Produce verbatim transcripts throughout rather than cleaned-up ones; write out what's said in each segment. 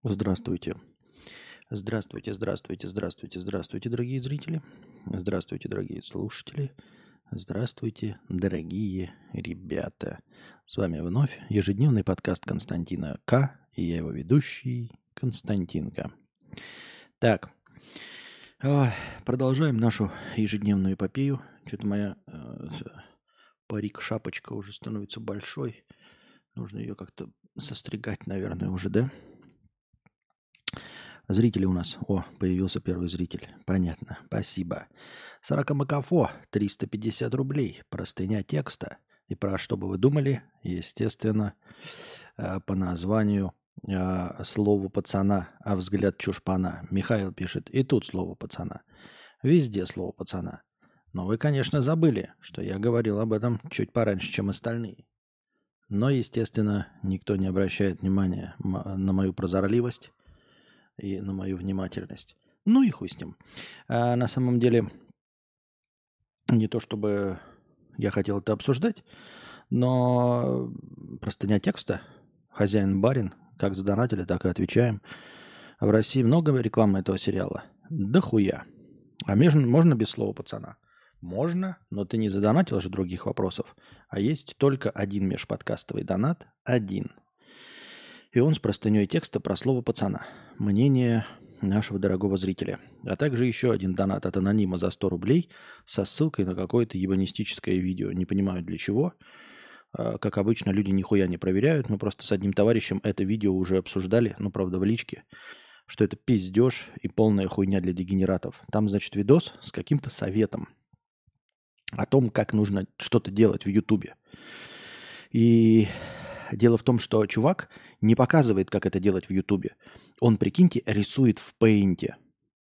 Здравствуйте. Здравствуйте, здравствуйте, здравствуйте, здравствуйте, дорогие зрители. Здравствуйте, дорогие слушатели. Здравствуйте, дорогие ребята. С вами вновь ежедневный подкаст Константина К. И я его ведущий Константин К. Так, ой, продолжаем нашу ежедневную эпопею. Что-то моя э, парик-шапочка уже становится большой. Нужно ее как-то состригать, наверное, уже, да? Зрители у нас. О, появился первый зритель. Понятно. Спасибо. Сорокамакафо. триста пятьдесят рублей. Простыня текста. И про что бы вы думали? Естественно, э, по названию э, слово пацана, а взгляд чушпана. Михаил пишет. И тут слово пацана. Везде слово пацана. Но вы, конечно, забыли, что я говорил об этом чуть пораньше, чем остальные. Но, естественно, никто не обращает внимания на мою прозорливость и на мою внимательность. Ну и хуй с ним. А на самом деле, не то чтобы я хотел это обсуждать, но простыня текста, хозяин-барин, как задонатили, так и отвечаем. В России много рекламы этого сериала? Да хуя. А между, можно без слова пацана? Можно, но ты не задонатил же других вопросов. А есть только один межподкастовый донат. Один. И он с простыней текста про слово пацана. Мнение нашего дорогого зрителя. А также еще один донат от анонима за сто рублей со ссылкой на какое-то ебанистическое видео. Не понимаю для чего. Как обычно, люди нихуя не проверяют. Мы просто с одним товарищем это видео уже обсуждали, ну, правда, в личке, что это пиздеж и полная хуйня для дегенератов. Там, значит, видос с каким-то советом о том, как нужно что-то делать в Ютубе. И дело в том, что чувак не показывает, как это делать в Ютубе. Он, прикиньте, рисует в пейнте.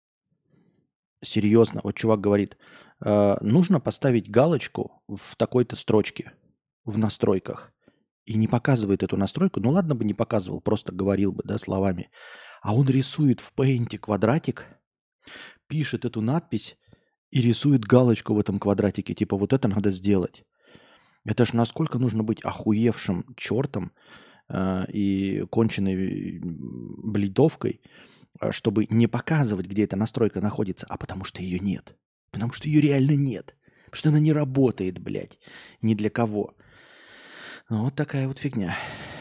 Серьезно. Вот чувак говорит, э, нужно поставить галочку в такой-то строчке в настройках. И не показывает эту настройку. Ну ладно бы не показывал, просто говорил бы, да, словами. А он рисует в пейнте квадратик, пишет эту надпись и рисует галочку в этом квадратике. Типа вот это надо сделать. Это ж насколько нужно быть охуевшим чертом э, и конченной бледовкой, чтобы не показывать, где эта настройка находится, а потому что ее нет. Потому что ее реально нет. Потому что она не работает, блядь. Ни для кого. Ну, вот такая вот фигня.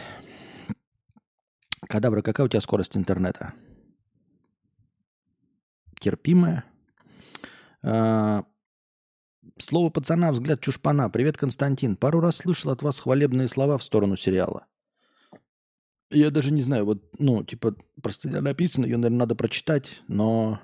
Кадабра, какая у тебя скорость интернета? Терпимая. А, слово пацана, взгляд чушпана. Привет, Константин. Пару раз слышал от вас хвалебные слова в сторону сериала. Я даже не знаю, вот, ну, типа, просто написано, ее, наверное, надо прочитать, но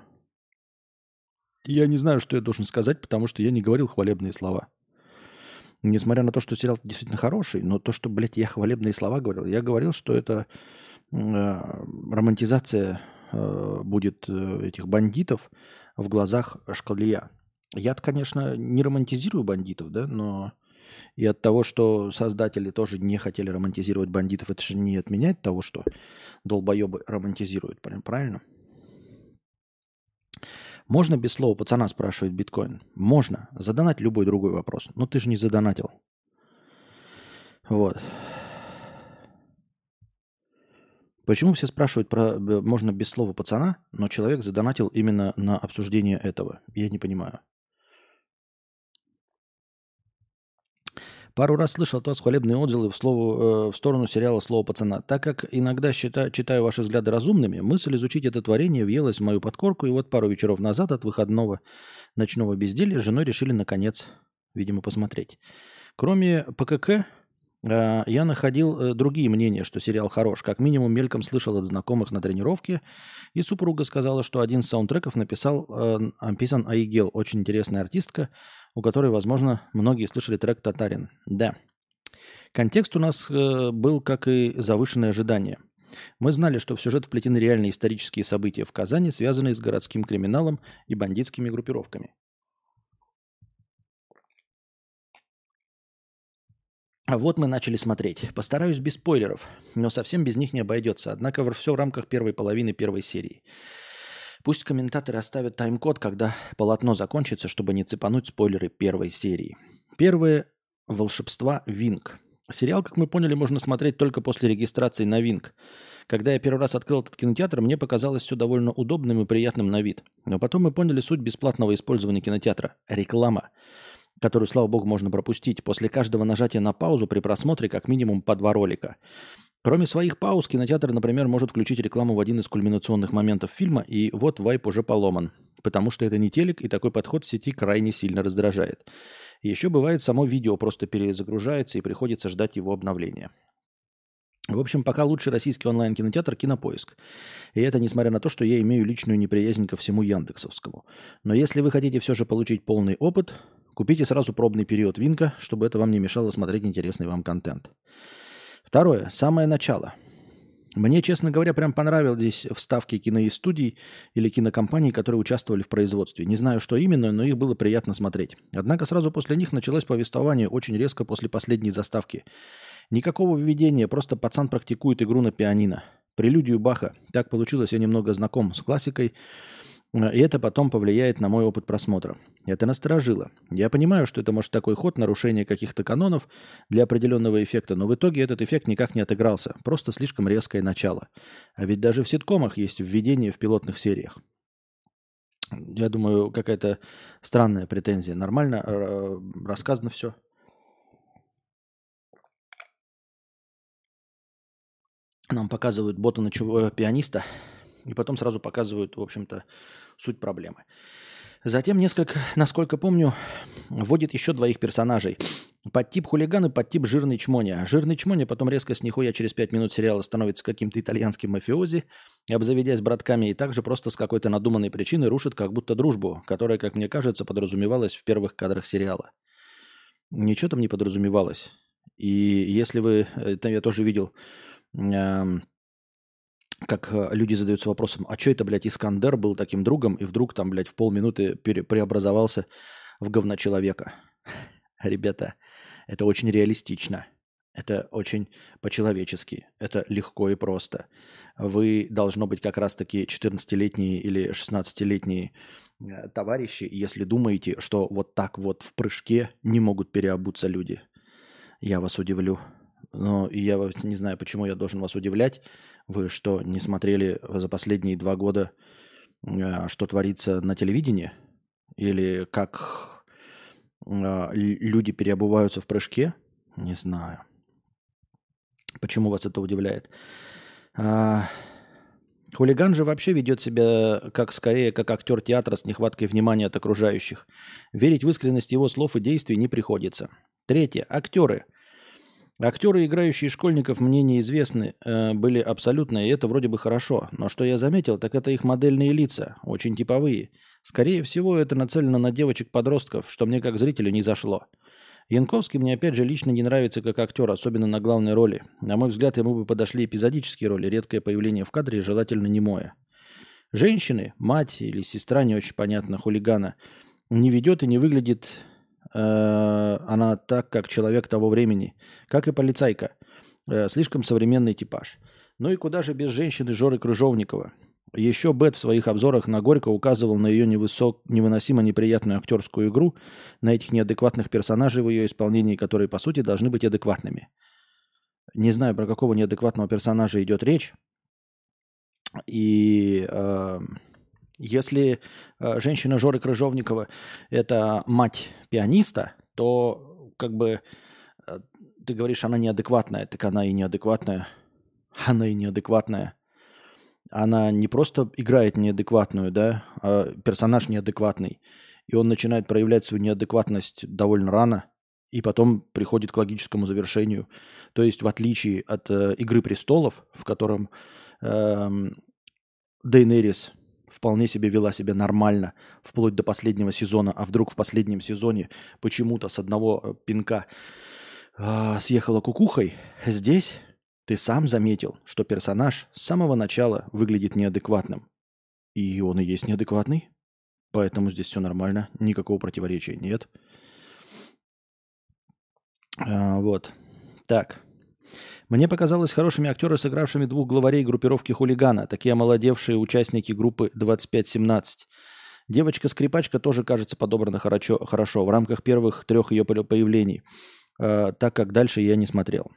я не знаю, что я должен сказать, потому что я не говорил хвалебные слова. Несмотря на то, что сериал действительно хороший, но то, что, блядь, я хвалебные слова говорил, я говорил, что это э, романтизация э, будет э, этих бандитов в глазах шкалия. Я-то, конечно, не романтизирую бандитов, да, но и от того, что создатели тоже не хотели романтизировать бандитов, это же не отменяет того, что долбоебы романтизируют, правильно? Можно без слова пацана, спрашивает биткоин? Можно. Задонать любой другой вопрос. Но ты же не задонатил. Вот. Почему все спрашивают про можно без слова пацана, но человек задонатил именно на обсуждение этого? Я не понимаю. Пару раз слышал от вас хвалебные отзывы в, слову, э, в сторону сериала «Слово пацана». Так как иногда считаю, читаю ваши взгляды разумными, мысль изучить это творение въелась в мою подкорку, и вот пару вечеров назад от выходного ночного безделья с женой решили наконец, видимо, посмотреть. Кроме ПКК, э, я находил э, другие мнения, что сериал хорош. Как минимум мельком слышал от знакомых на тренировке, и супруга сказала, что один из саундтреков написал, э, написан Айгел, очень интересная артистка, у которой, возможно, многие слышали трек «Татарин». Да. Контекст у нас э, был, как и завышенное ожидание. Мы знали, что в сюжет вплетены реальные исторические события в Казани, связанные с городским криминалом и бандитскими группировками. А вот мы начали смотреть. Постараюсь без спойлеров, но совсем без них не обойдется. Однако все в рамках первой половины первой серии. Пусть комментаторы оставят тайм-код, когда полотно закончится, чтобы не цепануть спойлеры первой серии. Первое – волшебства Винг. Сериал, как мы поняли, можно смотреть только после регистрации на Винк. Когда я первый раз открыл этот кинотеатр, мне показалось все довольно удобным и приятным на вид. Но потом мы поняли суть бесплатного использования кинотеатра. Реклама, которую, слава богу, можно пропустить. После каждого нажатия на паузу при просмотре как минимум по два ролика. Кроме своих пауз, кинотеатр, например, может включить рекламу в один из кульминационных моментов фильма, и вот вайп уже поломан. Потому что это не телек, и такой подход в сети крайне сильно раздражает. Еще бывает, само видео просто перезагружается, и приходится ждать его обновления. В общем, пока лучший российский онлайн-кинотеатр — Кинопоиск. И это несмотря на то, что я имею личную неприязнь ко всему яндексовскому. Но если вы хотите все же получить полный опыт, купите сразу пробный период Винка, чтобы это вам не мешало смотреть интересный вам контент. Второе. Самое начало. Мне, честно говоря, прям понравились вставки киностудий или кинокомпаний, которые участвовали в производстве. Не знаю, что именно, но их было приятно смотреть. Однако сразу после них началось повествование очень резко после последней заставки. Никакого введения, просто пацан практикует игру на пианино. Прелюдию Баха. Так получилось, я немного знаком с классикой, и это потом повлияет на мой опыт просмотра. Это насторожило. Я понимаю, что это может такой ход, нарушение каких-то канонов для определенного эффекта, но в итоге этот эффект никак не отыгрался. Просто слишком резкое начало. А ведь даже в ситкомах есть введение в пилотных сериях. Я думаю, какая-то странная претензия. Нормально э, рассказано все. Нам показывают бота-ночевого пианиста, и потом сразу показывают, в общем-то, суть проблемы. Затем несколько, насколько помню, вводит еще двоих персонажей. Подтип хулиган и подтип жирный чмоня. Жирный чмоня потом резко с нихуя через пять минут сериала становится каким-то итальянским мафиози, обзаведясь братками, и также просто с какой-то надуманной причиной рушит как будто дружбу, которая, как мне кажется, подразумевалась в первых кадрах сериала. Ничего там не подразумевалось. И если вы... Это я тоже видел... как люди задаются вопросом, а что это, блядь, Искандер был таким другом, и вдруг там, блядь, в полминуты пере- преобразовался в говночеловека. Ребята, это очень реалистично. Это очень по-человечески. Это легко и просто. Вы, должно быть, как раз-таки четырнадцатилетние или шестнадцатилетние э, товарищи, если думаете, что вот так вот в прыжке не могут переобуться люди. Я вас удивлю. Но я не знаю, почему я должен вас удивлять. Вы что, не смотрели за последние два года, что творится на телевидении? Или как люди переобуваются в прыжке? Не знаю. Почему вас это удивляет? Хулиган же вообще ведет себя как скорее как актер театра с нехваткой внимания от окружающих. Верить в искренность его слов и действий не приходится. Третье. Актеры. Актеры, играющие школьников, мне неизвестны, э, были абсолютно, и это вроде бы хорошо. Но что я заметил, так это их модельные лица, очень типовые. Скорее всего, это нацелено на девочек-подростков, что мне как зрителю не зашло. Янковский мне опять же лично не нравится как актер, особенно на главной роли. На мой взгляд, ему бы подошли эпизодические роли, редкое появление в кадре, желательно немое. Женщины, мать или сестра, не очень понятно, хулигана, не ведет и не выглядит... Она так, как человек того времени, как и полицайка. Слишком современный типаж. Ну и куда же без женщины Жоры Крыжовникова? Еще Бет в своих обзорах на Горько указывал на ее невысок... невыносимо неприятную актерскую игру, на этих неадекватных персонажей в ее исполнении, которые, по сути, должны быть адекватными. Не знаю, про какого неадекватного персонажа идет речь. И... Э... Если э, женщина Жоры Крыжовникова – это мать пианиста, то как бы э, ты говоришь, она неадекватная, так она и неадекватная. Она и неадекватная. Она не просто играет неадекватную, да, а персонаж неадекватный. И он начинает проявлять свою неадекватность довольно рано, и потом приходит к логическому завершению. То есть в отличие от э, «Игры престолов», в котором э, Дейнерис вполне себе вела себя нормально, вплоть до последнего сезона, а вдруг в последнем сезоне почему-то с одного пинка э, съехала кукухой, здесь ты сам заметил, что персонаж с самого начала выглядит неадекватным. И он и есть неадекватный, поэтому здесь все нормально, никакого противоречия нет. А, вот. Так. Мне показалось хорошими актеры, сыгравшими двух главарей группировки «Хулигана», такие омолодевшие участники группы двадцать пять семнадцать. Девочка-скрипачка тоже кажется подобрана хорошо, хорошо в рамках первых трех ее появлений. э, так как дальше я не смотрел.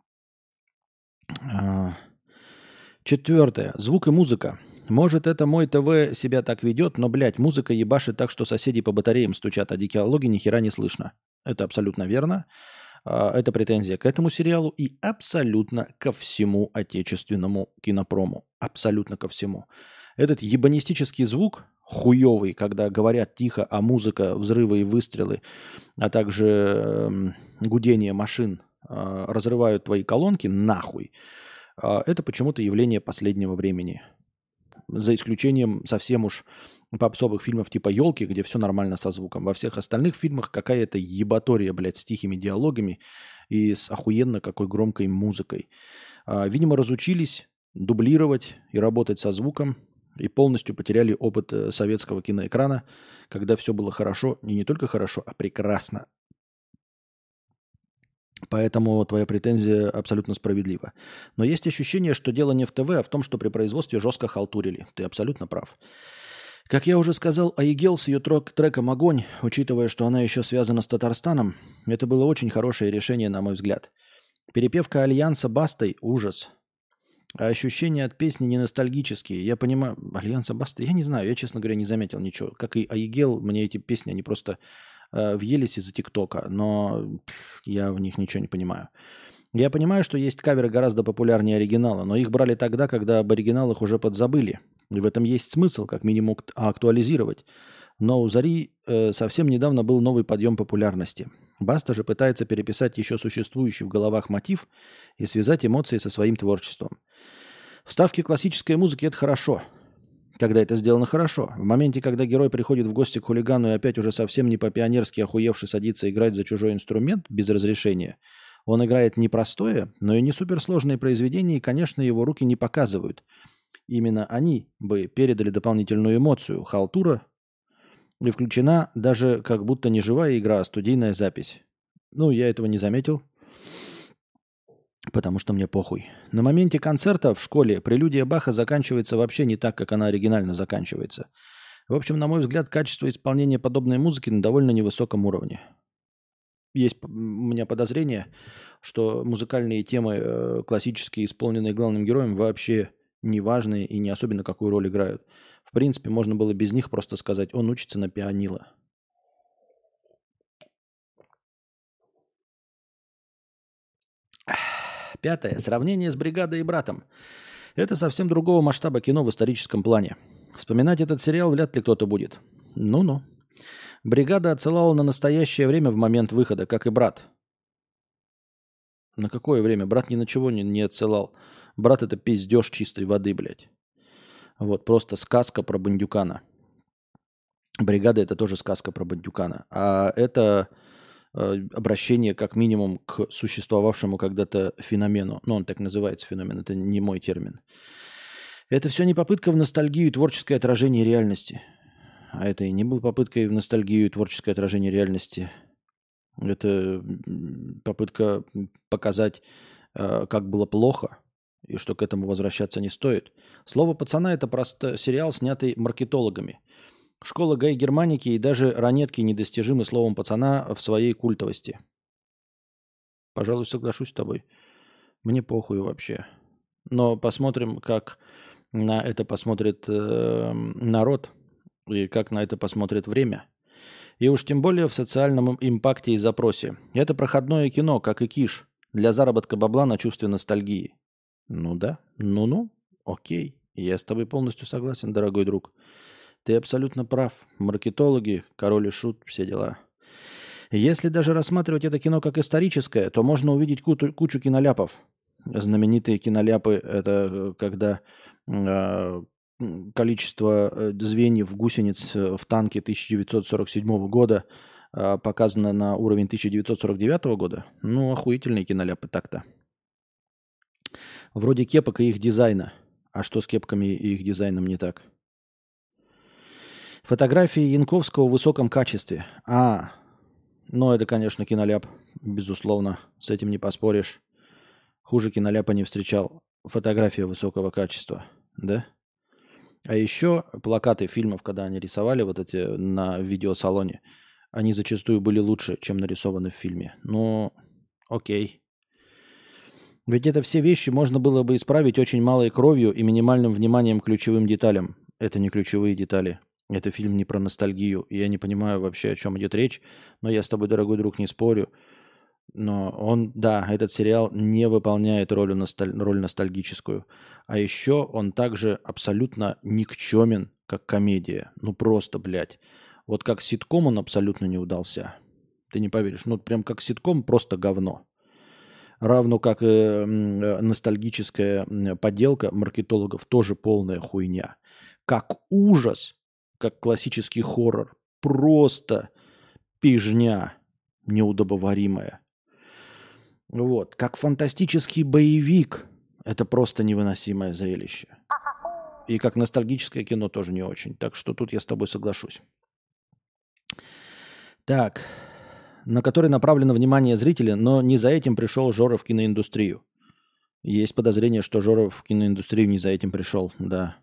А, Четвертое. Звук и музыка. Может, это мой ТВ себя так ведет, но, блядь, музыка ебашит так, что соседи по батареям стучат, а диалоги ни хера не слышно. Это абсолютно верно. А, Это претензия к этому сериалу и абсолютно ко всему отечественному кинопрому. Абсолютно ко всему. Этот ебанистический звук, хуёвый, когда говорят тихо, а музыка, взрывы и выстрелы, а также эм, гудение машин э, разрывают твои колонки нахуй, а, это почему-то явление последнего времени. За исключением совсем уж попсовых фильмов типа «Елки», где все нормально со звуком. Во всех остальных фильмах какая-то ебатория, блядь, с тихими диалогами и с охуенно какой громкой музыкой. А, Видимо, разучились дублировать и работать со звуком и полностью потеряли опыт э, советского киноэкрана, когда все было хорошо, и не только хорошо, а прекрасно. Поэтому твоя претензия абсолютно справедлива. Но есть ощущение, что дело не в ТВ, а в том, что при производстве жестко халтурили. Ты абсолютно прав. Как я уже сказал, Айгел с ее трек- треком «Огонь», учитывая, что она еще связана с Татарстаном, это было очень хорошее решение, на мой взгляд. Перепевка Альянса Бастой – ужас. А ощущения от песни не ностальгические. Я понимаю, Альянса Баста, я не знаю, я, честно говоря, не заметил ничего. Как и Айгел, мне эти песни, они просто э, въелись из-за ТикТока, но пф, я в них ничего не понимаю. Я понимаю, что есть каверы гораздо популярнее оригинала, но их брали тогда, когда об оригиналах уже подзабыли. И в этом есть смысл, как минимум, ак- актуализировать. Но у Зари э, совсем недавно был новый подъем популярности. Баста же пытается переписать еще существующий в головах мотив и связать эмоции со своим творчеством. Вставки классической музыки – это хорошо, когда это сделано хорошо. В моменте, когда герой приходит в гости к хулигану и опять уже совсем не по-пионерски охуевший садится играть за чужой инструмент без разрешения, он играет не простое, но и не суперсложное произведение, и, конечно, его руки не показывают. Именно они бы передали дополнительную эмоцию. Халтура и включена даже как будто не живая игра, а студийная запись. Ну, я этого не заметил, потому что мне похуй. На моменте концерта в школе прелюдия Баха заканчивается вообще не так, как она оригинально заканчивается. В общем, на мой взгляд, качество исполнения подобной музыки на довольно невысоком уровне. Есть п- у меня подозрение, что музыкальные темы, э, классические, исполненные главным героем, вообще не важные и не особенно какую роль играют. В принципе, можно было без них просто сказать, он учится на пианило. Пятое. Сравнение с «Бригадой» и «Братом». Это совсем другого масштаба кино в историческом плане. Вспоминать этот сериал вряд ли кто-то будет. Ну-ну. «Бригада» отсылала на настоящее время в момент выхода, как и «Брат». На какое время? «Брат» ни на чего не, не отсылал. «Брат» — это пиздеж чистой воды, блядь. Вот, просто сказка про бандюкана. «Бригада» — это тоже сказка про бандюкана. А это э, обращение как минимум к существовавшему когда-то феномену. Ну, он так называется, феномен. Это не мой термин. Это все не попытка в ностальгию и творческое отражение реальности. А это и не было попыткой в ностальгию и творческое отражение реальности. Это м, попытка м, показать, э, как было плохо, и что к этому возвращаться не стоит. «Слово пацана» — это просто сериал, снятый маркетологами. Школа Гай Германики и даже ранетки недостижимы словом пацана в своей культовости. Пожалуй, соглашусь с тобой. Мне похуй вообще. Но посмотрим, как на это посмотрит э, народ и как на это посмотрит время. И уж тем более в социальном импакте и запросе. Это проходное кино, как и Киш, для заработка бабла на чувстве ностальгии. Ну да, ну-ну, окей. Я с тобой полностью согласен, дорогой друг. Ты абсолютно прав. Маркетологи, король и шут, все дела. Если даже рассматривать это кино как историческое, то можно увидеть кучу, кучу киноляпов. Знаменитые киноляпы – это э, когда э, м, количество э, звеньев гусениц э, в танке тысяча девятьсот сорок седьмого года э, показано на уровень тысяча девятьсот сорок девятого года. Ну, охуительные киноляпы так-то. Вроде кепок и их дизайна. А что с кепками и их дизайном не так? Фотографии Янковского в высоком качестве. А, ну это, конечно, киноляп, безусловно. С этим не поспоришь. Хуже киноляпа не встречал. Фотография высокого качества, да? А еще плакаты фильмов, когда они рисовали вот эти на видеосалоне, они зачастую были лучше, чем нарисованы в фильме. Но Окей. Ведь это все вещи можно было бы исправить очень малой кровью и минимальным вниманием к ключевым деталям. Это не ключевые детали. Это фильм не про ностальгию. Я не понимаю вообще, о чем идет речь. Но я с тобой, дорогой друг, не спорю. Но он, да, этот сериал не выполняет роль, носталь... роль ностальгическую. А еще он также абсолютно никчемен, как комедия. Ну просто, блядь. Вот как ситком он абсолютно не удался. Ты не поверишь. Ну прям как ситком просто говно. Равно как и э, ностальгическая подделка маркетологов тоже полная хуйня. Как ужас, как классический хоррор. Просто пижня неудобоваримая. Вот. Как фантастический боевик. Это просто невыносимое зрелище. И как ностальгическое кино тоже не очень. Так что тут я с тобой соглашусь. Так. На который направлено внимание зрителя, но не за этим пришел Жора в киноиндустрию. Есть подозрение, что Жора в киноиндустрию не за этим пришел, да.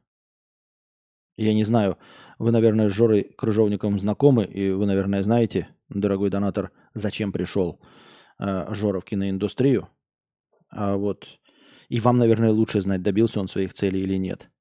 Я не знаю, вы, наверное, с Жорой Крыжовником знакомы, и вы, наверное, знаете, дорогой донатор, зачем пришел э, Жора в киноиндустрию. А вот и вам, наверное, лучше знать, добился он своих целей или нет.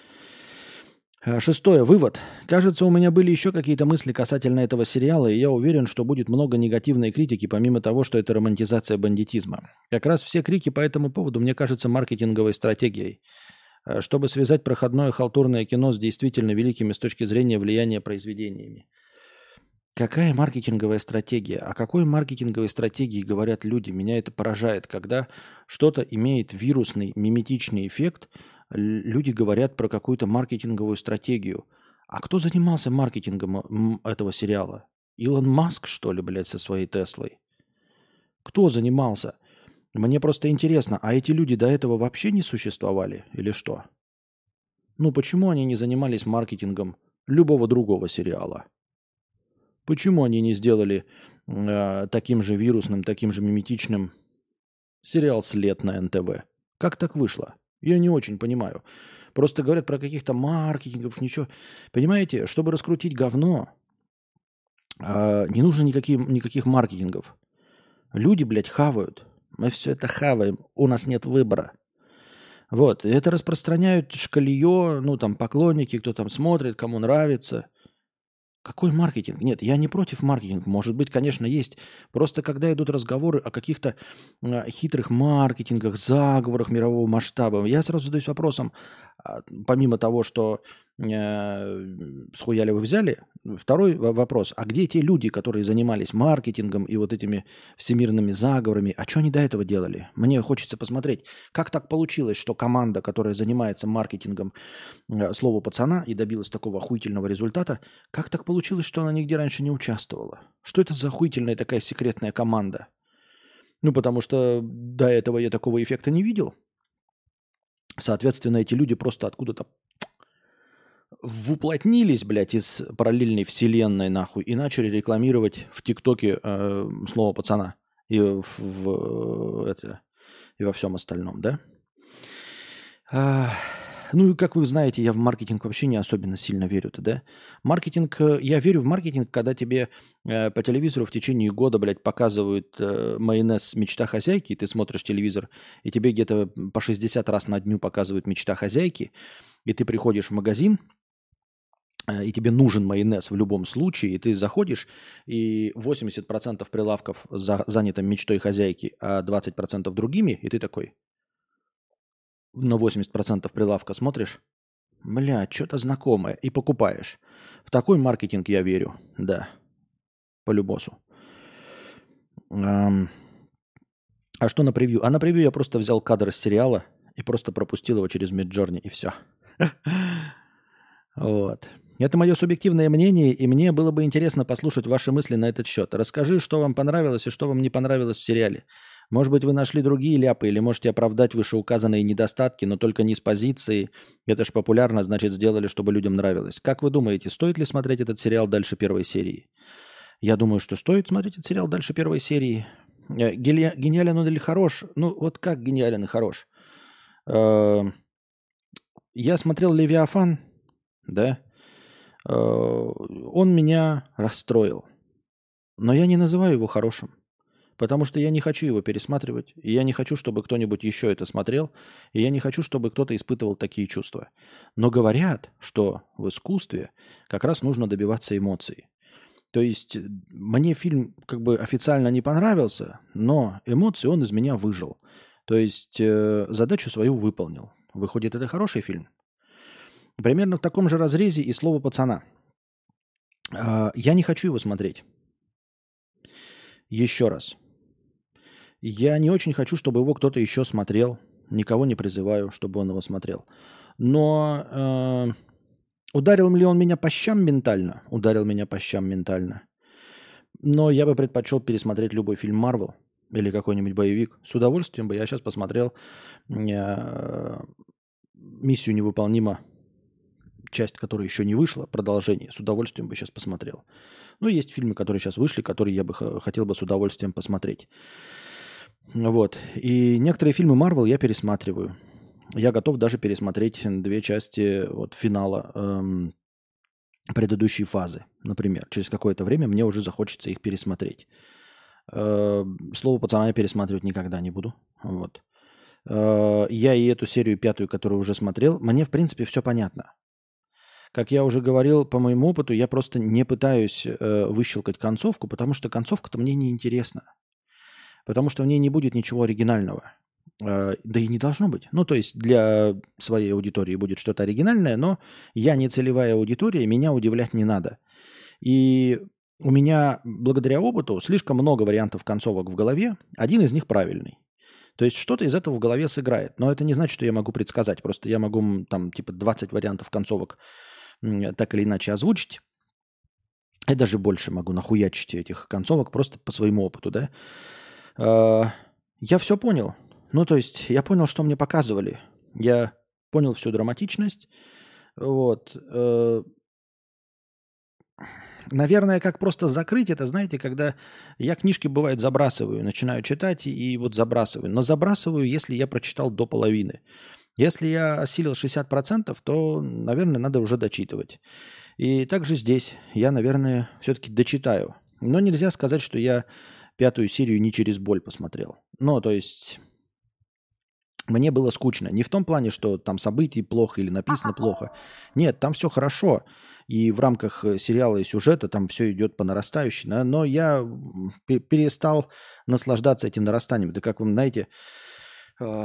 Шестое. Вывод. Кажется, у меня были еще какие-то мысли касательно этого сериала, и я уверен, что будет много негативной критики, помимо того, что это романтизация бандитизма. Как раз все крики по этому поводу, мне кажется, маркетинговой стратегией, чтобы связать проходное халтурное кино с действительно великими с точки зрения влияния произведениями. Какая маркетинговая стратегия? О какой маркетинговой стратегии говорят люди? Меня это поражает, когда что-то имеет вирусный, миметичный эффект, люди говорят про какую-то маркетинговую стратегию. А кто занимался маркетингом этого сериала? Илон Маск, что ли, блядь, со своей Теслой? Кто занимался? Мне просто интересно, а эти люди до этого вообще не существовали или что? Ну почему они не занимались маркетингом любого другого сериала? Почему они не сделали э, таким же вирусным, таким же миметичным сериал «След» на эн тэ вэ? Как так вышло? Я не очень понимаю. Просто говорят про каких-то маркетингов, ничего. Понимаете, чтобы раскрутить говно, э, не нужно никаких, никаких маркетингов. Люди, блядь, хавают. Мы все это хаваем. У нас нет выбора. Вот. И это распространяют шкалье, ну там поклонники, кто там смотрит, кому нравится. Какой маркетинг? Нет, я не против маркетинга. Может быть, конечно, есть. Просто когда идут разговоры о каких-то э, хитрых маркетингах, заговорах мирового масштаба, я сразу задаюсь вопросом, а, помимо того, что э, схуяли вы взяли, второй вопрос, а где те люди, которые занимались маркетингом и вот этими всемирными заговорами, а что они до этого делали? Мне хочется посмотреть, как так получилось, что команда, которая занимается маркетингом э, слова пацана и добилась такого охуительного результата, как так получилось, что она нигде раньше не участвовала? Что это за охуительная такая секретная команда? Ну, потому что до этого я такого эффекта не видел. Соответственно, эти люди просто откуда-то вуплотнились, блядь, из параллельной вселенной, нахуй, и начали рекламировать в ТикТоке э, слово пацана и в, в, это, и во всем остальном, да? А, ну и как вы знаете, я в маркетинг вообще не особенно сильно верю-то, да? Маркетинг, я верю в маркетинг, когда тебе э, по телевизору в течение года, блядь, показывают э, майонез «Мечта хозяйки», и ты смотришь телевизор, и тебе где-то по шестьдесят раз на дню показывают «Мечта хозяйки», и ты приходишь в магазин, и тебе нужен майонез в любом случае, и ты заходишь, и восемьдесят процентов прилавков за, занято мечтой хозяйки, а двадцать процентов другими, и ты такой на восемьдесят процентов прилавка смотришь, бля, что-то знакомое, и покупаешь. В такой маркетинг я верю, да, по-любосу. Эм, а что на превью? А на превью я просто взял кадр из сериала и просто пропустил его через Midjourney, и все. Вот. Это мое субъективное мнение, и мне было бы интересно послушать ваши мысли на этот счет. Расскажи, что вам понравилось и что вам не понравилось в сериале. Может быть, вы нашли другие ляпы или можете оправдать вышеуказанные недостатки, но только не с позиции. Это ж популярно, значит, сделали, чтобы людям нравилось. Как вы думаете, стоит ли смотреть этот сериал дальше первой серии? Я думаю, что стоит смотреть этот сериал дальше первой серии. Гени- Гениален он или хорош? Ну, вот как гениален и хорош? Я смотрел «Левиафан», да? Он меня расстроил. Но я не называю его хорошим. потому что я не хочу его пересматривать, и я не хочу, чтобы кто-нибудь еще это смотрел, и я не хочу, чтобы кто-то испытывал такие чувства. Но говорят, что в искусстве как раз нужно добиваться эмоций. То есть э, мне фильм как бы официально не понравился, но эмоции он из меня выжил. То есть э, задачу свою выполнил. Выходит, это хороший фильм. Примерно в таком же разрезе и «Слово пацана». А, я не хочу его смотреть. Еще раз. Я не очень хочу, чтобы его кто-то еще смотрел. Никого не призываю, чтобы он его смотрел. Но э, ударил ли он меня по щам ментально? Ударил меня по щам ментально. Но я бы предпочел пересмотреть любой фильм Марвел или какой-нибудь боевик. С удовольствием бы я сейчас посмотрел э, «Миссию невыполнима», часть, которая еще не вышла, продолжение. С удовольствием бы сейчас посмотрел. Ну, есть фильмы, которые сейчас вышли, которые я бы х- хотел бы с удовольствием посмотреть. Вот. И некоторые фильмы Marvel я пересматриваю. Я готов даже пересмотреть две части вот, финала эм, предыдущей фазы, например. Через какое-то время мне уже захочется их пересмотреть. Э, Слово пацана я пересматривать никогда не буду. Вот. Э, Я и эту серию пятую, которую уже смотрел, мне, в принципе, все понятно. Как я уже говорил, по моему опыту, я просто не пытаюсь э, выщелкать концовку, потому что концовка-то мне не интересна. Потому что в ней не будет ничего оригинального. Э, да и не должно быть. Ну, то есть для своей аудитории будет что-то оригинальное, но я не целевая аудитория, меня удивлять не надо. И у меня, благодаря опыту, слишком много вариантов концовок в голове. Один из них правильный. То есть что-то из этого в голове сыграет. Но это не значит, что я могу предсказать. Просто я могу м, там типа двадцать вариантов концовок м, так или иначе озвучить. Я даже больше могу нахуячить этих концовок просто по своему опыту, да. А, Я все понял. Ну, то есть я понял, что мне показывали. Я понял всю драматичность. Вот. Э, Наверное, как просто закрыть это, знаете, когда я книжки, бывает, забрасываю, начинаю читать и вот забрасываю. Но забрасываю, если я прочитал до половины. Если я осилил шестьдесят процентов, то, наверное, надо уже дочитывать. И также здесь я, наверное, все-таки дочитаю. Но нельзя сказать, что я пятую серию не через боль посмотрел. Ну, то есть мне было скучно. Не в том плане, что там событий плохо или написано плохо. Нет, там все хорошо. И в рамках э, сериала и сюжета там все идет по нарастающей. Но но я м, пе- перестал наслаждаться этим нарастанием. Это как вы знаете, э,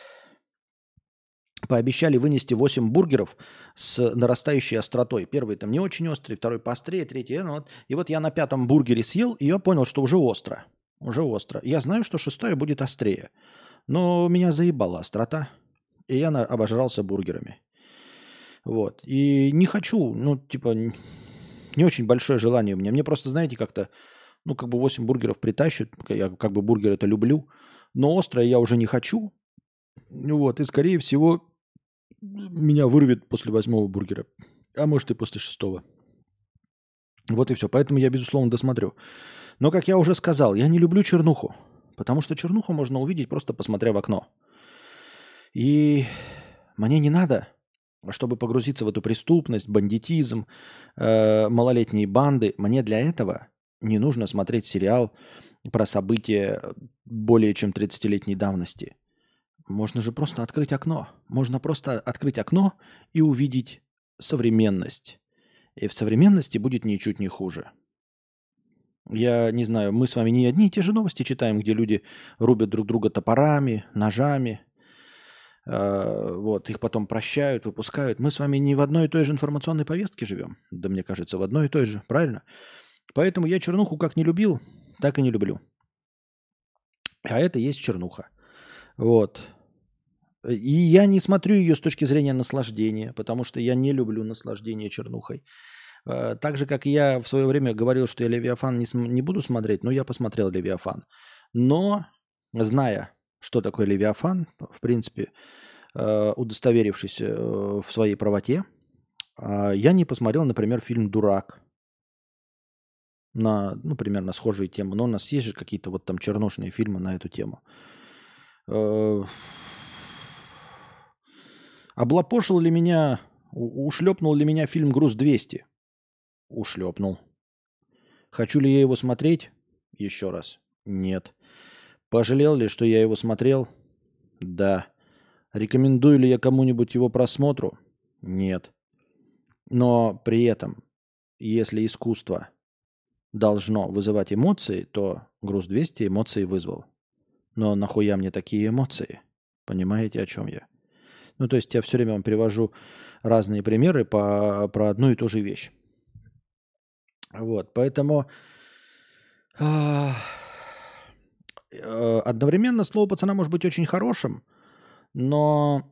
пообещали вынести восемь бургеров с нарастающей остротой. Первый там не очень острый, второй поострее, третий. Ну, вот. И вот я на пятом бургере съел, и я понял, что уже остро. Уже остро. Я знаю, что шестой будет острее. Но меня заебала острота, и я на- обожрался бургерами. Вот. И не хочу, ну, типа, н- не очень большое желание у меня. Мне просто, знаете, как-то, ну, как бы восемь бургеров притащат. Я как бы бургер это люблю. Но острое я уже не хочу. Ну вот. И, скорее всего, меня вырвет после восьмого бургера. А может и после шестого. Вот и все. Поэтому я, безусловно, досмотрю. Но, как я уже сказал, я не люблю чернуху. Потому что чернуху можно увидеть, просто посмотря в окно. И мне не надо, чтобы погрузиться в эту преступность, бандитизм, э, малолетние банды. Мне для этого не нужно смотреть сериал про события более чем тридцатилетней давности. Можно же просто открыть окно. Можно просто открыть окно и увидеть современность. И в современности будет ничуть не хуже. Я не знаю, мы с вами не одни и те же новости читаем, где люди рубят друг друга топорами, ножами, э, вот, их потом прощают, выпускают. Мы с вами не в одной и той же информационной повестке живем. Да мне кажется, в одной и той же, правильно? Поэтому я чернуху как не любил, так и не люблю. А это есть чернуха. Вот. И я не смотрю ее с точки зрения наслаждения, потому что я не люблю наслаждение чернухой. Э, Так же, как я в свое время говорил, что я «Левиафан» не, см- не буду смотреть, но я посмотрел «Левиафан». Но, зная, что такое «Левиафан», в принципе, э, удостоверившись э, в своей правоте, а, я не посмотрел, например, фильм «Дурак» на, ну, примерно схожие темы. Но у нас есть же какие-то вот там чернушные фильмы на эту тему. Э, Облапошил ли меня, у- ушлепнул ли меня фильм «Груз двести»? Ушлепнул. Хочу ли я его смотреть? Еще раз. Нет. Пожалел ли, что я его смотрел? Да. Рекомендую ли я кому-нибудь его просмотру? Нет. Но при этом, если искусство должно вызывать эмоции, то груз двести эмоций вызвал. Но нахуя мне такие эмоции? Понимаете, о чем я? Ну, то есть я все время вам привожу разные примеры по, про одну и ту же вещь. Вот, поэтому а, э, одновременно слово пацана может быть очень хорошим, но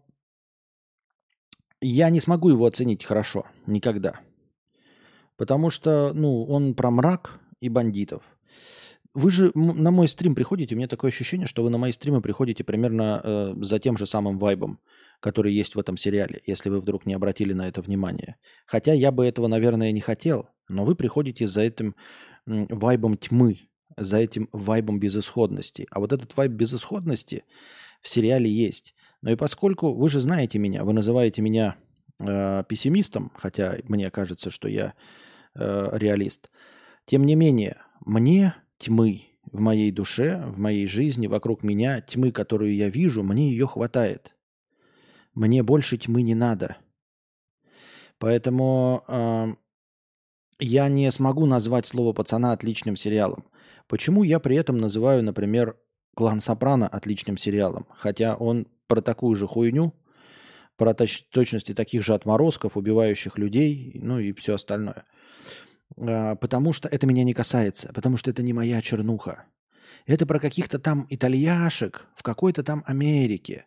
я не смогу его оценить хорошо никогда. Потому что, ну, он про мрак и бандитов. Вы же м- на мой стрим приходите, у меня такое ощущение, что вы на мои стримы приходите примерно э, за тем же самым вайбом, который есть в этом сериале, если вы вдруг не обратили на это внимание. Хотя я бы этого, наверное, не хотел, но вы приходите за этим м, вайбом тьмы, за этим вайбом безысходности. А вот этот вайб безысходности в сериале есть. Но и поскольку вы же знаете меня, вы называете меня э, пессимистом, хотя мне кажется, что я э, реалист, тем не менее, мне тьмы в моей душе, в моей жизни, вокруг меня, тьмы, которую я вижу, мне ее хватает. Мне больше тьмы не надо. Поэтому э, я не смогу назвать слово пацана отличным сериалом. Почему я при этом называю, например, «Клан Сопрано» отличным сериалом? Хотя он про такую же хуйню, про точ- точности таких же отморозков, убивающих людей, ну и все остальное. А, Потому что это меня не касается, потому что это не моя чернуха. Это про каких-то там итальяшек в какой-то там Америке.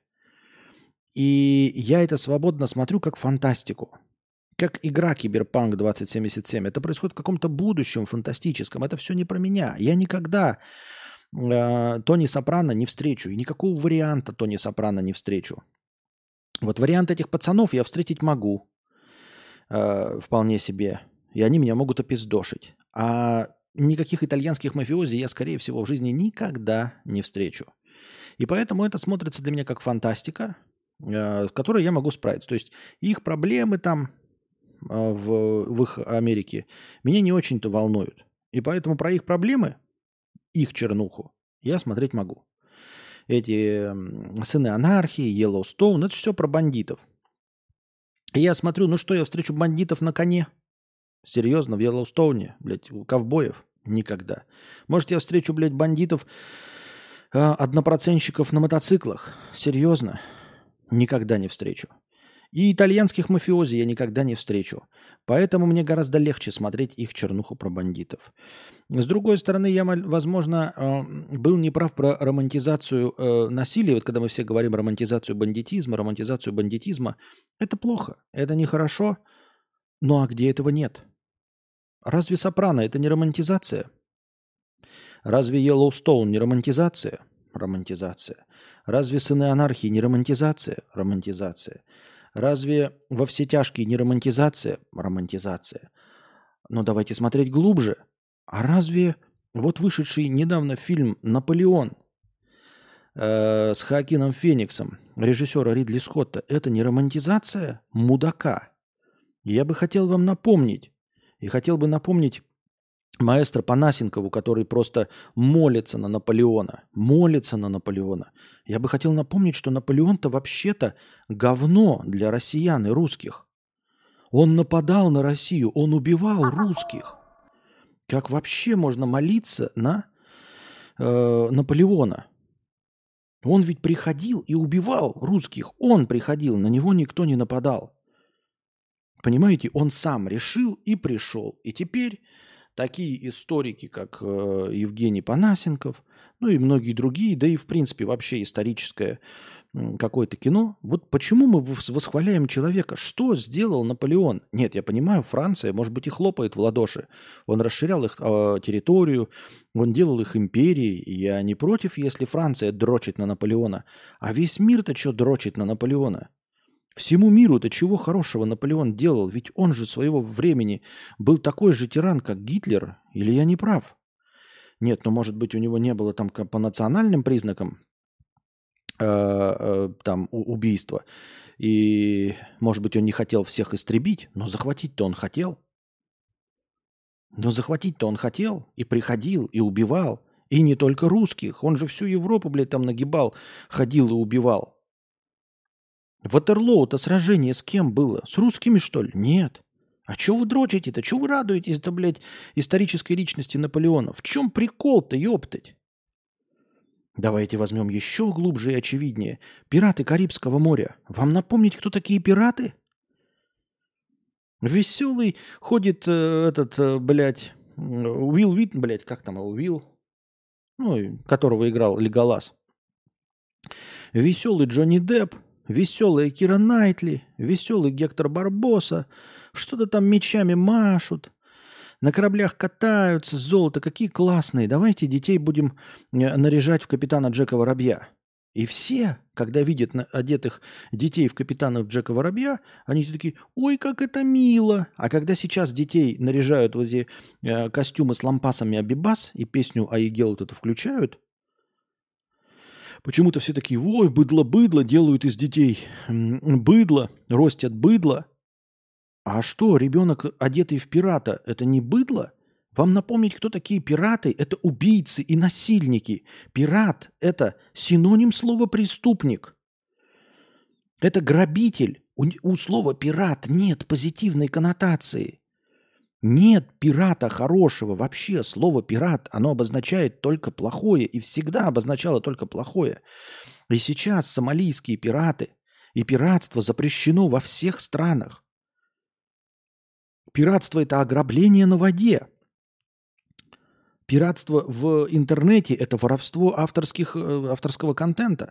И я это свободно смотрю как фантастику. Как игра Киберпанк двадцать семьдесят семь. Это происходит в каком-то будущем фантастическом. Это все не про меня. Я никогда э, Тони Сопрано не встречу. И никакого варианта Тони Сопрано не встречу. Вот вариант этих пацанов я встретить могу. Э, вполне себе. И они меня могут опиздошить. А никаких итальянских мафиози я, скорее всего, в жизни никогда не встречу. И поэтому это смотрится для меня как фантастика, э, с которой я могу справиться. То есть их проблемы там э, в, в их Америке меня не очень-то волнуют. И поэтому про их проблемы, их чернуху, я смотреть могу. Эти м, сыны анархии, Йеллоустоун, это все про бандитов. И я смотрю, ну что, я встречу бандитов на коне? Серьезно, в Йеллоустоуне, блядь, у ковбоев? Никогда. Может, я встречу, блядь, бандитов, э, однопроцентщиков на мотоциклах? Серьезно? Никогда не встречу. И итальянских мафиози я никогда не встречу. Поэтому мне гораздо легче смотреть их чернуху про бандитов. С другой стороны, я, мол- возможно, э, был неправ про романтизацию э, насилия. Вот когда мы все говорим романтизацию бандитизма, романтизацию бандитизма, это плохо, это нехорошо. Ну а где этого нет? Разве «Сопрано» — это не романтизация? Разве «Йеллоустоун» не романтизация? Романтизация. Разве «Сыны анархии» не романтизация? Романтизация. Разве «Во все тяжкие» не романтизация? Романтизация. Но давайте смотреть глубже. А разве вот вышедший недавно фильм «Наполеон» э, с Хоакином Фениксом, режиссера Ридли Скотта, это не романтизация мудака? Я бы хотел вам напомнить, и хотел бы напомнить маэстро Панасенкову, который просто молится на Наполеона. Молится на Наполеона. Я бы хотел напомнить, что Наполеон-то вообще-то говно для россиян и русских. Он нападал на Россию, он убивал русских. Как вообще можно молиться на э, Наполеона? Он ведь приходил и убивал русских. Он приходил, на него никто не нападал. Понимаете, он сам решил и пришел. И теперь такие историки, как э, Евгений Панасенков, ну и многие другие, да и в принципе вообще историческое м, какое-то кино, вот почему мы вос- восхваляем человека? Что сделал Наполеон? Нет, я понимаю, Франция, может быть, и хлопает в ладоши. Он расширял их э, территорию, он делал их империей. И я не против, если Франция дрочит на Наполеона. А весь мир-то что дрочит на Наполеона? Всему миру-то чего хорошего Наполеон делал? Ведь он же своего времени был такой же тиран, как Гитлер. Или я не прав? Нет, ну, может быть, у него не было там ка- по национальным признакам э, э, там у- убийства. И, может быть, он не хотел всех истребить, но захватить-то он хотел. Но захватить-то он хотел и приходил, и убивал. И не только русских. Он же всю Европу, блядь, там нагибал, ходил и убивал. Ватерлоу-то сражение с кем было? С русскими, что ли? Нет. А чё вы дрочите-то? Чё вы радуетесь-то, блядь, исторической личности Наполеона? В чем прикол-то, ёптать? Давайте возьмем еще глубже и очевиднее. Пираты Карибского моря. Вам напомнить, кто такие пираты? Веселый ходит э, этот, э, блядь, Уилл Уит, блядь, как там его, Уилл, ну, которого играл Леголас. Веселый Джонни Депп, веселая Кира Найтли, веселый Гектор Барбоса. Что-то там мечами машут. На кораблях катаются, золото, какие классные. Давайте детей будем э, наряжать в капитана Джека Воробья. И все, когда видят на- одетых детей в капитанов Джека Воробья, они все такие, ой, как это мило. А когда сейчас детей наряжают в эти э, костюмы с лампасами Абибас и песню Аигел вот это включают, почему-то все такие, ой, быдло-быдло, делают из детей м, быдло, ростят быдло. А что, ребенок, одетый в пирата, это не быдло? Вам напомнить, кто такие пираты? Это убийцы и насильники. Пират– это синоним слова «преступник». Это грабитель. У, у слова «пират» нет позитивной коннотации. Нет пирата хорошего. Вообще слово «пират», оно обозначает только плохое и всегда обозначало только плохое. И сейчас сомалийские пираты и пиратство запрещено во всех странах. Пиратство – это ограбление на воде. Пиратство в интернете – это воровство авторских, э, авторского контента.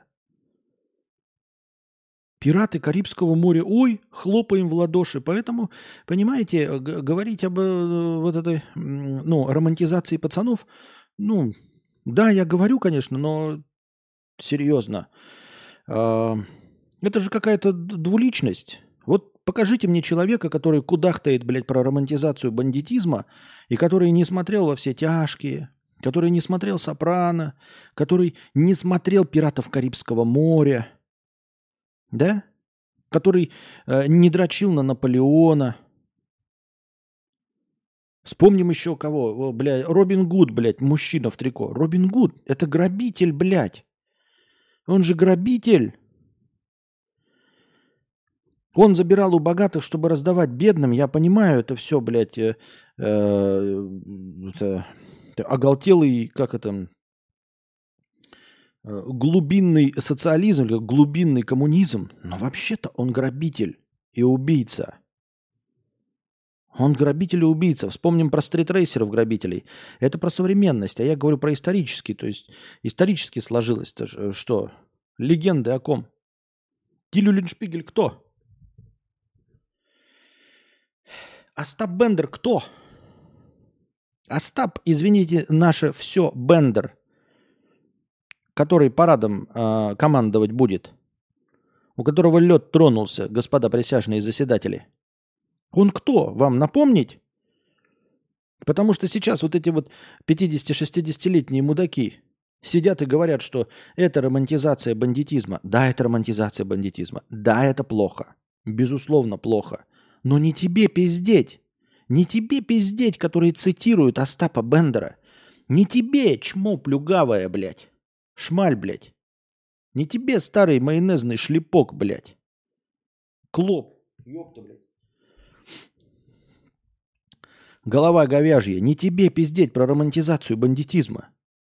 Пираты Карибского моря, ой, хлопаем в ладоши. Поэтому, понимаете, г- говорить об э, вот этой, м, ну, романтизации пацанов, ну, да, я говорю, конечно, но серьезно. А, Это же какая-то д- двуличность. Вот покажите мне человека, который кудахтает, блядь, про романтизацию бандитизма, и который не смотрел «Во все тяжкие», который не смотрел «Сопрано», который не смотрел «Пиратов Карибского моря», да? Который э, не дрочил на Наполеона. Вспомним еще кого, о, блядь, Робин Гуд, блядь, мужчина в трико. Робин Гуд, это грабитель, блядь. Он же грабитель. Он забирал у богатых, чтобы раздавать бедным. Я понимаю, это все, блядь, э, э, это, это оголтелый, как это, э, глубинный социализм, или глубинный коммунизм. Но вообще-то он грабитель и убийца. Он грабитель и убийца. Вспомним про стритрейсеров грабителей. Это про современность, а я говорю про исторический. То есть исторически сложилось. Что? Легенды о ком? Тиль Юленшпигель кто? Остап Бендер кто? Остап, извините, наше все Бендер, который парадом э, командовать будет, у которого лед тронулся, господа присяжные заседатели. Он кто? Вам напомнить? Потому что сейчас вот эти вот пятидесяти-шестидесятилетние мудаки сидят и говорят, что это романтизация бандитизма. Да, это романтизация бандитизма. Да, это плохо. Безусловно, плохо. Но не тебе пиздеть. Не тебе пиздеть, которые цитируют Остапа Бендера. Не тебе, чмо плюгавая, блядь. Шмаль, блядь. Не тебе, старый майонезный шлепок, блядь. Клоп. Ёпта, блядь. Голова говяжья. Не тебе пиздеть про романтизацию бандитизма.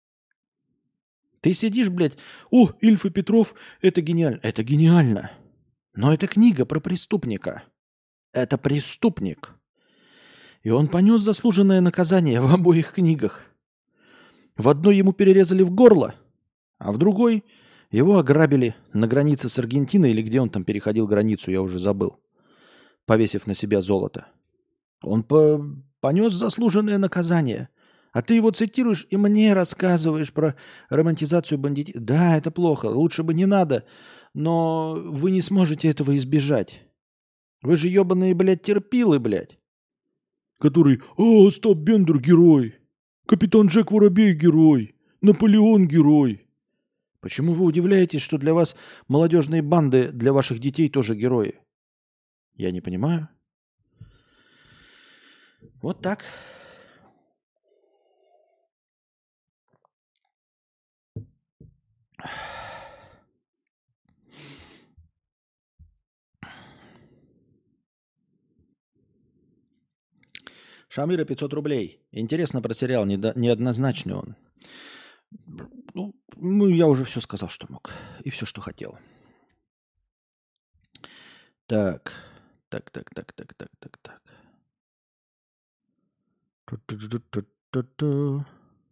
Ты сидишь, блядь, о, Ильф и Петров, это гениально. Это гениально. Но это книга про преступника. Это преступник. И он понес заслуженное наказание в обоих книгах. В одной ему перерезали в горло, а в другой его ограбили на границе с Аргентиной, или где он там переходил границу, я уже забыл, повесив на себя золото. Он по понес заслуженное наказание. А ты его цитируешь и мне рассказываешь про романтизацию бандитизма. Да, это плохо, лучше бы не надо, но вы не сможете этого избежать. Вы же ебаные, блядь, терпилы, блядь. Который, о, Стоп Бендер герой, капитан Джек Воробей герой, Наполеон герой. Почему вы удивляетесь, что для вас молодежные банды для ваших детей тоже герои? Я не понимаю. Вот так. Шамира пятьсот рублей. Интересно про сериал, недо- неоднозначный он. Ну, ну, я уже все сказал, что мог. И все, что хотел. Так. Так, так, так, так, так, так, так. Ту-ту-ту-ту-ту-ту.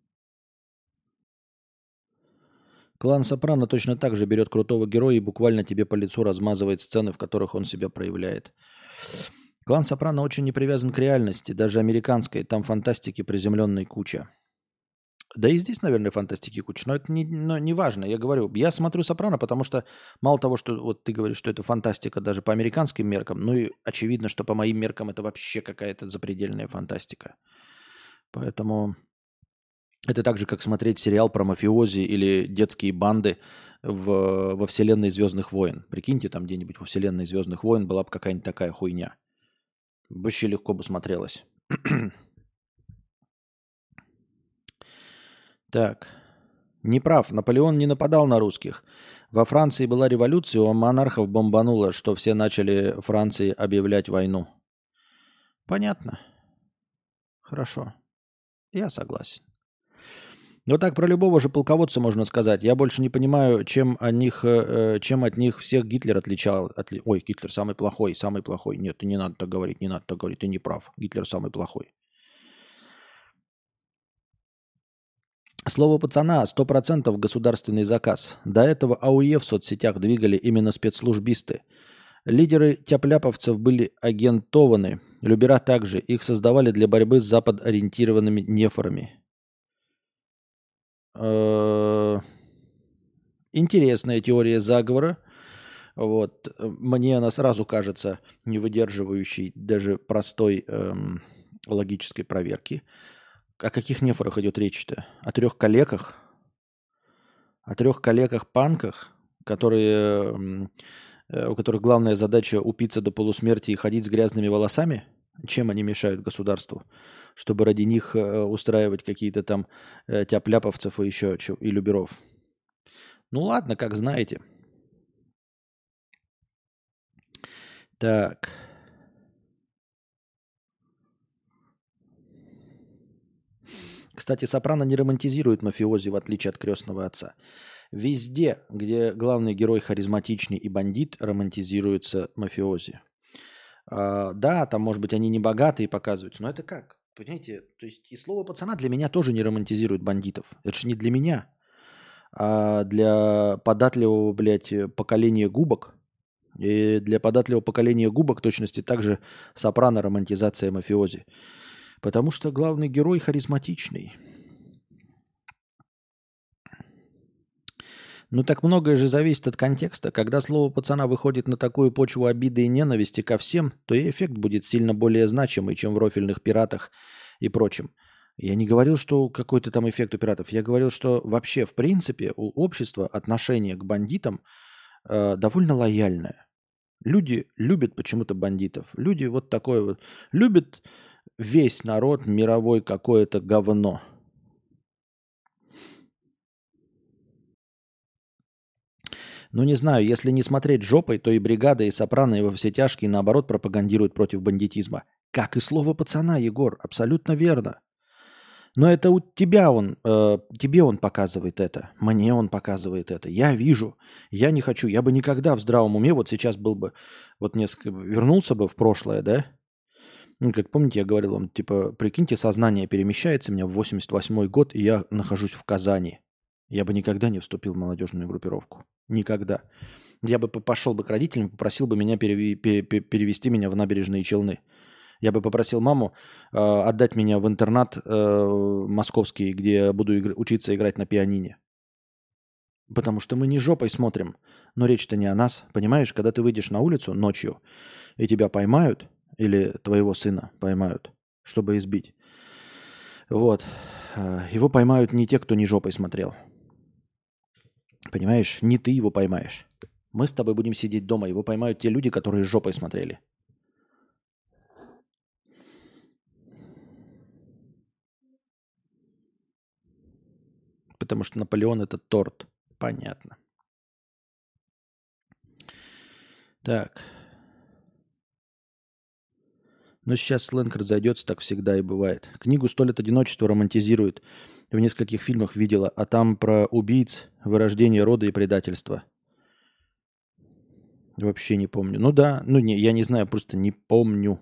Клан Сопрано точно так же берет крутого героя и буквально тебе по лицу размазывает сцены, в которых он себя проявляет. Клан Сопрано очень не привязан к реальности, даже американской. Там фантастики приземленной куча. Да и здесь, наверное, фантастики куча, но это не, но не важно. Я говорю, я смотрю «Сопрано», потому что мало того, что вот ты говоришь, что это фантастика даже по американским меркам, ну и очевидно, что по моим меркам это вообще какая-то запредельная фантастика. Поэтому это так же, как смотреть сериал про мафиози или детские банды в, во вселенной «Звездных войн». Прикиньте, там где-нибудь во вселенной «Звездных войн» была бы какая-нибудь такая хуйня. Вообще легко бы смотрелось. Так. Не прав. Наполеон не нападал на русских. Во Франции была революция, у монархов бомбануло, что все начали Франции объявлять войну. Понятно. Хорошо. Я согласен. Но так про любого же полководца можно сказать. Я больше не понимаю, чем, от них, э, э, чем от них всех Гитлер отличал. Отли... Ой, Гитлер самый плохой, самый плохой. Нет, не надо так говорить, не надо так говорить. Ты не прав. Гитлер самый плохой. Слово пацана сто процентов государственный заказ. До этого АУЕ в соцсетях двигали именно спецслужбисты. Лидеры тяпляповцев были агентованы. Любера также. Их создавали для борьбы с западориентированными нефорами. Э, Интересная теория заговора. Вот. Мне она сразу кажется не выдерживающей даже простой эм, логической проверки. О каких нефорах идет речь-то? О трех коллегах? О трех коллегах-панках, которые, м, э, у которых главная задача упиться до полусмерти и ходить с грязными волосами? Чем они мешают государству? Чтобы ради них э, устраивать какие-то там э, тяп-ляповцев и еще чё- и люберов. Ну ладно, как знаете. Так. Кстати, Сопрано не романтизирует мафиози, в отличие от крестного отца. Везде, где главный герой харизматичный и бандит, романтизируется мафиози. А, да, там, может быть, они не богатые показываются, но это как? Понимаете, то есть и слово пацана для меня тоже не романтизирует бандитов. Это же не для меня, а для податливого, блядь, поколения губок. И для податливого поколения губок точности также Сопрано романтизация мафиози. Потому что главный герой харизматичный. Ну так многое же зависит от контекста. Когда слово пацана выходит на такую почву обиды и ненависти ко всем, то и эффект будет сильно более значимый, чем в рофильных пиратах и прочем. Я не говорил, что какой-то там эффект у пиратов. Я говорил, что вообще, в принципе, у общества отношение к бандитам э, довольно лояльное. Люди любят почему-то бандитов. Люди вот такое вот. Любят весь народ мировой какое-то говно. Ну, не знаю, если не смотреть жопой, то и бригада, и сопрано, и во все тяжкие, наоборот, пропагандируют против бандитизма. Как и слово пацана, Егор, абсолютно верно. Но это у тебя он, э, тебе он показывает это, мне он показывает это. Я вижу, я не хочу, я бы никогда в здравом уме, вот сейчас был бы, вот несколько, вернулся бы в прошлое, да? Ну, как помните, я говорил вам, типа, прикиньте, сознание перемещается, меня в восемьдесят восьмой год, и я нахожусь в Казани. Я бы никогда не вступил в молодежную группировку. Никогда. Я бы пошел бы к родителям, попросил бы меня переви- пе- пе- перевести меня в набережные Челны. Я бы попросил маму э, отдать меня в интернат э, московский, где я буду игр- учиться играть на пианине. Потому что мы не жопой смотрим. Но речь-то не о нас. Понимаешь, когда ты выйдешь на улицу ночью, и тебя поймают, или твоего сына поймают, чтобы избить, вот, э, его поймают не те, кто не жопой смотрел. Понимаешь, не ты его поймаешь. Мы с тобой будем сидеть дома, его поймают те люди, которые жопой смотрели. Потому что Наполеон – это торт. Понятно. Так. Но сейчас сленг разойдется, так всегда и бывает. Книгу «Сто лет одиночества» романтизирует. В нескольких фильмах видела. А там про убийц, вырождение рода и предательство. Вообще не помню. Ну да, ну не, я не знаю, просто не помню.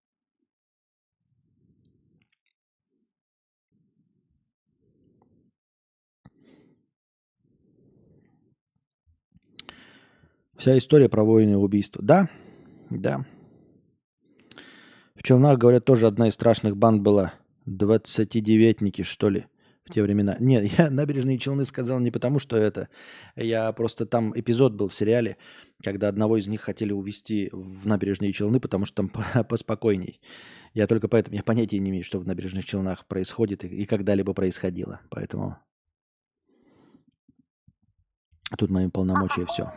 Вся история про войны и убийства. Да, да. В Челнах, говорят, тоже одна из страшных банд была. Двадцатидевятники, что ли, в те времена. Нет, я набережные Челны сказал не потому, что это. Я просто там эпизод был в сериале, когда одного из них хотели увезти в набережные Челны, потому что там поспокойней. Я только поэтому, я понятия не имею, что в набережных Челнах происходит и, и когда-либо происходило. Поэтому тут мои полномочия все.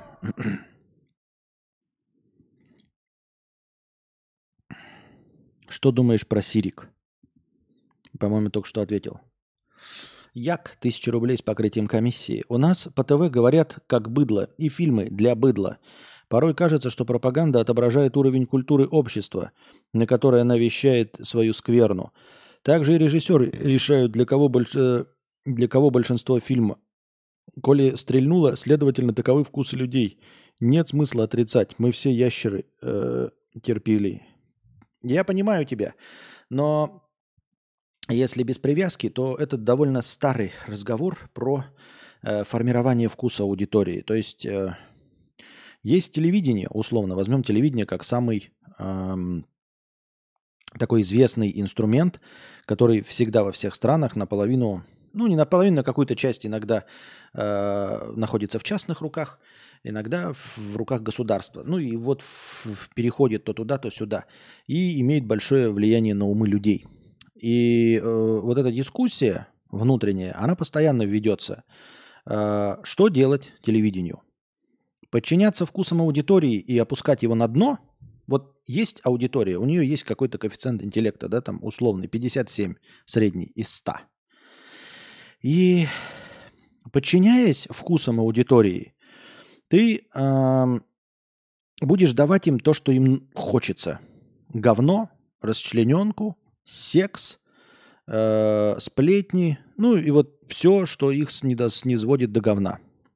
Что думаешь про Сирик? По-моему, только что ответил. Як, тысяча рублей с покрытием комиссии. У нас по ТВ говорят как быдло и фильмы для быдла. Порой кажется, что пропаганда отображает уровень культуры общества, на которое она вещает свою скверну. Также и режиссеры решают, для кого, больш... для кого большинство фильма. Коли стрельнуло, следовательно, таковы вкусы людей. Нет смысла отрицать. Мы все ящеры э, терпели. Я понимаю тебя, но если без привязки, то это довольно старый разговор про э, формирование вкуса аудитории. То есть э, есть телевидение, условно, возьмем телевидение как самый э, такой известный инструмент, который всегда во всех странах наполовину, ну не наполовину, на какую-то часть иногда э, находится в частных руках, иногда в, в руках государства. Ну и вот в, в переходит то туда, то сюда. И имеет большое влияние на умы людей. И э, вот эта дискуссия внутренняя, она постоянно ведется. Э, что делать телевидению? Подчиняться вкусам аудитории и опускать его на дно? Вот есть аудитория, у нее есть какой-то коэффициент интеллекта, да, там условный, пятьдесят семь средний из ста. И подчиняясь вкусам аудитории, ты э, будешь давать им то, что им хочется. Говно, расчлененку, секс, э, сплетни, ну и вот все, что их низводит до говна.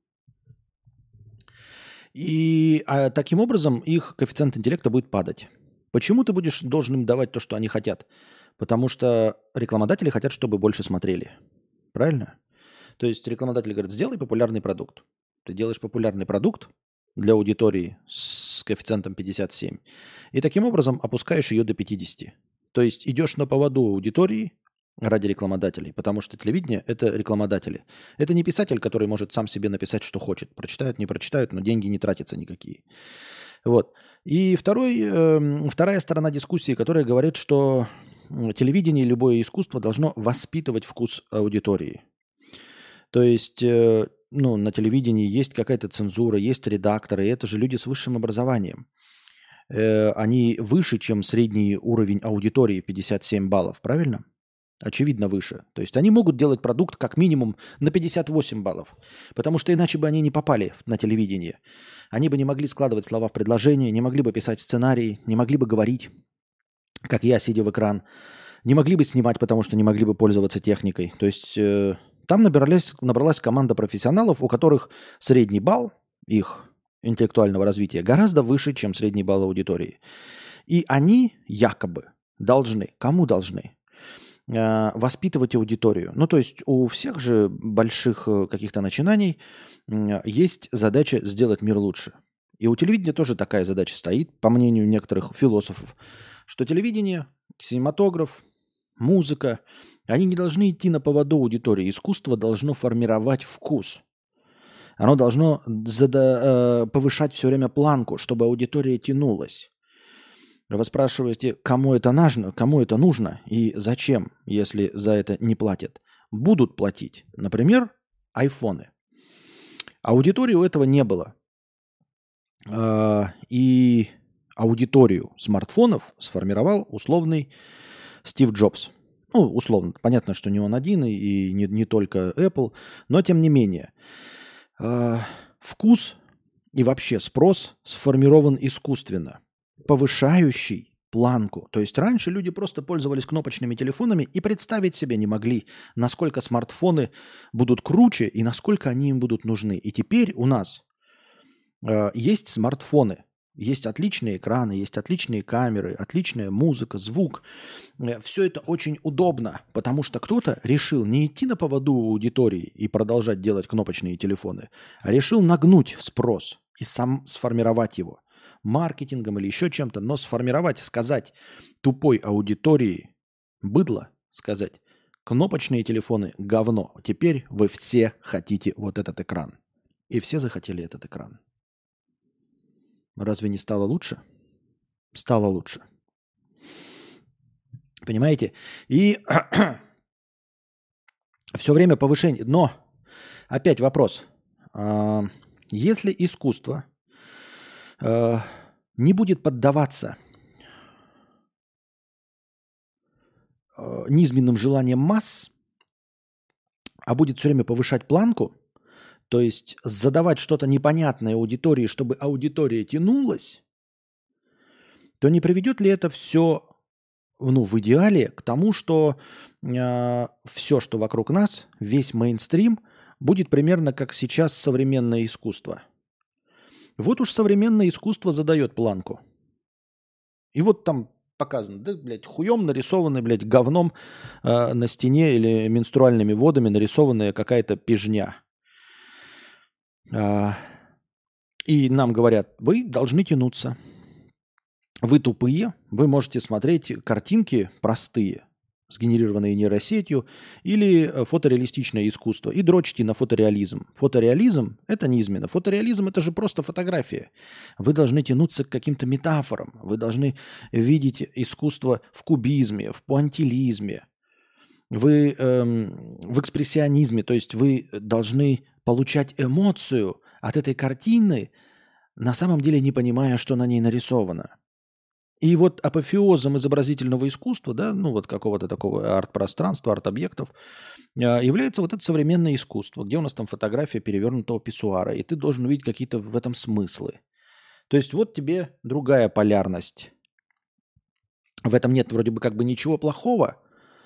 И а, таким образом их коэффициент интеллекта будет падать. Почему ты будешь должен им давать то, что они хотят? Потому что рекламодатели хотят, чтобы больше смотрели. Правильно? То есть рекламодатели говорят, сделай популярный продукт. Ты делаешь популярный продукт для аудитории с коэффициентом пятьдесят семь. И таким образом опускаешь ее до пятидесяти. То есть идешь на поводу аудитории ради рекламодателей, потому что телевидение – это рекламодатели. Это не писатель, который может сам себе написать, что хочет. Прочитают, не прочитают, но деньги не тратятся никакие. Вот. И второй, э, вторая сторона дискуссии, которая говорит, что телевидение и любое искусство должно воспитывать вкус аудитории. То есть э, ну, на телевидении есть какая-то цензура, есть редакторы, и это же люди с высшим образованием. Э, они выше, чем средний уровень аудитории пятьдесят семь баллов, правильно? Очевидно, выше. То есть они могут делать продукт как минимум на пятьдесят восемь баллов. Потому что иначе бы они не попали на телевидение. Они бы не могли складывать слова в предложения, не могли бы писать сценарии, не могли бы говорить, как я, сидя в экран. Не могли бы снимать, потому что не могли бы пользоваться техникой. То есть э, там набралась, набралась команда профессионалов, у которых средний балл их интеллектуального развития гораздо выше, чем средний балл аудитории. И они якобы должны, кому должны? Воспитывать аудиторию. Ну, то есть у всех же больших каких-то начинаний есть задача сделать мир лучше. И у телевидения тоже такая задача стоит, по мнению некоторых философов, что телевидение, кинематограф, музыка, они не должны идти на поводу аудитории. Искусство должно формировать вкус. Оно должно зада- повышать все время планку, чтобы аудитория тянулась. Вы спрашиваете, кому это нужно, кому это нужно и зачем, если за это не платят. Будут платить. Например, айфоны. Аудитории у этого не было. И аудиторию смартфонов сформировал условный Стив Джобс. Ну, условно. Понятно, что не он один и не, не только Apple, но тем не менее. Э, вкус и вообще спрос сформирован искусственно, повышающий планку. То есть раньше люди просто пользовались кнопочными телефонами и представить себе не могли, насколько смартфоны будут круче и насколько они им будут нужны. И теперь у нас э, есть смартфоны, есть отличные экраны, есть отличные камеры, отличная музыка, звук. Все это очень удобно, потому что кто-то решил не идти на поводу у аудитории и продолжать делать кнопочные телефоны, а решил нагнуть спрос и сам сформировать его маркетингом или еще чем-то, но сформировать, сказать тупой аудитории, быдло сказать, кнопочные телефоны – говно. Теперь вы все хотите вот этот экран. И все захотели этот экран. Разве не стало лучше? Стало лучше. Понимаете? И все время повышение. Но опять вопрос. Если искусство не будет поддаваться низменным желаниям масс, а будет все время повышать планку, то есть задавать что-то непонятное аудитории, чтобы аудитория тянулась, то не приведет ли это все, ну, в идеале к тому, что э, все, что вокруг нас, весь мейнстрим, будет примерно как сейчас современное искусство. Вот уж современное искусство задает планку. И вот там показано, да, блядь, хуем нарисованный, блядь, говном э, на стене или менструальными водами нарисованная какая-то пижня. А, и нам говорят, вы должны тянуться. Вы тупые, вы можете смотреть картинки простые, сгенерированные нейросетью, или фотореалистичное искусство, и дрочите на фотореализм. Фотореализм – это низменно. Фотореализм – это же просто фотография. Вы должны тянуться к каким-то метафорам. Вы должны видеть искусство в кубизме, в пуантилизме, вы эм, в экспрессионизме. То есть вы должны получать эмоцию от этой картины, на самом деле не понимая, что на ней нарисовано. И вот апофеозом изобразительного искусства, да, ну вот какого-то такого арт-пространства, арт-объектов, является вот это современное искусство, где у нас там фотография перевернутого писсуара, и ты должен увидеть какие-то в этом смыслы. То есть вот тебе другая полярность. В этом нет вроде бы как бы ничего плохого,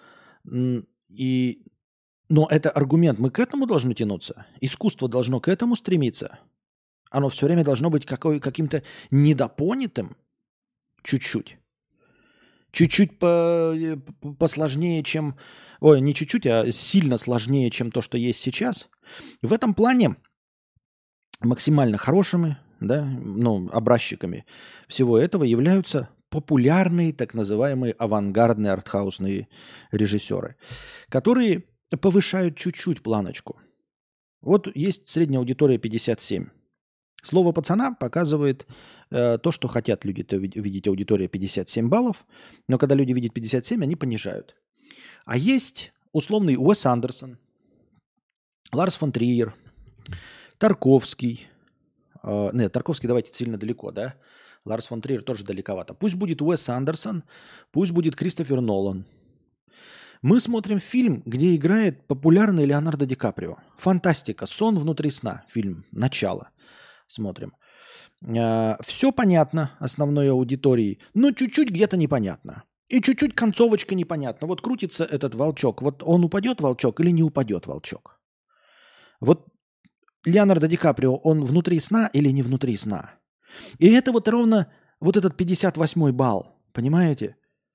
и... но это аргумент. Мы к этому должны тянуться. Искусство должно к этому стремиться. Оно все время должно быть какой, каким-то недопонятым, чуть-чуть. Чуть-чуть по, посложнее, чем... Ой, не чуть-чуть, а сильно сложнее, чем то, что есть сейчас. В этом плане максимально хорошими, да, ну, образчиками всего этого являются популярные, так называемые авангардные артхаусные режиссеры, которые повышают чуть-чуть планочку. Вот есть средняя аудитория пятьдесят семь. Слово пацана показывает э, то, что хотят люди видеть, аудитория пятьдесят семь баллов, но когда люди видят пятьдесят семь, они понижают. А есть условный Уэс Андерсон, Ларс фон Триер, Тарковский. Э, нет, Тарковский давайте сильно далеко, да? Ларс фон Триер тоже далековато. Пусть будет Уэс Андерсон, пусть будет Кристофер Нолан. Мы смотрим фильм, где играет популярный Леонардо Ди Каприо. Фантастика, сон внутри сна, фильм, начало. Смотрим. Все понятно основной аудитории, но чуть-чуть где-то непонятно. И чуть-чуть концовочка непонятна. Вот крутится этот волчок. Вот он упадет, волчок, или не упадет волчок. Вот Леонардо Ди Каприо, он внутри сна или не внутри сна. И это вот ровно вот этот пятьдесят восьмой балл. Понимаете?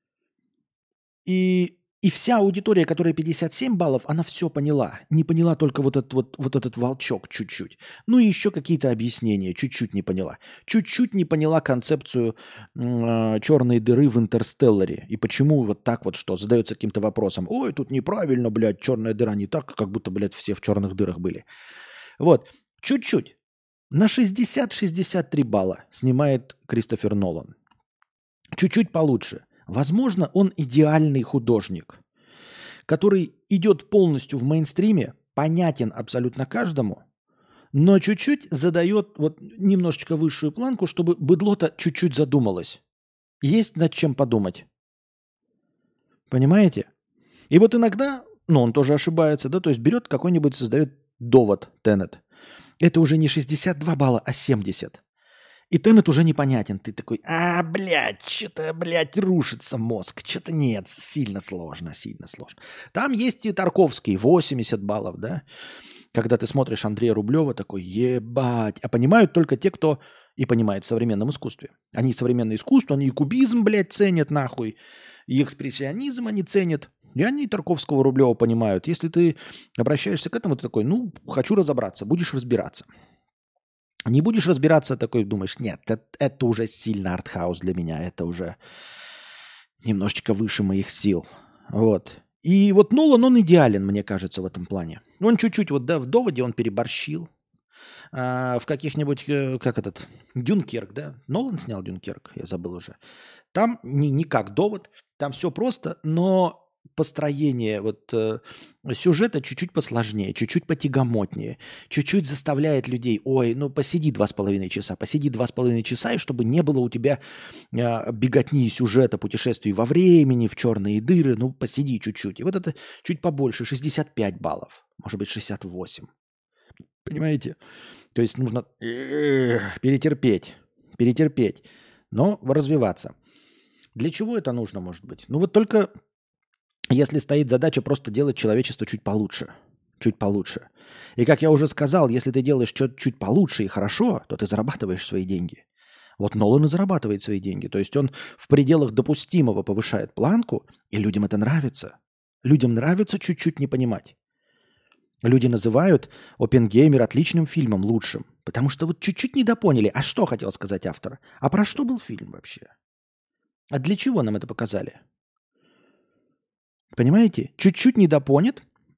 И... И вся аудитория, которая пятьдесят семь баллов, она все поняла. Не поняла только вот этот, вот, вот этот волчок чуть-чуть. Ну и еще какие-то объяснения чуть-чуть не поняла. Чуть-чуть не поняла концепцию э, черной дыры в «Интерстелларе». И почему вот так вот что? Задается каким-то вопросом. Ой, тут неправильно, блядь, черная дыра не так, как будто, блядь, все в черных дырах были. Вот. Чуть-чуть. На шестьдесят шестьдесят три балла снимает Кристофер Нолан. Чуть-чуть получше. Возможно, он идеальный художник, который идет полностью в мейнстриме, понятен абсолютно каждому, но чуть-чуть задает вот немножечко высшую планку, чтобы быдло-то чуть-чуть задумалось. Есть над чем подумать. Понимаете? И вот иногда, ну, он тоже ошибается, да, то есть берет какой-нибудь, создает довод Теннет Это уже не шестьдесят два балла, а семьдесят. И Тенет уже непонятен. Ты такой, а, блядь, что-то, блядь, рушится мозг. Что-то нет, сильно сложно, сильно сложно. Там есть и Тарковский, восемьдесят баллов, да? Когда ты смотришь Андрея Рублева, такой, ебать. А понимают только те, кто и понимает в современном искусстве. Они современное искусство, они и кубизм, блядь, ценят нахуй, и экспрессионизм они ценят. И они Тарковского, Рублева понимают. Если ты обращаешься к этому, ты такой, ну, хочу разобраться, будешь разбираться. Не будешь разбираться, такой думаешь, нет, это, это уже сильно артхаус для меня, это уже немножечко выше моих сил. Вот. И вот Нолан, он идеален, мне кажется, в этом плане. Он чуть-чуть, вот да, в «Доводе» он переборщил. А, в каких-нибудь, э, как этот, Дюнкерк, да? Нолан снял Дюнкерк, я забыл уже. Там не, не как «Довод», там все просто, но построение вот э, сюжета чуть-чуть посложнее, чуть-чуть потягомотнее, чуть-чуть заставляет людей, ой, ну посиди два с половиной часа, посиди два с половиной часа, и чтобы не было у тебя э, беготни сюжета, путешествий во времени, в черные дыры, ну посиди чуть-чуть. И вот это чуть побольше, шестьдесят пять баллов, может быть шестьдесят восемь. Понимаете? То есть нужно э, перетерпеть, перетерпеть, но развиваться. Для чего это нужно, может быть? Ну вот только если стоит задача просто делать человечество чуть получше. Чуть получше. И как я уже сказал, если ты делаешь что-то чуть получше и хорошо, то ты зарабатываешь свои деньги. Вот Нолан и зарабатывает свои деньги. То есть он в пределах допустимого повышает планку, и людям это нравится. Людям нравится чуть-чуть не понимать. Люди называют «Оппенгеймер» отличным фильмом, лучшим. Потому что вот чуть-чуть недопоняли. А что хотел сказать автор? А про что был фильм вообще? А для чего нам это показали? Понимаете? Чуть-чуть недопонят,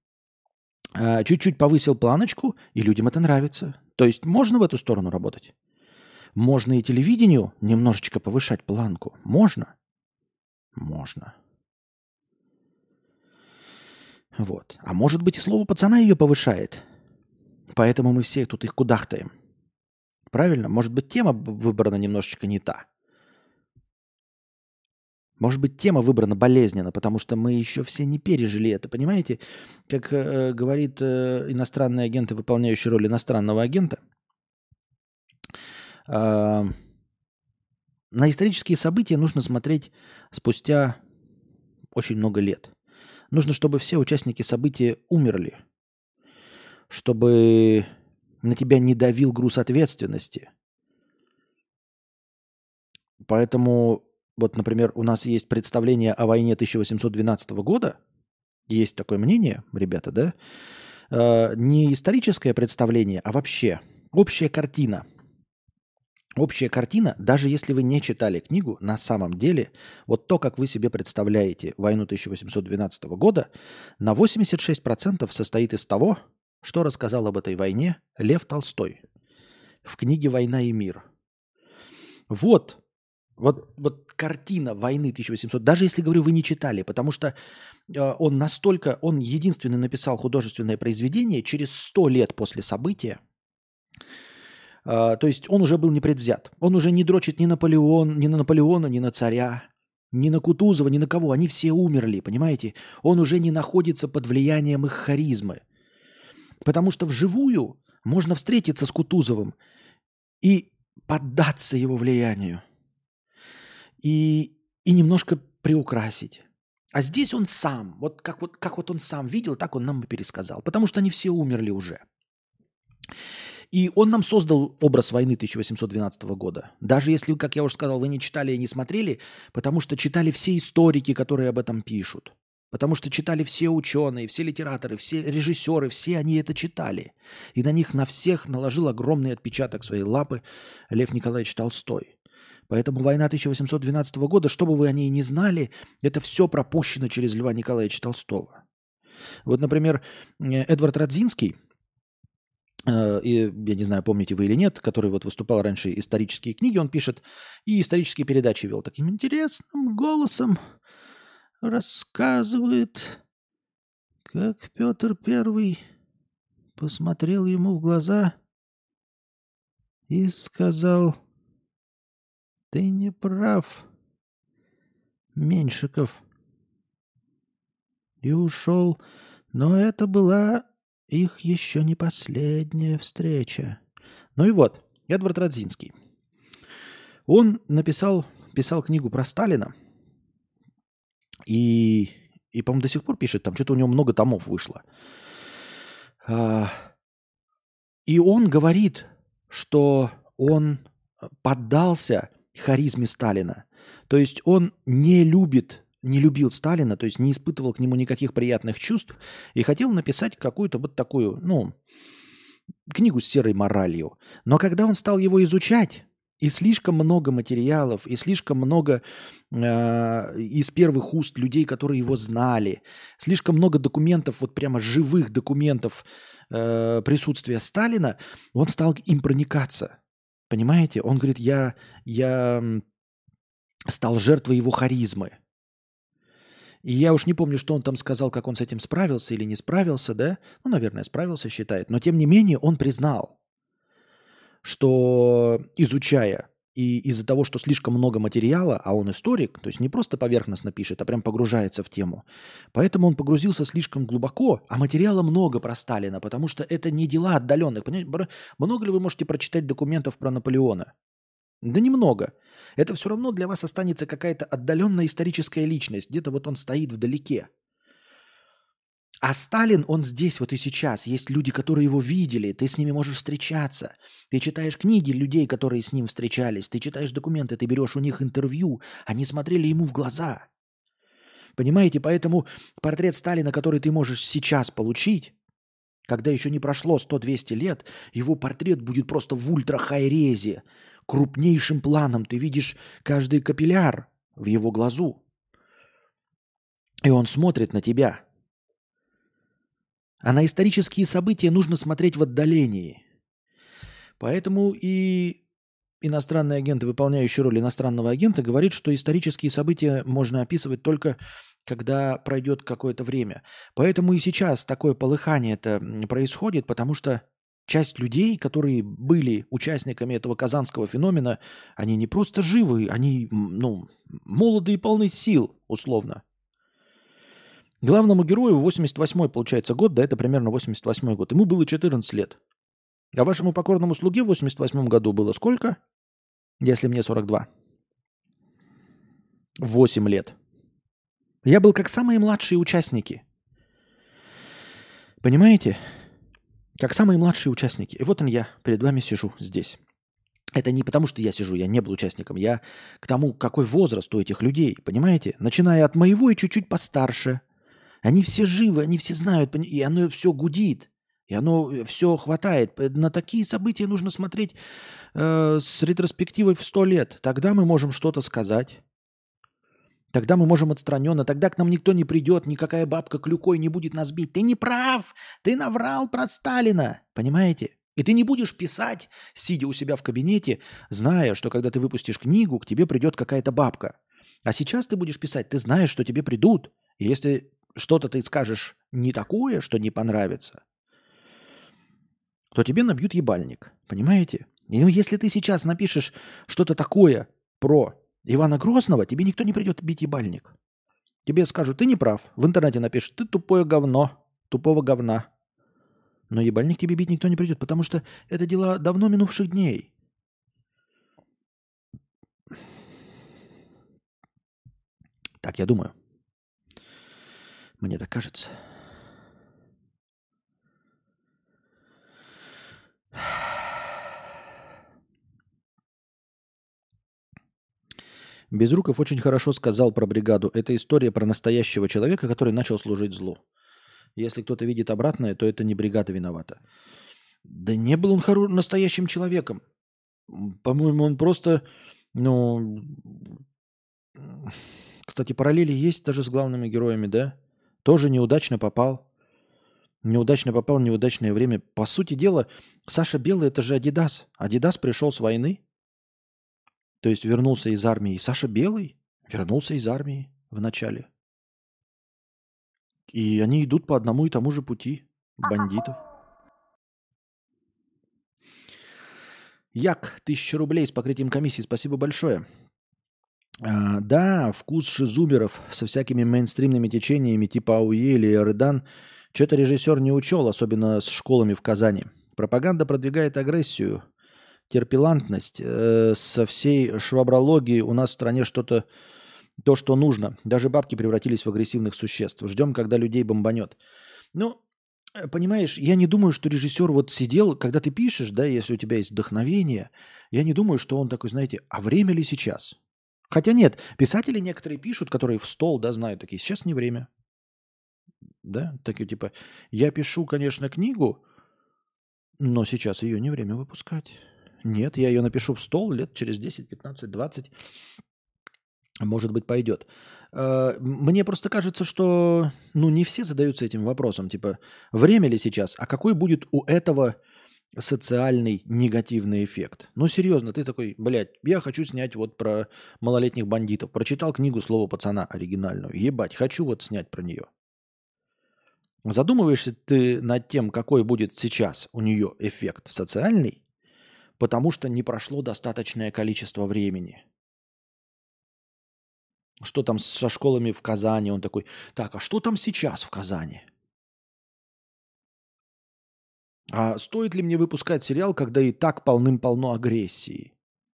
а, чуть-чуть повысил планочку, и людям это нравится. То есть можно в эту сторону работать? Можно и телевидению немножечко повышать планку? Можно? Можно. Вот. А может быть, и слово пацана ее повышает. Поэтому мы все тут их кудахтаем. Правильно? Может быть, тема выбрана немножечко не та. Может быть, тема выбрана болезненно, потому что мы еще все не пережили это. Понимаете, как э, говорит э, иностранный агент, выполняющий роль иностранного агента, э, на исторические события нужно смотреть спустя очень много лет. Нужно, чтобы все участники события умерли, чтобы на тебя не давил груз ответственности. Поэтому, вот, например, у нас есть представление о войне тысяча восемьсот двенадцатого года, есть такое мнение, ребята, да? Э, не историческое представление, а вообще общая картина. Общая картина, даже если вы не читали книгу, на самом деле, вот то, как вы себе представляете войну тысяча восемьсот двенадцатого года, на восемьдесят шесть процентов состоит из того, что рассказал об этой войне Лев Толстой в книге «Война и мир». Вот, вот, вот картина войны тысяча восемьсот, даже если, говорю, вы не читали, потому что э, он настолько, он единственный написал художественное произведение через сто лет после события. Uh, то есть он уже был непредвзят. Он уже не дрочит ни, Наполеон, ни на Наполеона, ни на царя, ни на Кутузова, ни на кого. Они все умерли, понимаете? Он уже не находится под влиянием их харизмы. Потому что вживую можно встретиться с Кутузовым и поддаться его влиянию. И, и немножко приукрасить. А здесь он сам. Вот как, вот как вот он сам видел, так он нам и пересказал. Потому что они все умерли уже. И он нам создал образ войны тысяча восемьсот двенадцатого года. Даже если, как я уже сказал, вы не читали и не смотрели, потому что читали все историки, которые об этом пишут. Потому что читали все ученые, все литераторы, все режиссеры, все они это читали. И на них на всех наложил огромный отпечаток своей лапы Лев Николаевич Толстой. Поэтому война тысяча восемьсот двенадцатого года, что бы вы о ней ни знали, это все пропущено через Льва Николаевича Толстого. Вот, например, Эдвард Радзинский, и, я не знаю, помните вы или нет, который вот выступал раньше исторические книги, он пишет и исторические передачи вел таким интересным голосом, рассказывает, как Петр Первый посмотрел ему в глаза и сказал: «Ты не прав, Меньшиков». И ушел. Но это была их еще не последняя встреча. Ну и вот, Эдвард Радзинский. Он написал, писал книгу про Сталина. И, и по-моему, до сих пор пишет. Там что-то у него много томов вышло. А, и он говорит, что он поддался харизме Сталина. То есть он не любит, не любил Сталина, то есть не испытывал к нему никаких приятных чувств и хотел написать какую-то вот такую, ну, книгу с серой моралью. Но когда он стал его изучать, и слишком много материалов, и слишком много э, из первых уст людей, которые его знали, слишком много документов, вот прямо живых документов э, присутствия Сталина, он стал им проникаться. Понимаете? Он говорит, я, я стал жертвой его харизмы. И я уж не помню, что он там сказал, как он с этим справился или не справился, да? Ну, наверное, справился, считает. Но, тем не менее, он признал, что, изучая и из-за того, что слишком много материала, а он историк, то есть не просто поверхностно пишет, а прям погружается в тему, поэтому он погрузился слишком глубоко, а материала много про Сталина, потому что это не дела отдаленных. Понимаете, много ли вы можете прочитать документов про Наполеона? Да немного. Это все равно для вас останется какая-то отдаленная историческая личность. Где-то вот он стоит вдалеке. А Сталин, он здесь вот и сейчас. Есть люди, которые его видели. Ты с ними можешь встречаться. Ты читаешь книги людей, которые с ним встречались. Ты читаешь документы, ты берешь у них интервью. Они смотрели ему в глаза. Понимаете? Поэтому портрет Сталина, который ты можешь сейчас получить, когда еще не прошло сто-двести лет, его портрет будет просто в ультра-хай-резе. Крупнейшим планом ты видишь каждый капилляр в его глазу. И он смотрит на тебя. А на исторические события нужно смотреть в отдалении. Поэтому и иностранный агент, выполняющий роль иностранного агента, говорит, что исторические события можно описывать только когда пройдет какое-то время. Поэтому и сейчас такое полыхание это происходит, потому что часть людей, которые были участниками этого казанского феномена, они не просто живы, они, ну, молоды и полны сил, условно. Главному герою восемьдесят восьмой, получается, год, да, это примерно восемьдесят восьмой год. Ему было четырнадцать лет. А вашему покорному слуге в восемьдесят восьмом году было сколько? Если мне сорок два. восемь лет. Я был как самые младшие участники. Понимаете? Как самые младшие участники. И вот он я, перед вами сижу здесь. Это не потому, что я сижу, я не был участником. Я к тому, какой возраст у этих людей, понимаете? Начиная от моего и чуть-чуть постарше. Они все живы, они все знают, и оно все гудит, и оно все хватает. На такие события нужно смотреть э, с ретроспективой в сто лет. Тогда мы можем что-то сказать. Тогда мы можем отстраненно. Тогда к нам никто не придет, никакая бабка клюкой не будет нас бить. Ты не прав, ты наврал про Сталина, понимаете? И ты не будешь писать, сидя у себя в кабинете, зная, что когда ты выпустишь книгу, к тебе придет какая-то бабка. А сейчас ты будешь писать, ты знаешь, что тебе придут. И если что-то ты скажешь не такое, что не понравится, то тебе набьют ебальник. Понимаете? И ну, если ты сейчас напишешь что-то такое про Ивана Грозного, тебе никто не придет бить ебальник. Тебе скажут, ты не прав. В интернете напишут, ты тупое говно, тупого говна. Но ебальник тебе бить никто не придет, потому что это дела давно минувших дней. Так я думаю. Мне так кажется. Безруков очень хорошо сказал про бригаду. Это история про настоящего человека, который начал служить злу. Если кто-то видит обратное, то это не бригада виновата. Да не был он хоро- настоящим человеком. По-моему, он просто, ну... Кстати, параллели есть даже с главными героями, да? Тоже неудачно попал. Неудачно попал, неудачное время. По сути дела, Саша Белый – это же Адидас. Адидас пришел с войны, то есть вернулся из армии. Саша Белый вернулся из армии в начале. И они идут по одному и тому же пути бандитов. Як, тысяча рублей с покрытием комиссии. Спасибо большое. А, да, вкус шизумеров со всякими мейнстримными течениями типа АУЕ или Эрдан Что-то режиссер не учел, особенно с школами в Казани. Пропаганда продвигает агрессию, терпелантность. Э, со всей швабрологией у нас в стране что-то, то, что нужно. Даже бабки превратились в агрессивных существ. Ждем, когда людей бомбанет. Ну, э, понимаешь, я не думаю, что режиссер вот сидел, когда ты пишешь, да, если у тебя есть вдохновение, я не думаю, что он такой, знаете, а время ли сейчас? Хотя нет, писатели некоторые пишут, которые в стол, да, знают, такие, сейчас не время. Да, такие типа, я пишу, конечно, книгу, но сейчас ее не время выпускать. Нет, я ее напишу в стол лет через десять, пятнадцать, двадцать. Может быть, пойдет. Э, Мне просто кажется, что ну, не все задаются этим вопросом. Типа, время ли сейчас, а какой будет у этого социальный негативный эффект? Ну, серьезно, ты такой, блядь, я хочу снять вот про малолетних бандитов. Прочитал книгу «Слово пацана» оригинальную. Ебать, хочу вот снять про нее. Задумываешься ты над тем, какой будет сейчас у нее эффект социальный, потому что не прошло достаточное количество времени. Что там со школами в Казани? Он такой, так, а что там сейчас в Казани? А стоит ли мне выпускать сериал, когда и так полным-полно агрессии?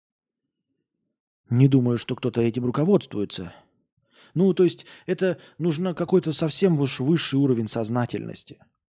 Не думаю, что кто-то этим руководствуется. Ну, то есть это нужно какой-то совсем уж высший уровень сознательности.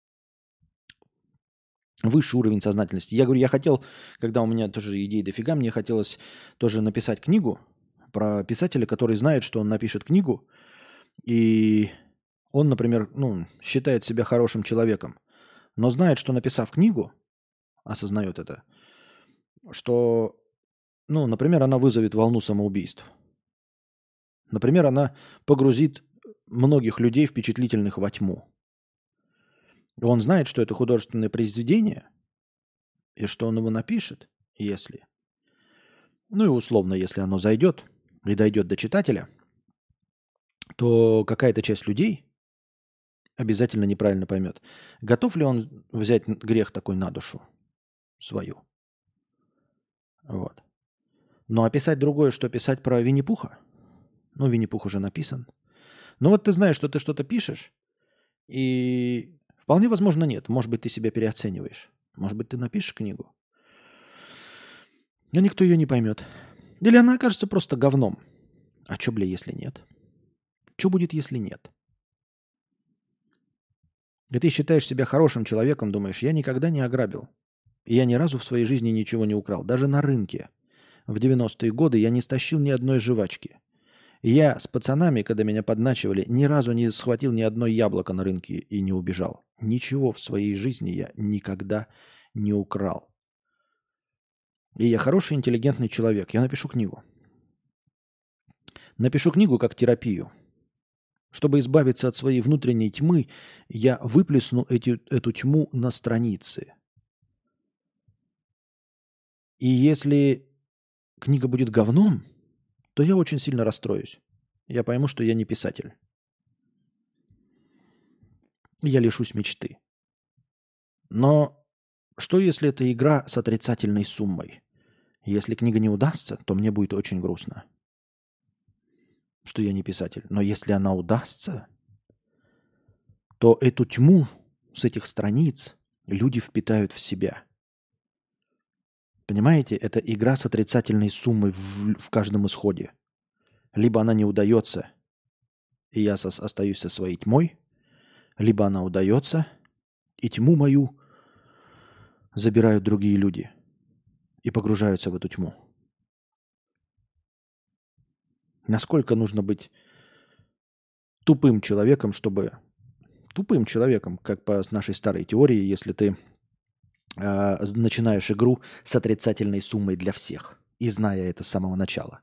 Высший уровень сознательности. Я говорю, я хотел, когда у меня тоже идей дофига, мне хотелось тоже написать книгу про писателя, который знает, что он напишет книгу, и он, например, ну, считает себя хорошим человеком, но знает, что написав книгу, осознает это, что, ну, например, она вызовет волну самоубийств. Например, она погрузит многих людей впечатлительных во тьму. И он знает, что это художественное произведение, и что он его напишет, если, ну и условно, если оно зайдет и дойдет до читателя, то какая-то часть людей обязательно неправильно поймет. Готов ли он взять грех такой на душу свою? Вот. Ну, а писать другое, что писать про Винни-Пуха? Ну, Винни-Пух уже написан. Ну, вот ты знаешь, что ты что-то пишешь, и вполне возможно нет. Может быть, ты себя переоцениваешь. Может быть, ты напишешь книгу, но никто ее не поймет. Или она окажется просто говном. А что, бля, если нет? Что будет, если нет? И ты считаешь себя хорошим человеком, думаешь, я никогда не ограбил. И я ни разу в своей жизни ничего не украл. Даже на рынке. В девяностые годы я не стащил ни одной жвачки. И я с пацанами, когда меня подначивали, ни разу не схватил ни одно яблоко на рынке и не убежал. Ничего в своей жизни я никогда не украл. И я хороший, интеллигентный человек. Я напишу книгу. Напишу книгу как терапию. Чтобы избавиться от своей внутренней тьмы, я выплесну эти, эту тьму на страницы. И если книга будет говном, то я очень сильно расстроюсь. Я пойму, что я не писатель. Я лишусь мечты. Но что, если это игра с отрицательной суммой? Если книга не удастся, то мне будет очень грустно, что я не писатель. Но если она удастся, то эту тьму с этих страниц люди впитают в себя. Понимаете, это игра с отрицательной суммой в, в каждом исходе. Либо она не удается, и я со, остаюсь со своей тьмой, либо она удается, и тьму мою забирают другие люди и погружаются в эту тьму. Насколько нужно быть тупым человеком, чтобы... Тупым человеком, как по нашей старой теории, если ты э, начинаешь игру с отрицательной суммой для всех, и зная это с самого начала.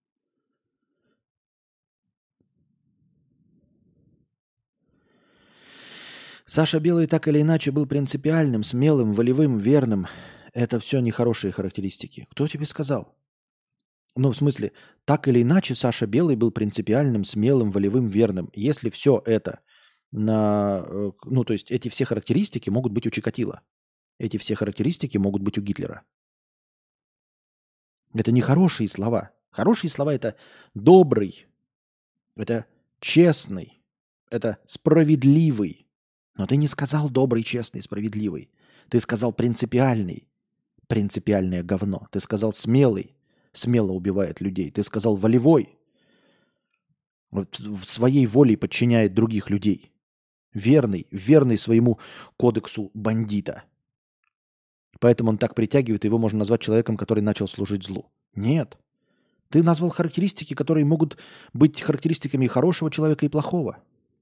Саша Белый так или иначе был принципиальным, смелым, волевым, верным. Это все нехорошие характеристики. Кто тебе сказал? Ну, в смысле, так или иначе Саша Белый был принципиальным, смелым, волевым, верным. Если все это на... э, Ну, то есть эти все характеристики могут быть у Чикатило. Эти все характеристики могут быть у Гитлера. Это не хорошие слова. Хорошие слова – это добрый, это честный, это справедливый. Но ты не сказал добрый, честный, справедливый. Ты сказал принципиальный. Принципиальное говно. Ты сказал смелый. Смело убивает людей. Ты сказал волевой. Вот в своей волей подчиняет других людей. Верный. Верный своему кодексу бандита. Поэтому он так притягивает, его можно назвать человеком, который начал служить злу. Нет. Ты назвал характеристики, которые могут быть характеристиками и хорошего человека, и плохого.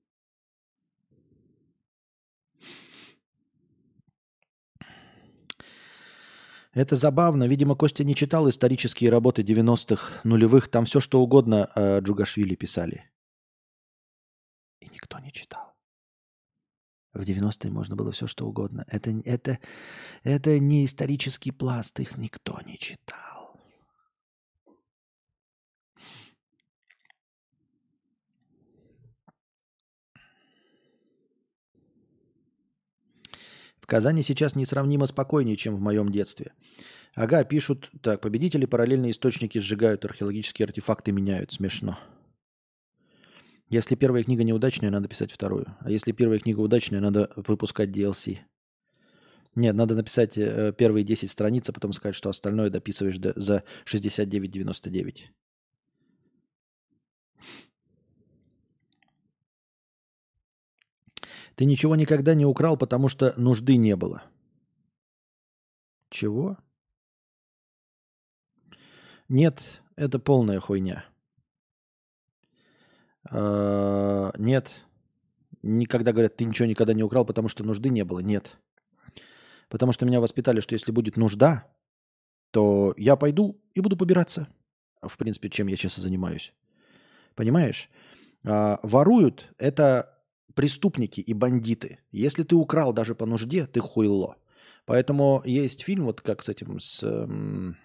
Это забавно. Видимо, Костя не читал исторические работы девяностых, нулевых. Там все, что угодно о Джугашвили писали. И никто не читал. В девяностые можно было все, что угодно. Это, это, это не исторический пласт. Их никто не читал. В Казани сейчас несравнимо спокойнее, чем в моем детстве. Ага, пишут, так, победители параллельные источники сжигают, археологические артефакты меняют. Смешно. Если первая книга неудачная, надо писать вторую. А если первая книга удачная, надо выпускать ди эл си. Нет, надо написать э, первые десять страниц, а потом сказать, что остальное дописываешь до, за шестьдесят девять девяносто девять. Ты ничего никогда не украл, потому что нужды не было. Чего? Нет, это полная хуйня. А, нет. Никогда говорят, ты ничего никогда не украл, потому что нужды не было. Нет. Потому что меня воспитали, что если будет нужда, то я пойду и буду побираться. В принципе, чем я сейчас и занимаюсь. Понимаешь? А, воруют – это преступники и бандиты. Если ты украл даже по нужде, ты хуйло. Поэтому есть фильм, вот как с этим, с эм,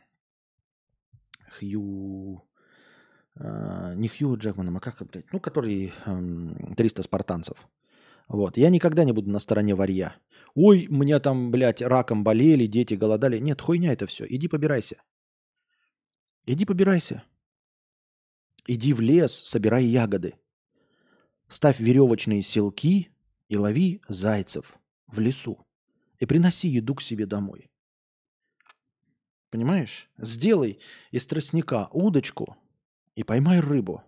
Хью... Э, не Хью Джекманом, а как, блядь, ну, который эм, триста спартанцев. Вот. Я никогда не буду на стороне варья. Ой, мне там, блядь, раком болели, дети голодали. Нет, хуйня это все. Иди побирайся. Иди побирайся. Иди в лес, собирай ягоды. Ставь веревочные селки и лови зайцев в лесу. И приноси еду к себе домой. Понимаешь? Сделай из тростника удочку и поймай рыбу.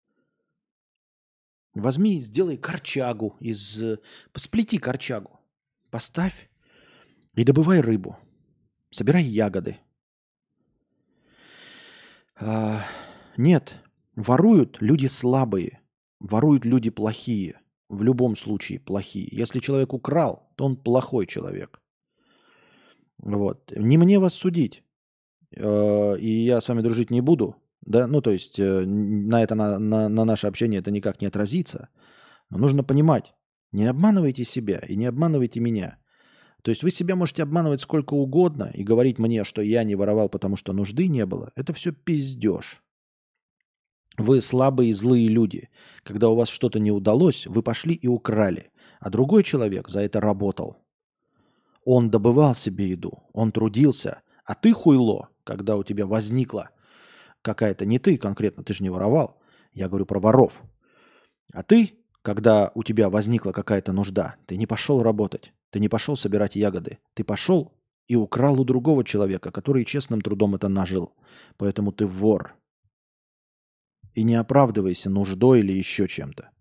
Возьми, сделай корчагу из... Сплети корчагу. Поставь и добывай рыбу. Собирай ягоды. А, нет, воруют люди слабые. Воруют люди плохие. В любом случае плохие. Если человек украл, то он плохой человек. Вот. Не мне вас судить. Э, И я с вами дружить не буду. Да? Ну, то есть э, на это, на, на, на наше общение это никак не отразится. Но нужно понимать, не обманывайте себя и не обманывайте меня. То есть вы себя можете обманывать сколько угодно и говорить мне, что я не воровал, потому что нужды не было. Это все пиздеж. Вы слабые и злые люди. Когда у вас что-то не удалось, вы пошли и украли. А другой человек за это работал. Он добывал себе еду, он трудился. А ты хуйло, когда у тебя возникла какая-то, не ты конкретно, ты же не воровал. Я говорю про воров. А ты, когда у тебя возникла какая-то нужда, ты не пошел работать, ты не пошел собирать ягоды, ты пошел и украл у другого человека, который честным трудом это нажил. Поэтому ты вор. И не оправдывайся нуждой или еще чем-то.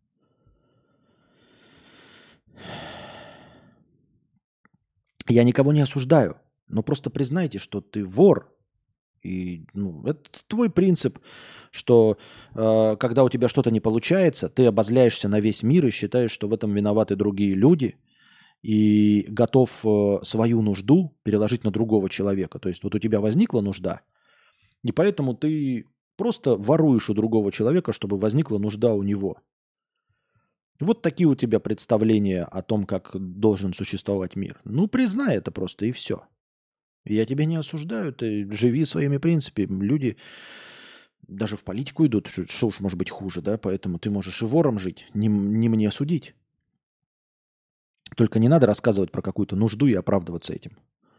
Я никого не осуждаю, но просто признайте, что ты вор. И ну, это твой принцип, что э, когда у тебя что-то не получается, ты обозляешься на весь мир и считаешь, что в этом виноваты другие люди, и готов э, свою нужду переложить на другого человека. То есть вот у тебя возникла нужда, и поэтому ты просто воруешь у другого человека, чтобы возникла нужда у него. Вот такие у тебя представления о том, как должен существовать мир. Ну, признай это просто, и все. Я тебя не осуждаю, ты живи своими принципами. Люди даже в политику идут, что, что уж может быть хуже, да? Поэтому ты можешь и вором жить, не, не мне судить. Только не надо рассказывать про какую-то нужду и оправдываться этим.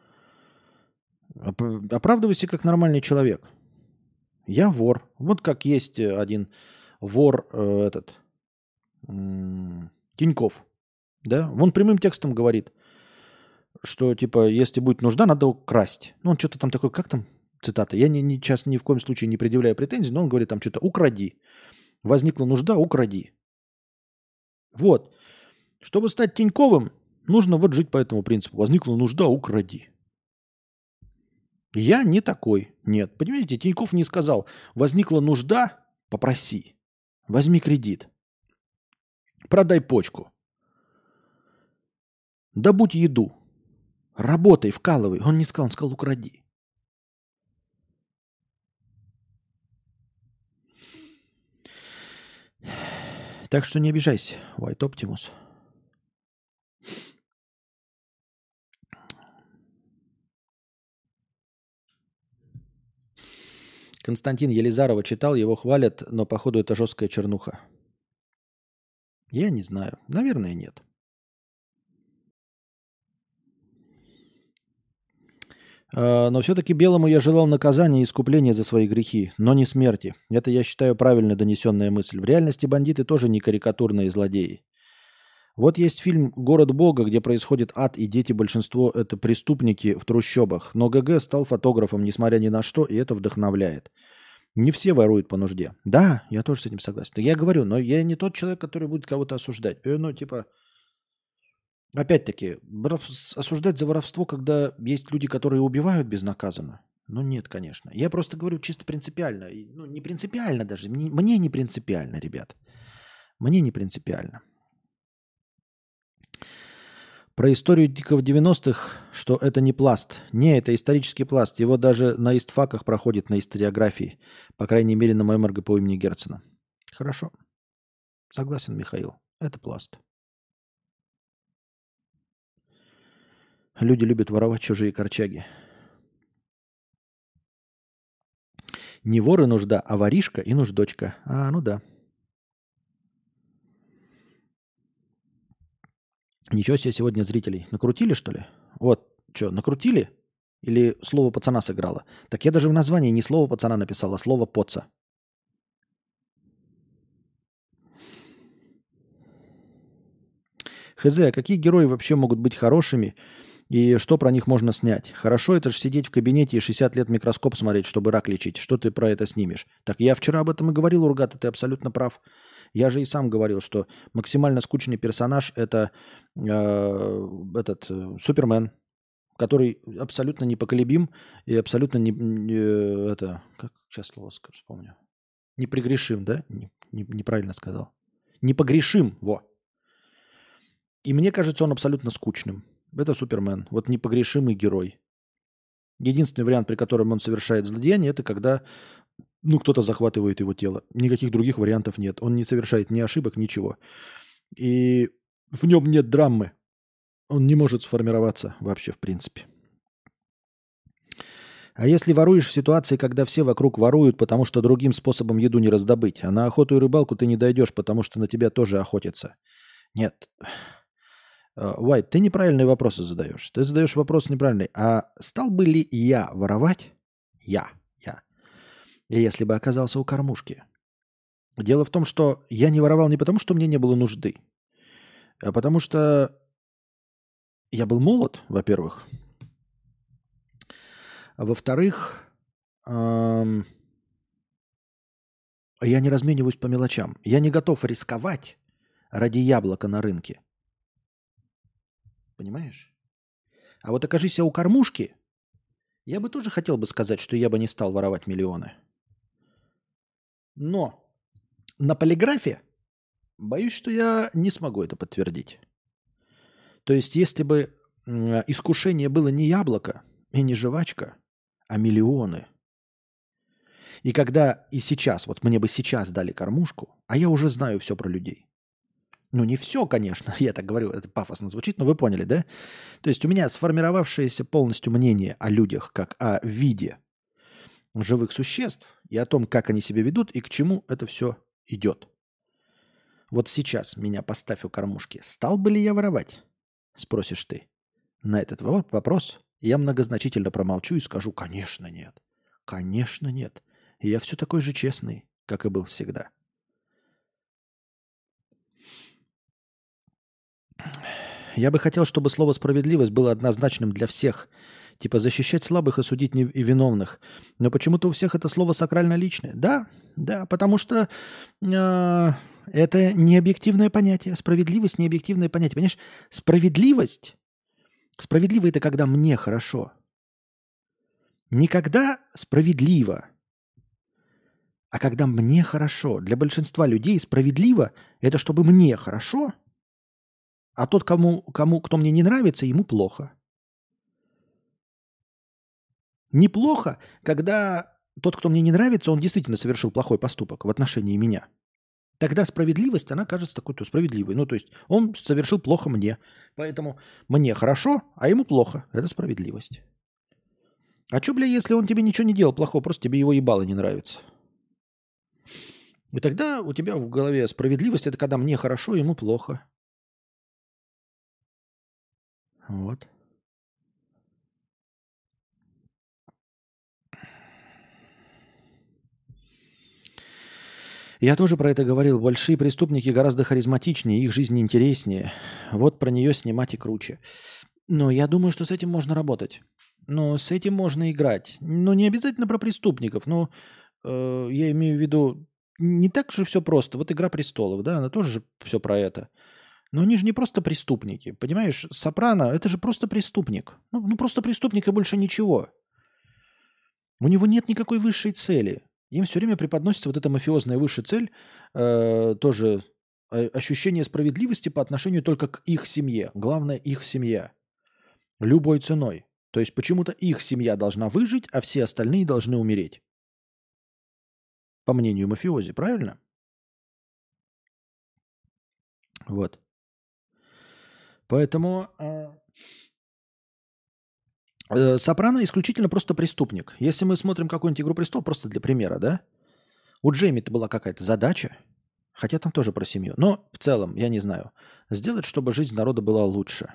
Оп- Оправдывайся как нормальный человек. Я вор. Вот как есть один вор, э, этот, м, Тиньков. Да? Он прямым текстом говорит, что, типа, если будет нужда, надо украсть. Ну, он что-то там такой, как там цитата? Я не, не, сейчас ни в коем случае не предъявляю претензий, но он говорит там что-то «укради». Возникла нужда, укради. Вот. Чтобы стать Тиньковым, нужно вот жить по этому принципу. Возникла нужда, укради. Я не такой. Нет. Понимаете, Тиньков не сказал, возникла нужда, попроси. Возьми кредит. Продай почку. Добудь еду. Работай, вкалывай. Он не сказал, он сказал, укради. Так что не обижайся, White Optimus. Константин Елизарова читал, его хвалят, но походу это жесткая чернуха. Я не знаю. Наверное, нет. А, но все-таки Белому я желал наказания и искупления за свои грехи, но не смерти. Это, я считаю, правильно донесенная мысль. В реальности бандиты тоже не карикатурные злодеи. Вот есть фильм «Город Бога», где происходит ад, и дети большинство это преступники в трущобах. Но ГГ стал фотографом, несмотря ни на что, и это вдохновляет. Не все воруют по нужде. Да, я тоже с этим согласен. Я говорю, но я не тот человек, который будет кого-то осуждать. Ну, типа, опять-таки, воров- осуждать за воровство, когда есть люди, которые убивают безнаказанно. Ну, нет, конечно. Я просто говорю чисто принципиально. И, Ну, не принципиально даже. Мне мне не принципиально, ребят. Мне не принципиально. Про историю дико в девяностых, что это не пласт. Не, это исторический пласт. Его даже на истфаках проходит на историографии. По крайней мере, на моем эр гэ пэ имени Герцена. Хорошо. Согласен, Михаил. Это пласт. Люди любят воровать чужие корчаги. Не вор и нужда, а воришка и нуждочка. А, ну да. Ничего себе сегодня зрителей. Накрутили, что ли? Вот, что, накрутили? Или слово пацана сыграло? Так я даже в названии не слово пацана написал, а слово поца. Хз, а какие герои вообще могут быть хорошими и что про них можно снять? Хорошо, это же сидеть в кабинете и шестьдесят лет микроскоп смотреть, чтобы рак лечить. Что ты про это снимешь? Так я вчера об этом и говорил, Ургата, ты абсолютно прав. Я же и сам говорил, что максимально скучный персонаж это э, этот э, Супермен, который абсолютно непоколебим и абсолютно не, не- это как сейчас слово ска- вспомню, непрегрешим, да? Не- не- неправильно сказал. Непогрешим, во. И мне кажется, он абсолютно скучным. Это Супермен, вот непогрешимый герой. Единственный вариант, при котором он совершает злодеяние, это когда ну, кто-то захватывает его тело. Никаких других вариантов нет. Он не совершает ни ошибок, ничего. И в нем нет драмы. Он не может сформироваться вообще в принципе. А если воруешь в ситуации, когда все вокруг воруют, потому что другим способом еду не раздобыть, а на охоту и рыбалку ты не дойдешь, потому что на тебя тоже охотятся. Нет. Уайт, ты неправильные вопросы задаешь. Ты задаешь вопрос неправильный. А стал бы ли я воровать? Я. Я. Если бы оказался у кормушки. Дело в том, что я не воровал не потому, что мне не было нужды, а потому что я был молод, во-первых. А во-вторых, ам, я не размениваюсь по мелочам. Я не готов рисковать ради яблока на рынке. Понимаешь? А вот окажись я у кормушки, я бы тоже хотел бы сказать, что я бы не стал воровать миллионы. Но на полиграфе боюсь, что я не смогу это подтвердить. То есть, если бы м, искушение было не яблоко и не жвачка, а миллионы. И когда и сейчас, вот мне бы сейчас дали кормушку, а я уже знаю все про людей. Ну, не все, конечно, я так говорю, это пафосно звучит, но вы поняли, да? То есть у меня сформировавшееся полностью мнение о людях как о виде живых существ и о том, как они себя ведут и к чему это все идет. Вот сейчас меня поставь у кормушки. Стал бы ли я воровать? Спросишь ты. На этот во- вопрос я многозначительно промолчу и скажу, конечно, нет. Конечно, нет. И я все такой же честный, как и был всегда. Я бы хотел, чтобы слово «справедливость» было однозначным для всех. Типа защищать слабых и судить невиновных. Но почему-то у всех это слово сакрально личное. Да, да, потому что э, это не объективное понятие. Справедливость не объективное понятие. Понимаешь, справедливость, справедливо это когда мне хорошо. Никогда справедливо, а когда мне хорошо. Для большинства людей справедливо это чтобы мне хорошо, а тот, кому, кому, кто мне не нравится, ему плохо. Неплохо, когда тот, кто мне не нравится, он действительно совершил плохой поступок в отношении меня. Тогда справедливость, она кажется такой-то справедливой. Ну, то есть он совершил плохо мне. Поэтому мне хорошо, а ему плохо. Это справедливость. А что, бля, если он тебе ничего не делал плохого, просто тебе его ебало не нравится? И тогда у тебя в голове справедливость – это когда мне хорошо, ему плохо. Вот. Я тоже про это говорил. Большие преступники гораздо харизматичнее, их жизнь интереснее. Вот про нее снимать и круче. Но я думаю, что с этим можно работать. Но с этим можно играть. Но не обязательно про преступников. Но э, я имею в виду, не так же все просто. Вот «Игра престолов», да, она тоже же все про это. Но они же не просто преступники. Понимаешь, Сопрано – это же просто преступник. Ну, ну, просто преступник и больше ничего. У него нет никакой высшей цели. Им все время преподносится вот эта мафиозная высшая цель, э, тоже э, ощущение справедливости по отношению только к их семье. Главное, их семья. Любой ценой. То есть почему-то их семья должна выжить, а все остальные должны умереть. По мнению мафиози, правильно? Вот. Поэтому э, э, Сопрано исключительно просто преступник. Если мы смотрим какую-нибудь «Игру престолов», просто для примера, да? У Джейми-то была какая-то задача, хотя там тоже про семью. Но в целом, я не знаю, сделать, чтобы жизнь народа была лучше.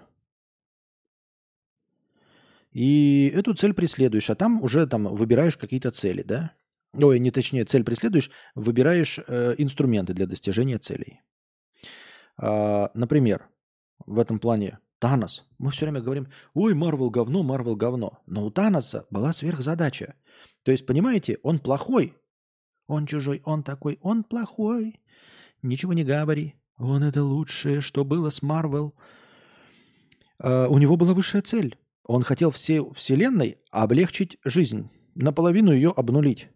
И эту цель преследуешь, а там уже там выбираешь какие-то цели, да? Ой, не точнее, цель преследуешь, выбираешь э, инструменты для достижения целей. А, например, в этом плане Танос. Мы все время говорим, ой, Марвел говно, Марвел говно. Но у Таноса была сверхзадача. То есть, понимаете, он плохой, он чужой, он такой, он плохой. Ничего не говори. Он это лучшее, что было с Марвел. Uh, у него была высшая цель. Он хотел всей вселенной облегчить жизнь. Наполовину ее обнулить.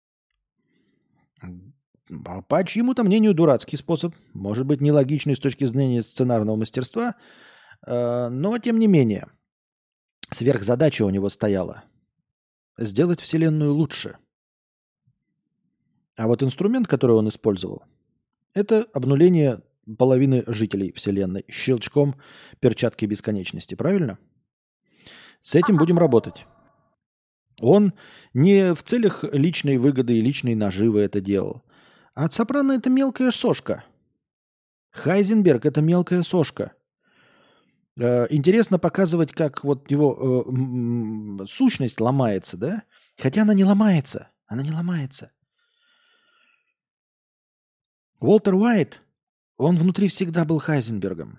По чьему-то мнению дурацкий способ. Может быть, нелогичный с точки зрения сценарного мастерства. Uh, но, тем не менее, сверхзадача у него стояла. Сделать вселенную лучше. А вот инструмент, который он использовал, это обнуление половины жителей Вселенной щелчком перчатки бесконечности, правильно? С этим будем работать. Он не в целях личной выгоды и личной наживы это делал. А Сопрано – это мелкая сошка. Хайзенберг – это мелкая сошка. Интересно показывать, как вот его э, сущность ломается, да? Хотя она не ломается. Она не ломается. Уолтер Уайт, он внутри всегда был Хайзенбергом.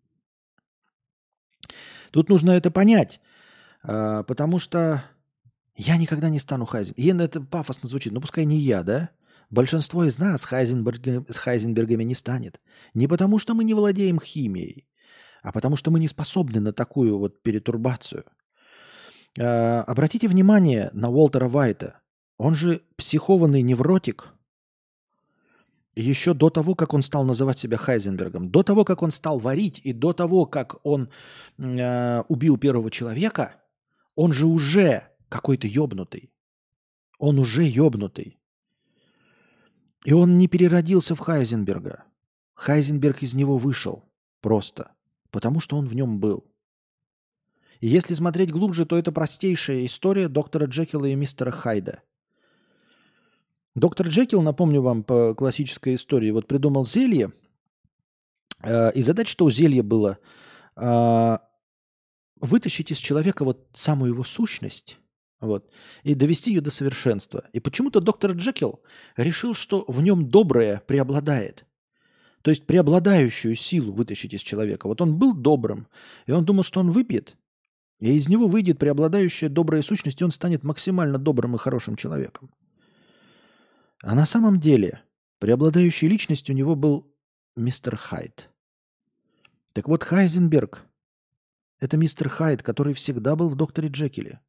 Тут нужно это понять, потому что я никогда не стану Хайзенбергом. Это пафосно звучит, но пускай не я, да? Большинство из нас Хайзенберг... с Хайзенбергами не станет. Не потому, что мы не владеем химией, а потому, что мы не способны на такую вот перетурбацию. Обратите внимание на Уолтера Уайта. Он же психованный невротик. Еще до того, как он стал называть себя Хайзенбергом, до того, как он стал варить, и до того, как он э, убил первого человека, он же уже какой-то ёбнутый. Он уже ёбнутый. И он не переродился в Хайзенберга. Хайзенберг из него вышел просто, потому что он в нем был. И если смотреть глубже, то это простейшая история доктора Джекила и мистера Хайда. Доктор Джекил, напомню вам по классической истории, вот придумал зелье, э, и задача-то у зелья была э, вытащить из человека вот самую его сущность, вот, и довести ее до совершенства. И почему-то доктор Джекил решил, что в нем доброе преобладает. То есть преобладающую силу вытащить из человека. Вот он был добрым, и он думал, что он выпьет, и из него выйдет преобладающая добрая сущность, и он станет максимально добрым и хорошим человеком. А на самом деле преобладающей личностью у него был мистер Хайд. Так вот, Хайзенберг – это мистер Хайд, который всегда был в докторе Джекиле.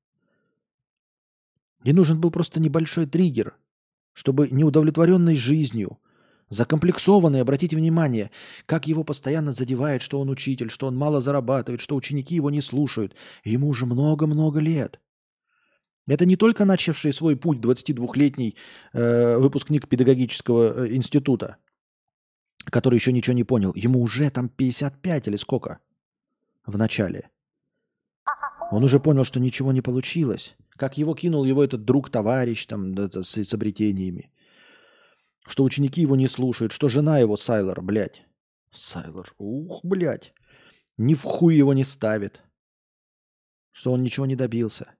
И нужен был просто небольшой триггер, чтобы неудовлетворенный жизнью, закомплексованный, обратите внимание, как его постоянно задевает, что он учитель, что он мало зарабатывает, что ученики его не слушают. И ему уже много-много лет. Это не только начавший свой путь двадцатидвухлетний э, выпускник педагогического э, института, который еще ничего не понял. Ему уже там пятьдесят пять или сколько в начале. Он уже понял, что ничего не получилось. Как его кинул его этот друг-товарищ там, это, с изобретениями. Что ученики его не слушают, что жена его, Сайлор, блядь. Сайлор, ух, блядь. Ни в хуй его не ставит. Что он ничего не добился.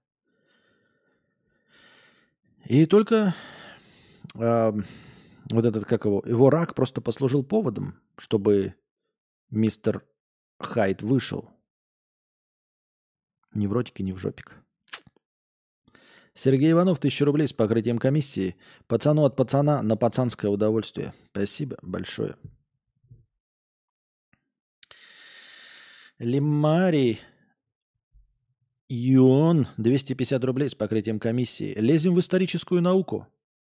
И только э, вот этот, как его, его рак просто послужил поводом, чтобы мистер Хайд вышел. Ни в ротике, ни в жопик. Сергей Иванов, тысяча рублей с покрытием комиссии. Пацану от пацана на пацанское удовольствие. Спасибо большое. Лимари Юон, двести пятьдесят рублей с покрытием комиссии. Лезем в историческую науку.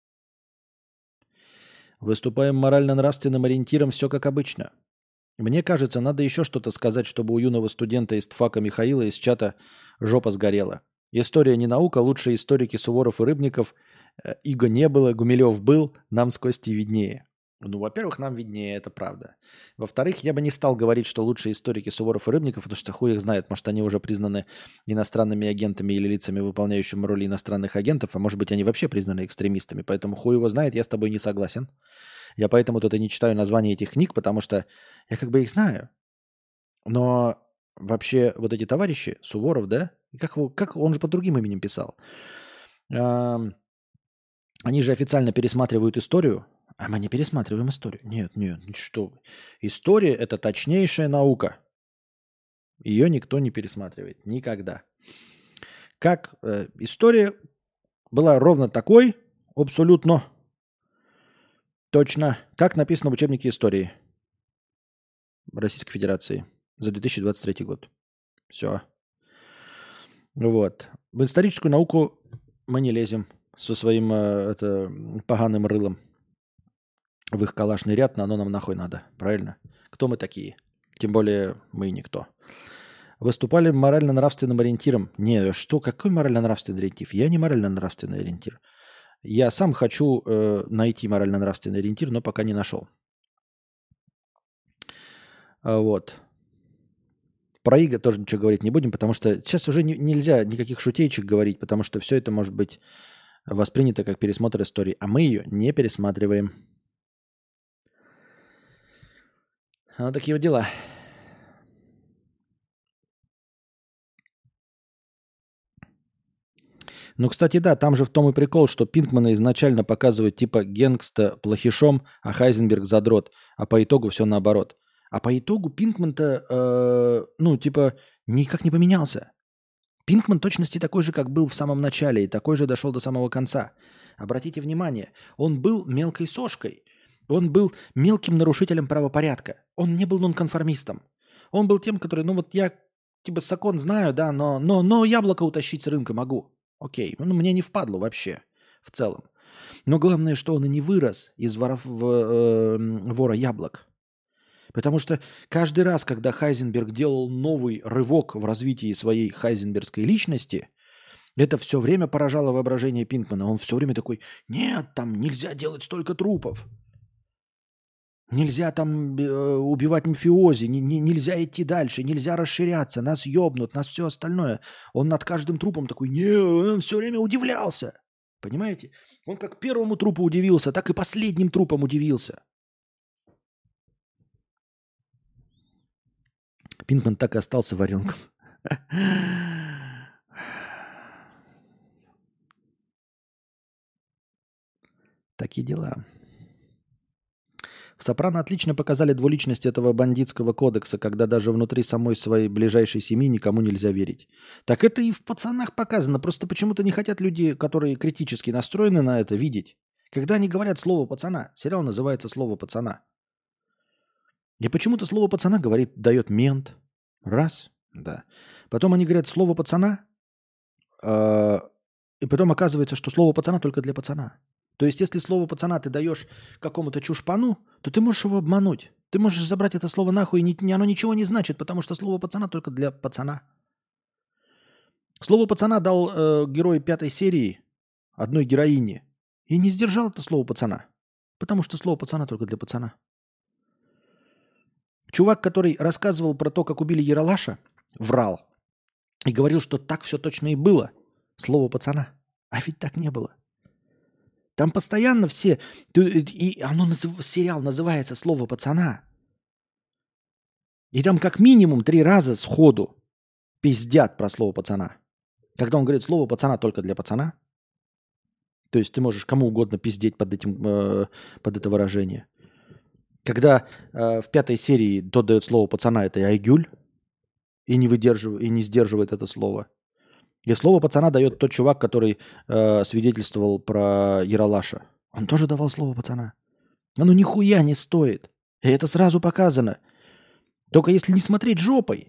Выступаем морально-нравственным ориентиром, все как обычно. Мне кажется, надо еще что-то сказать, чтобы у юного студента из ТФАКа Михаила из чата жопа сгорела. История не наука, лучшие историки Суворов и Рыбников. Э, Иго не было, Гумилев был, нам с Костей виднее. Ну, во-первых, нам виднее, это правда. Во-вторых, я бы не стал говорить, что лучшие историки Суворов и Рыбников, потому что хуй их знает. Может, они уже признаны иностранными агентами или лицами, выполняющими роли иностранных агентов, а может быть, они вообще признаны экстремистами. Поэтому хуй его знает, я с тобой не согласен. Я поэтому тут и не читаю названия этих книг, потому что я как бы их знаю. Но вообще вот эти товарищи, Суворов, да? Как, его, как он же под другим именем писал. Ам, Они же официально пересматривают историю. А мы не пересматриваем историю. Нет, нет, что вы. История – это точнейшая наука. Ее никто не пересматривает. Никогда. Как э, история была ровно такой, абсолютно точно, как написано в учебнике истории Российской Федерации за две тысячи двадцать третий год. Все. Вот. В историческую науку мы не лезем со своим э, это, поганым рылом в их калашный ряд, но оно нам нахуй надо. Правильно? Кто мы такие? Тем более мы никто. Выступали морально-нравственным ориентиром. Не, что, какой морально-нравственный ориентир? Я не морально-нравственный ориентир. Я сам хочу э, найти морально-нравственный ориентир, но пока не нашел. А вот. Про Иго тоже ничего говорить не будем, потому что сейчас уже не, нельзя никаких шутейчик говорить, потому что все это может быть воспринято как пересмотр истории, а мы ее не пересматриваем. Вот такие вот дела. Ну, кстати, да, там же в том и прикол, что Пинкмана изначально показывают типа Генгста плохишом, а Хайзенберг задрот, а по итогу все наоборот. А по итогу Пинкман-то, э, ну, типа, никак не поменялся. Пинкман точности такой же, как был в самом начале, и такой же дошел до самого конца. Обратите внимание, он был мелкой сошкой, он был мелким нарушителем правопорядка, он не был нонконформистом. Он был тем, который, ну вот я типа закон знаю, да, но, но, но яблоко утащить с рынка могу. Окей, ну мне не впадло вообще в целом. Но главное, что он и не вырос из воров, в, э, вора яблок. Потому что каждый раз, когда Хайзенберг делал новый рывок в развитии своей хайзенбергской личности, это все время поражало воображение Пинкмана. Он все время такой: нет, там нельзя делать столько трупов. Нельзя там э, убивать мафиози, не, не, нельзя идти дальше, нельзя расширяться, нас ёбнут, нас все остальное. Он над каждым трупом такой: не, он все время удивлялся. Понимаете? Он как первому трупу удивился, так и последним трупом удивился. Пинкман так и остался варенком. Такие дела. В «Сопрано» отлично показали двуличность этого бандитского кодекса, когда даже внутри самой своей ближайшей семьи никому нельзя верить. Так это и в «Пацанах» показано. Просто почему-то не хотят люди, которые критически настроены на это, видеть. Когда они говорят слово «пацана», сериал называется «Слово пацана». И почему-то слово «пацана» говорит, дает мент. Раз, да. Потом они говорят слово «пацана», э, и потом оказывается, что слово «пацана» только для пацана. То есть, если слово «пацана» ты даешь какому-то чушпану, то ты можешь его обмануть. Ты можешь забрать это слово нахуй, и не, оно ничего не значит, потому что слово «пацана» только для пацана. Слово «пацана» дал э, герой пятой серии одной героине. И не сдержал это слово «пацана». Потому что слово «пацана» только для пацана. Чувак, который рассказывал про то, как убили Ералаша, врал. И говорил, что так все точно и было. Слово «пацана». А ведь так не было. Там постоянно все... И оно, сериал называется «Слово пацана». И там как минимум три раза сходу пиздят про слово пацана. Когда он говорит слово пацана только для пацана, то есть ты можешь кому угодно пиздеть под, этим, э, под это выражение. Когда э, в пятой серии тот дает слово пацана, это Айгюль, и не, выдерживает, и не сдерживает это слово. И слово пацана дает тот чувак, который э, свидетельствовал про Ералаша. Он тоже давал слово пацана. Оно нихуя не стоит. И это сразу показано. Только если не смотреть жопой.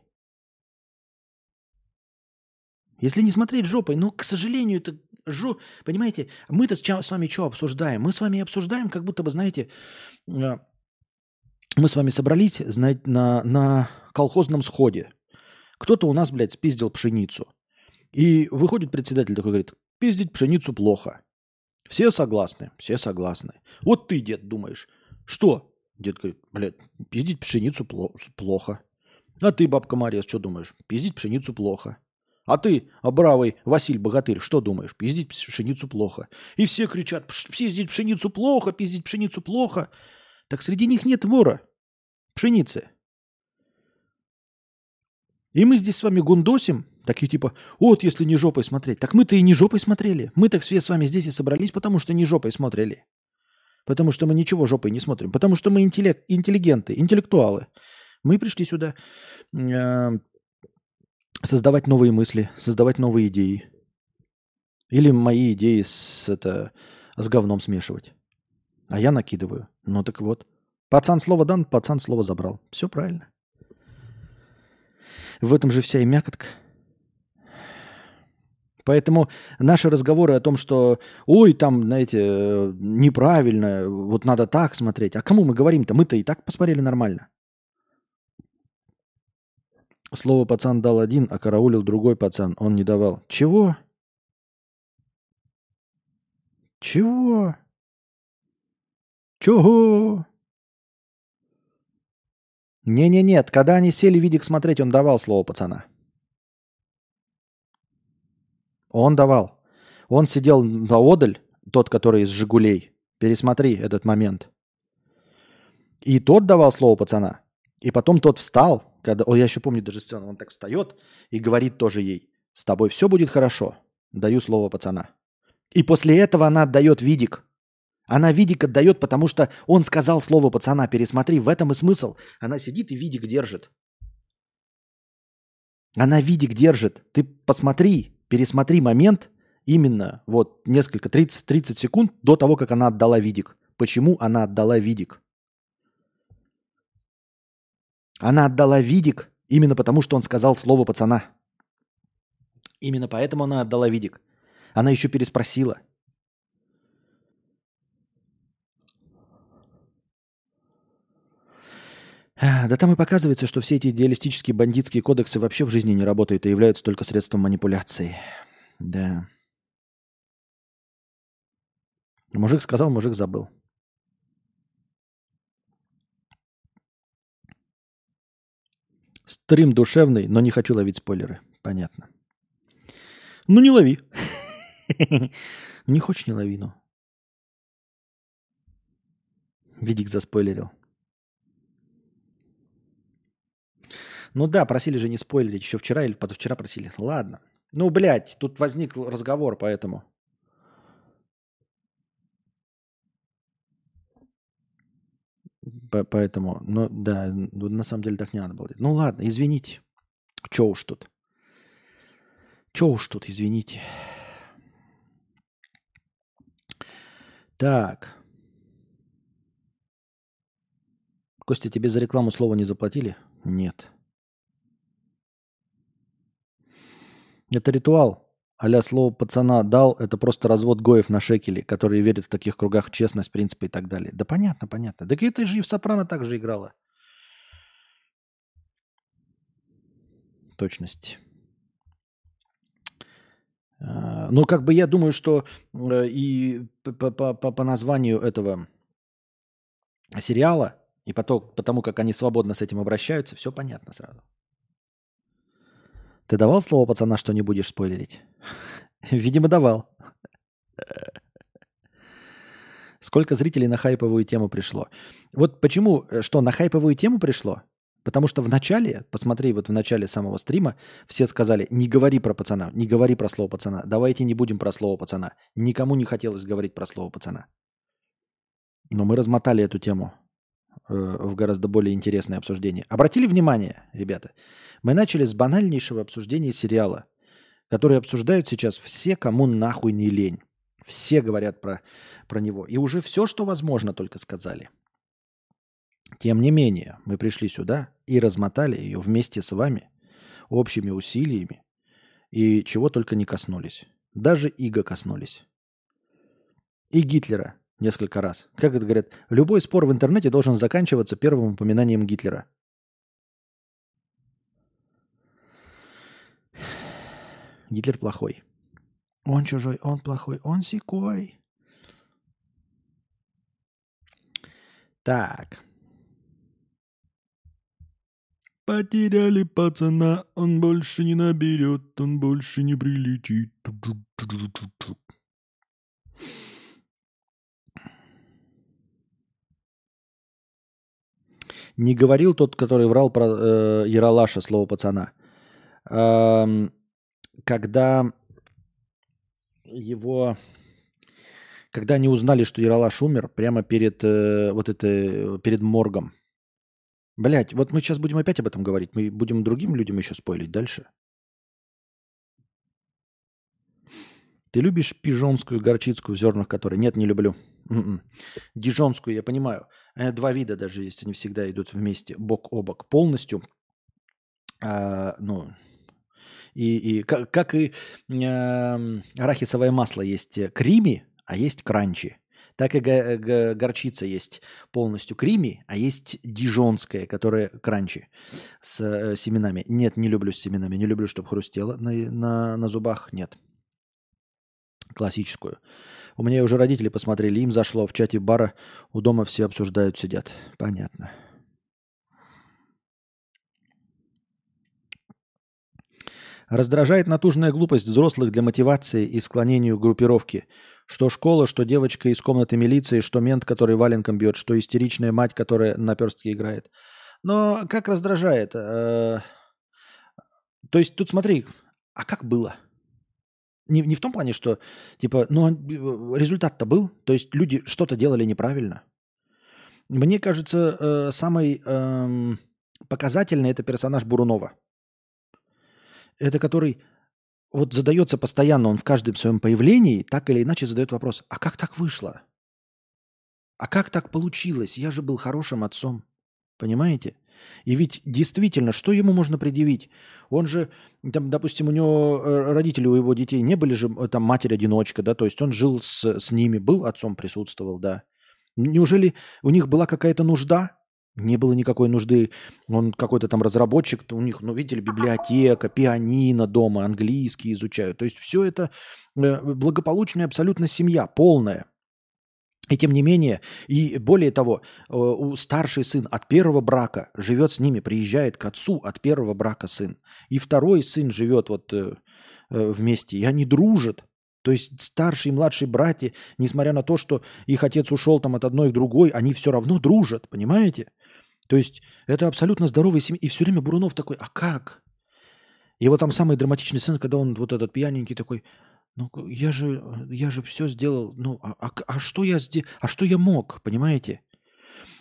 Если не смотреть жопой, но, к сожалению, это жо... Понимаете, мы-то с вами что обсуждаем? Мы с вами обсуждаем, как будто бы, знаете, мы с вами собрались, знаете, на, на колхозном сходе. Кто-то у нас, блядь, спиздил пшеницу. И выходит председатель такой, говорит, пиздить пшеницу плохо. Все согласны? Все согласны. Вот ты, дед, думаешь, что? Дед говорит, блядь, пиздить пшеницу плохо. А ты, бабка Мария, что думаешь? Пиздить пшеницу плохо. А ты, бравый Василь Богатырь, что думаешь? Пиздить пшеницу плохо. И все кричат, пиздить пшеницу плохо, пиздить пшеницу плохо. Так среди них нет вора пшеницы. И мы здесь с вами гундосим, такие типа, вот если не жопой смотреть. Так мы-то и не жопой смотрели. Мы так все с вами здесь и собрались, потому что не жопой смотрели. Потому что мы ничего жопой не смотрим. Потому что мы интеллект, интеллигенты, интеллектуалы. Мы пришли сюда э, создавать новые мысли, создавать новые идеи. Или мои идеи с, это, с говном смешивать. А я накидываю. Ну так вот. Пацан слово дан, пацан слово забрал. Все правильно. В этом же вся и мякотка. Поэтому наши разговоры о том, что ой, там, знаете, неправильно, вот надо так смотреть. А кому мы говорим-то? Мы-то и так посмотрели нормально. Слово пацан дал один, а караулил другой пацан. Он не давал. Чего? Чего? Чего? Не-не-нет, когда они сели видик смотреть, он давал слово пацана. Он давал. Он сидел поодаль, тот, который из «Жигулей». Пересмотри этот момент. И тот давал слово пацана. И потом тот встал, когда, о, я еще помню даже сцену, он так встает и говорит тоже ей, с тобой все будет хорошо, даю слово пацана. И после этого она отдает видик. Она видик отдает, потому что он сказал слово пацана, пересмотри, в этом и смысл. Она сидит и видик держит. Она видик держит. Ты посмотри, пересмотри момент именно вот несколько, тридцать секунд до того, как она отдала видик. Почему она отдала видик? Она отдала видик именно потому, что он сказал слово пацана. Именно поэтому она отдала видик. Она еще переспросила. Да там и показывается, что все эти идеалистические бандитские кодексы вообще в жизни не работают и являются только средством манипуляции. Да. Мужик сказал, мужик забыл. Стрим душевный, но не хочу ловить спойлеры. Понятно. Ну не лови. Не хочешь, не лови, ну. Видик заспойлерил. Ну да, просили же не спойлерить. Еще вчера или позавчера просили. Ладно. Ну, блядь, тут возник разговор, поэтому. Поэтому, ну да, на самом деле так не надо было. Ну ладно, извините. Че уж тут. Че уж тут, извините. Так. Костя, тебе за рекламу слова не заплатили? Нет. Это ритуал. А-ля слово пацана дал, это просто развод гоев на шекели, которые верят в таких кругах в честность, принципы и так далее. Да понятно, понятно. Так это же и в «Сопрано» так же играла. Точность. Ну, как бы я думаю, что и по, по, по, по названию этого сериала, и потом, потому как они свободно с этим обращаются, все понятно сразу. Ты давал слово пацана, что не будешь спойлерить? Видимо, давал. Сколько зрителей на хайповую тему пришло? Вот почему, что на хайповую тему пришло? Потому что в начале, посмотри, вот в начале самого стрима все сказали, не говори про пацана, не говори про слово пацана, давайте не будем про слово пацана. Никому не хотелось говорить про слово пацана. Но мы размотали эту тему э, в гораздо более интересное обсуждение. Обратили внимание, ребята, мы начали с банальнейшего обсуждения сериала, который обсуждают сейчас все, кому нахуй не лень. Все говорят про, про него. И уже все, что возможно, только сказали. Тем не менее, мы пришли сюда и размотали ее вместе с вами общими усилиями и чего только не коснулись. Даже Иго коснулись. И Гитлера несколько раз. Как это говорят, любой спор в интернете должен заканчиваться первым упоминанием Гитлера. Гитлер плохой. Он чужой, он плохой, он сякой. Так. Потеряли пацана, он больше не наберет, он больше не прилетит. Не говорил тот, который врал про э, Ералаша, слово пацана. Эм, когда его... Когда они узнали, что Ералаш умер, прямо перед, э, вот это, перед моргом. Блять, вот мы сейчас будем опять об этом говорить. Мы будем другим людям еще спойлить дальше. Ты любишь пижонскую горчицкую в зернах которой? Нет, не люблю. м-м. Дижонскую, я понимаю. Два вида даже есть, они всегда идут вместе, бок о бок. Полностью, а, ну, и, и как, как и а, арахисовое масло есть крими, а есть кранчи. Так и г- г- горчица есть полностью крими, а есть дижонская, которая кранчи с э, семенами. Нет, не люблю с семенами. Не люблю, чтобы хрустело на, на, на зубах. Нет. Классическую. У меня уже родители посмотрели, им зашло. В чате бара у дома все обсуждают, сидят. Понятно. Раздражает натужная глупость взрослых для мотивации и склонению к группировке. Что школа, что девочка из комнаты милиции, что мент, который валенком бьет, что истеричная мать, которая на перстке играет. Но как раздражает? То есть тут смотри, а как было? Не, не в том плане, что типа, ну результат-то был, то есть люди что-то делали неправильно. Мне кажется, э, самый э, показательный это персонаж Бурунова. Это который вот задается постоянно, он в каждом своем появлении так или иначе задает вопрос, а как так вышло? А как так получилось? Я же был хорошим отцом. Понимаете? И ведь действительно, что ему можно предъявить? Он же, там, допустим, у него родители, у его детей не были же, там, матерь-одиночка, да, то есть он жил с, с ними, был отцом, присутствовал, да. Неужели у них была какая-то нужда? Не было никакой нужды. Он какой-то там разработчик, у них, ну, видели, библиотека, пианино дома, английский изучают. То есть все это благополучная абсолютно семья, полная. И тем не менее, и более того, у старший сын от первого брака живет с ними, приезжает к отцу от первого брака сын. И второй сын живет вот вместе, и они дружат. То есть старшие и младшие братья, несмотря на то, что их отец ушел там от одной к другой, они все равно дружат, понимаете? То есть это абсолютно здоровая семья. И все время Бурунов такой, а как? И вот там самый драматичный сцена, когда он вот этот пьяненький такой, ну я же, я же все сделал, ну а, а, а что я сделал, а что я мог, понимаете?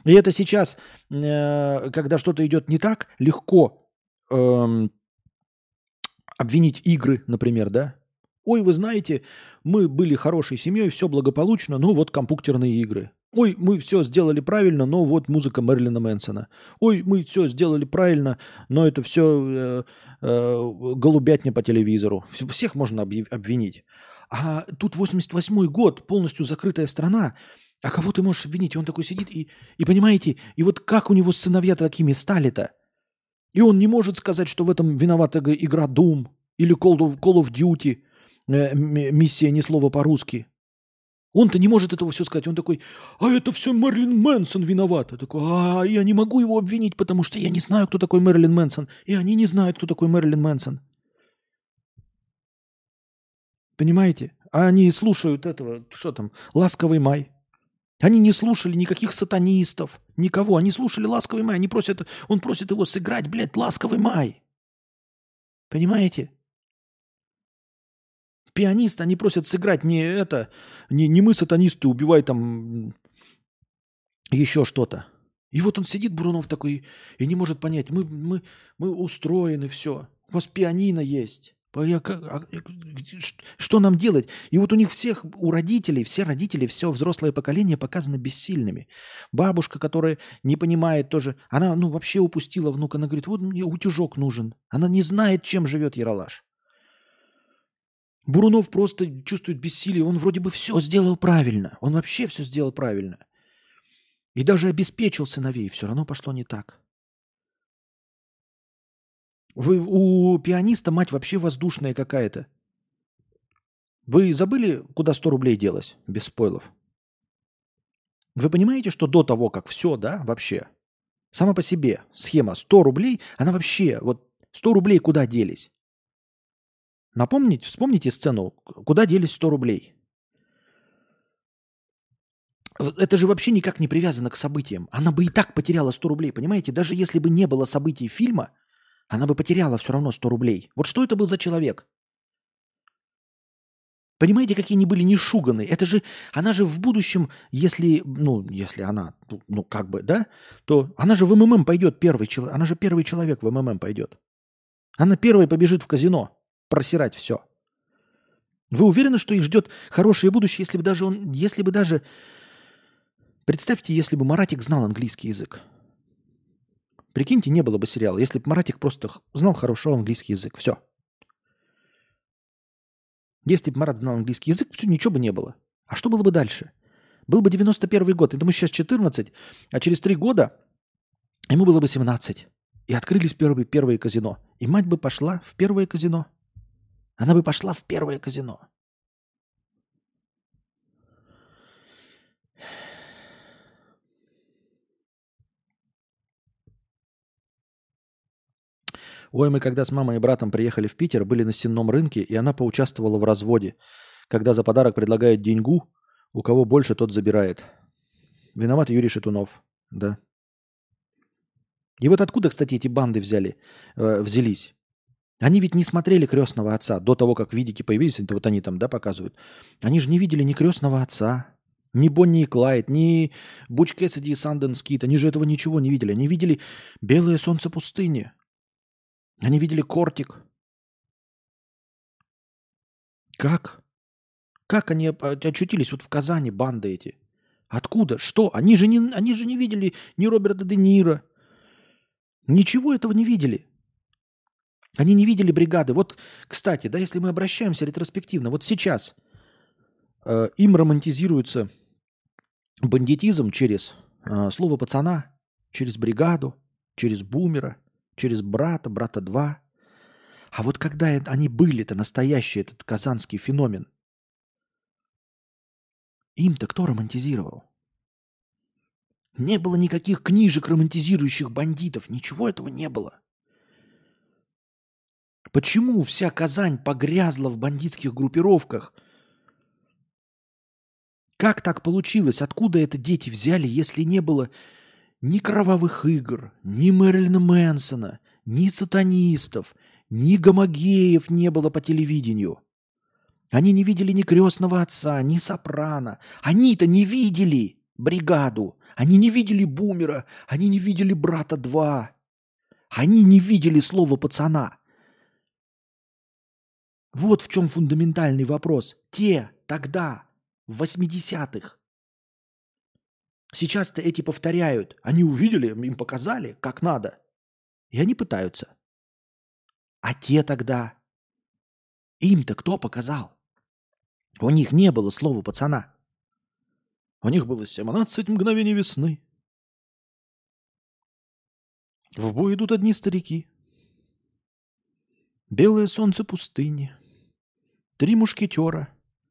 И это сейчас, э, когда что-то идет не так, легко эм, обвинить игры, например, да? Ой, вы знаете, мы были хорошей семьей, все благополучно, но вот компьютерные игры. Ой, мы все сделали правильно, но вот музыка Мэрилина Мэнсона. Ой, мы все сделали правильно, но это все э, э, голубятня по телевизору. Всех можно объяв- обвинить. А тут восемьдесят восьмой год, полностью закрытая страна. А кого ты можешь обвинить? И он такой сидит и, и понимаете, и вот как у него сыновья такими стали-то? И он не может сказать, что в этом виновата г- игра Doom или Call of, Call of Duty, э, м- миссия ни слова по-русски. Он-то не может этого все сказать. Он такой, а это все Мэрилин Мэнсон виноват. Я такой, а я не могу его обвинить, потому что я не знаю, кто такой Мэрилин Мэнсон. И они не знают, кто такой Мэрилин Мэнсон. Понимаете? А они слушают этого, что там, «Ласковый май». Они не слушали никаких сатанистов, никого. Они слушали «Ласковый май». Они просят, он просит его сыграть, блядь, «Ласковый май». Понимаете? Пианист, они просят сыграть не это, не, не мы сатанисты, убивай там еще что-то. И вот он сидит, Бурунов такой, и не может понять, мы, мы, мы устроены, все. У вас пианино есть. А я как- а, я- где- ш- Что нам делать? И вот у них всех, у родителей, все родители, все взрослое поколение показано бессильными. Бабушка, которая не понимает тоже, она ну вообще упустила внука, она говорит, вот мне утюжок нужен. Она не знает, чем живет Яралаш. Бурунов просто чувствует бессилие, он вроде бы все сделал правильно, он вообще все сделал правильно. И даже обеспечил сыновей, все равно пошло не так. Вы, у пианиста мать вообще воздушная какая-то. Вы забыли, куда сто рублей делось? Без спойлов. Вы понимаете, что до того, как все, да, вообще, сама по себе схема сто рублей, она вообще, вот сто рублей куда делись? Напомните, вспомните сцену, куда делись сто рублей? Вот это же вообще никак не привязано к событиям. Она бы и так потеряла сто рублей, понимаете? Даже если бы не было событий фильма, она бы потеряла все равно сто рублей. Вот что это был за человек? Понимаете, какие они были нешуганы? Это же, она же в будущем, если, ну, если она, ну, ну, как бы, да, то она же в МММ пойдет первый человек, она же первый человек в МММ пойдет. Она первой побежит в казино просирать все. Вы уверены, что их ждет хорошее будущее, если бы даже он, если бы даже, представьте, если бы Маратик знал английский язык. Прикиньте, не было бы сериала, если бы Маратик просто х- знал хорошо английский язык. Все. Если бы Марат знал английский язык, все, ничего бы не было. А что было бы дальше? Был бы девяносто первый год, это мы сейчас четырнадцать, а через три года ему было бы семнадцать. И открылись первые, первые казино. И мать бы пошла в первое казино. Она бы пошла в первое казино. Ой, мы когда с мамой и братом приехали в Питер, были на сенном рынке, и она поучаствовала в разводе. Когда за подарок предлагают деньгу, у кого больше, тот забирает. Виноват Юрий Шатунов. Да. И вот откуда, кстати, эти банды взяли, э, взялись? Они ведь не смотрели «Крестного отца» до того, как видики появились, это вот они там, да, показывают. Они же не видели ни «Крестного отца», ни Бонни и Клайд, ни Буч Кэссиди и Санденс Кид. Они же этого ничего не видели. Они видели «Белое солнце пустыни». Они видели «Кортик». Как? Как они оп- очутились вот в Казани, банды эти? Откуда? Что? Они же не, они же не видели ни Роберта Де Ниро. Ничего этого не видели. Они не видели бригады. Вот, кстати, да, если мы обращаемся ретроспективно, вот сейчас э, им романтизируется бандитизм через э, слово пацана, через бригаду, через бумера, через брата, брата два. А вот когда это, они были-то настоящий этот казанский феномен, им-то кто романтизировал? Не было никаких книжек, романтизирующих бандитов. Ничего этого не было. Почему вся Казань погрязла в бандитских группировках? Как так получилось? Откуда это дети взяли, если не было ни кровавых игр, ни Мэрилина Мэнсона, ни сатанистов, ни гомогеев не было по телевидению? Они не видели ни «Крестного отца», ни «Сопрано». Они-то не видели бригаду. Они не видели Бумера, они не видели Брата два. Они не видели слова пацана. Вот в чем фундаментальный вопрос. Те тогда, в восьмидесятых, сейчас-то эти повторяют. Они увидели, им показали, как надо. И они пытаются. А те тогда, им-то кто показал? У них не было слова пацана. У них было семнадцать мгновений весны. В бой идут одни старики. Белое солнце пустыни. Три мушкетера.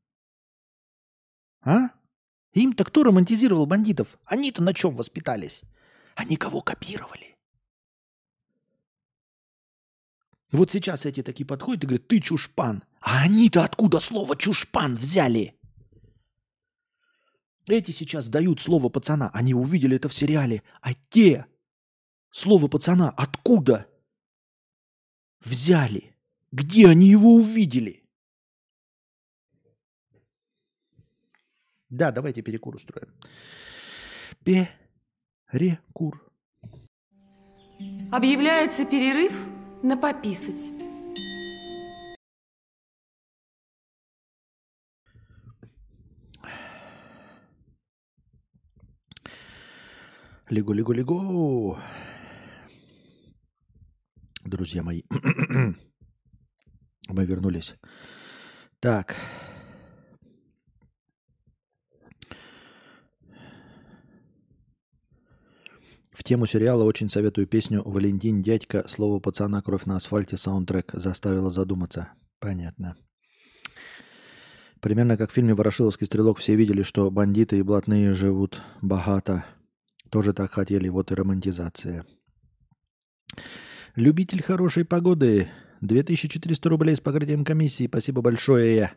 А? Им-то кто романтизировал бандитов? Они-то на чем воспитались? Они кого копировали? Вот сейчас эти такие подходят и говорят, ты чушпан. А они-то откуда слово чушпан взяли? Эти сейчас дают слово пацана. Они увидели это в сериале. А те слово пацана откуда взяли? Где они его увидели? Да, давайте перекур устроим. Перекур. Объявляется перерыв на пописать. Легу, легу, легу. Друзья мои, мы вернулись. Так. В тему сериала очень советую песню «Валентин, дядька, слово пацана, кровь на асфальте, саундтрек». Заставила задуматься. Понятно. Примерно как в фильме «Ворошиловский стрелок» все видели, что бандиты и блатные живут богато. Тоже так хотели, вот и романтизация. Любитель хорошей погоды. две тысячи четыреста рублей с покрытием комиссии. Спасибо большое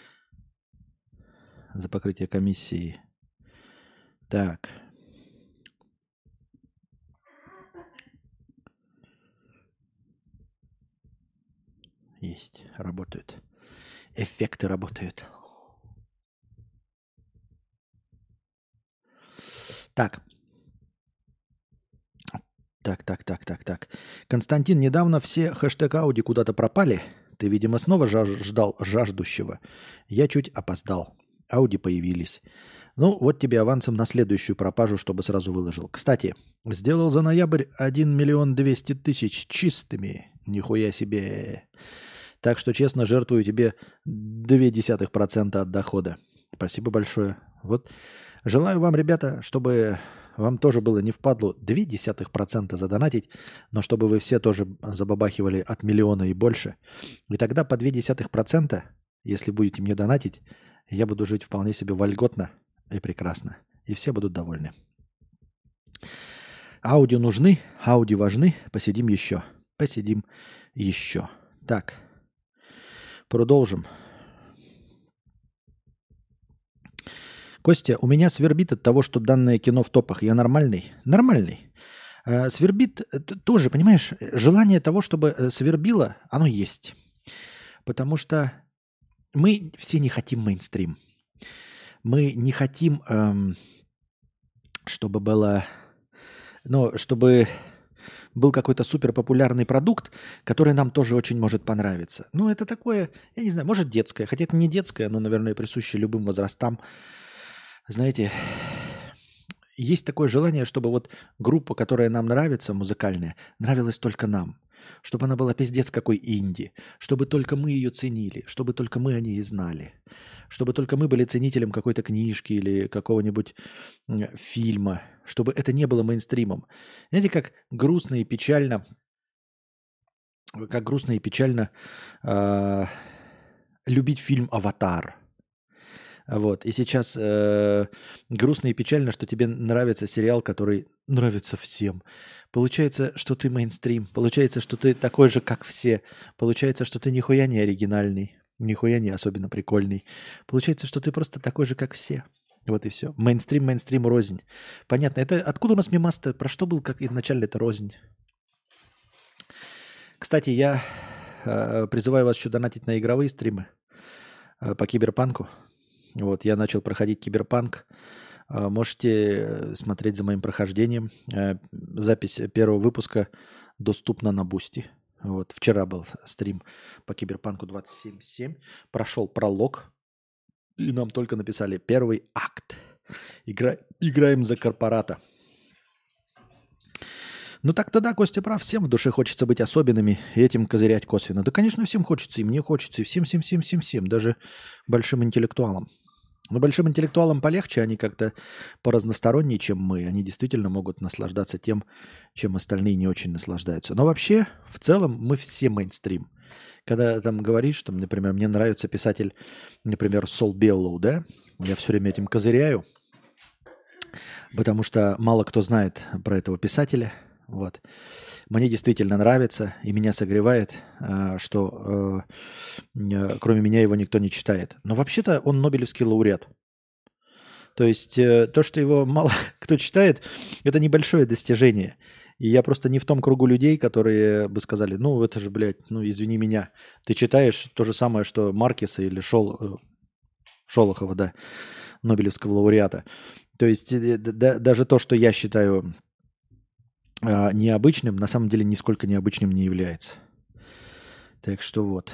за покрытие комиссии. Так. Есть, работают. Эффекты работают. Так. Так, так, так, так, так. Константин, недавно все хэштег Ауди куда-то пропали. Ты, видимо, снова жаж- ждал жаждущего. Я чуть опоздал. Ауди появились. Ну, вот тебе авансом на следующую пропажу, чтобы сразу выложил. Кстати, сделал за ноябрь один миллион двести тысяч чистыми. Нихуя себе. Так что, честно, жертвую тебе два десятых процента от дохода. Спасибо большое. Вот. Желаю вам, ребята, чтобы вам тоже было не впадло два десятых процента задонатить, но чтобы вы все тоже забабахивали от миллиона и больше. И тогда по два десятых процента, если будете мне донатить, я буду жить вполне себе вольготно и прекрасно. И все будут довольны. Ауди нужны, ауди важны. Посидим еще. Посидим еще. Так. Продолжим. Костя, у меня свербит от того, что данное кино в топах. Я нормальный? Нормальный. Э, свербит э, тоже, понимаешь, желание того, чтобы э, свербило, оно есть. Потому что мы все не хотим мейнстрим. Мы не хотим, эм, чтобы было... Ну, чтобы был какой-то суперпопулярный продукт, который нам тоже очень может понравиться. Ну, это такое, я не знаю, может детское. Хотя это не детское, но, наверное, присуще любым возрастам. Знаете, есть такое желание, чтобы вот группа, которая нам нравится, музыкальная, нравилась только нам. Чтобы она была пиздец какой инди. Чтобы только мы ее ценили. Чтобы только мы о ней знали. Чтобы только мы были ценителем какой-то книжки или какого-нибудь фильма. Чтобы это не было мейнстримом. Знаете, как грустно и печально, как грустно и печально э, любить фильм «Аватар». Вот. И сейчас э, грустно и печально, что тебе нравится сериал, который нравится всем. Получается, что ты мейнстрим. Получается, что ты такой же, как все. Получается, что ты нихуя не оригинальный. Нихуя не особенно прикольный. Получается, что ты просто такой же, как все. Вот и все. Мейнстрим, мейнстрим, рознь. Понятно. Это откуда у нас мемас-то? Про что был, как изначально это рознь? Кстати, я э, призываю вас еще донатить на игровые стримы э, по Киберпанку. Вот, я начал проходить Киберпанк. А, Можете смотреть за моим прохождением. Э, Запись первого выпуска доступна на Бусти. Вот, вчера был стрим по Киберпанку двадцать семь семь. Прошел пролог. И нам только написали первый акт. Игра... Играем за корпората. Ну так-то да, Костя прав. Всем в душе хочется быть особенными и этим козырять косвенно. Да, конечно, всем хочется. И мне хочется. И всем-всем-всем-всем-всем. Даже большим интеллектуалам. Но большим интеллектуалам полегче. Они как-то поразностороннее, чем мы. Они действительно могут наслаждаться тем, чем остальные не очень наслаждаются. Но вообще, в целом, мы все мейнстрим. Когда там говоришь, что, например, мне нравится писатель, например, Сол Беллоу, да? Я все время этим козыряю. Потому что мало кто знает про этого писателя. Вот. Мне действительно нравится и меня согревает, что кроме меня его никто не читает. Но вообще-то он Нобелевский лауреат. То есть то, что его мало кто читает, это небольшое достижение. И я просто не в том кругу людей, которые бы сказали, ну это же, блядь, ну извини меня. Ты читаешь то же самое, что Маркеса или Шол... Шолохова, да, Нобелевского лауреата. То есть да, даже то, что я считаю необычным, на самом деле нисколько необычным не является. Так что вот.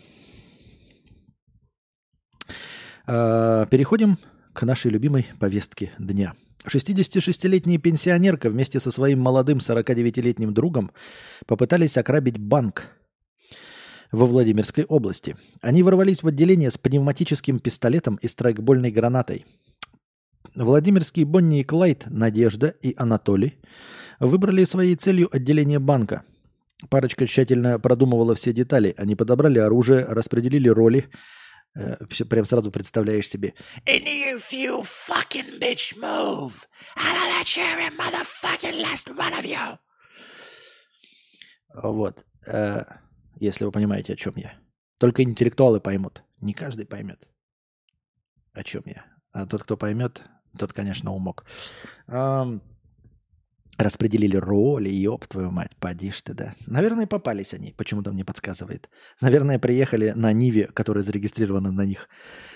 Переходим к нашей любимой повестке дня. шестидесятишестилетняя пенсионерка вместе со своим молодым сорокадевятилетним другом попытались ограбить банк во Владимирской области. Они ворвались в отделение с пневматическим пистолетом и страйкбольной гранатой. Владимирские Бонни и Клайд, Надежда и Анатолий выбрали своей целью отделение банка. Парочка тщательно продумывала все детали. Они подобрали оружие, распределили роли. Э, прям сразу представляешь себе. And if you fucking bitch move, I'll let you in motherfucking last one of you. Вот. Э, если вы понимаете, о чем я. Только интеллектуалы поймут. Не каждый поймет, о чем я. А тот, кто поймет, тот, конечно, умок. Эм, распределили роли, ёб твою мать, поди ж ты, да. Наверное, попались они, почему-то мне подсказывает. Наверное, приехали на Ниве, которая зарегистрирована на них.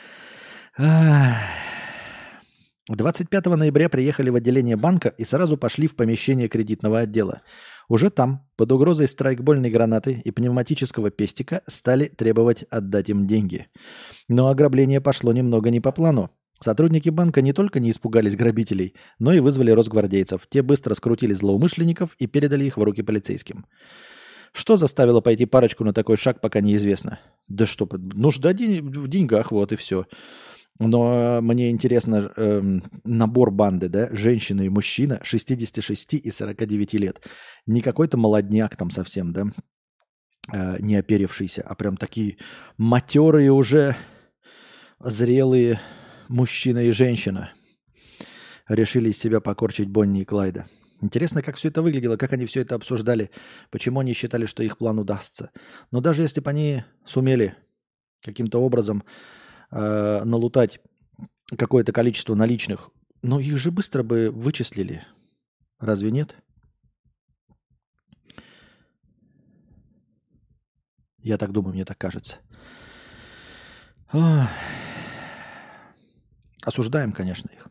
двадцать пятого ноября приехали в отделение банка и сразу пошли в помещение кредитного отдела. Уже там, под угрозой страйкбольной гранаты и пневматического пестика, стали требовать отдать им деньги. Но ограбление пошло немного не по плану. Сотрудники банка не только не испугались грабителей, но и вызвали росгвардейцев. Те быстро скрутили злоумышленников и передали их в руки полицейским. Что заставило пойти парочку на такой шаг, пока неизвестно. Да что, нужда в деньгах, вот и все. Но мне интересно э, набор банды, да, женщина и мужчина, шестидесяти шести и сорока девяти лет. Не какой-то молодняк там совсем, да, э, не оперившийся, а прям такие матерые уже, зрелые мужчина и женщина решили из себя покорчить Бонни и Клайда. Интересно, как все это выглядело, как они все это обсуждали, почему они считали, что их план удастся. Но даже если бы они сумели каким-то образом э, налутать какое-то количество наличных, ну их же быстро бы вычислили. Разве нет? Я так думаю, мне так кажется. Ох. Осуждаем, конечно, их.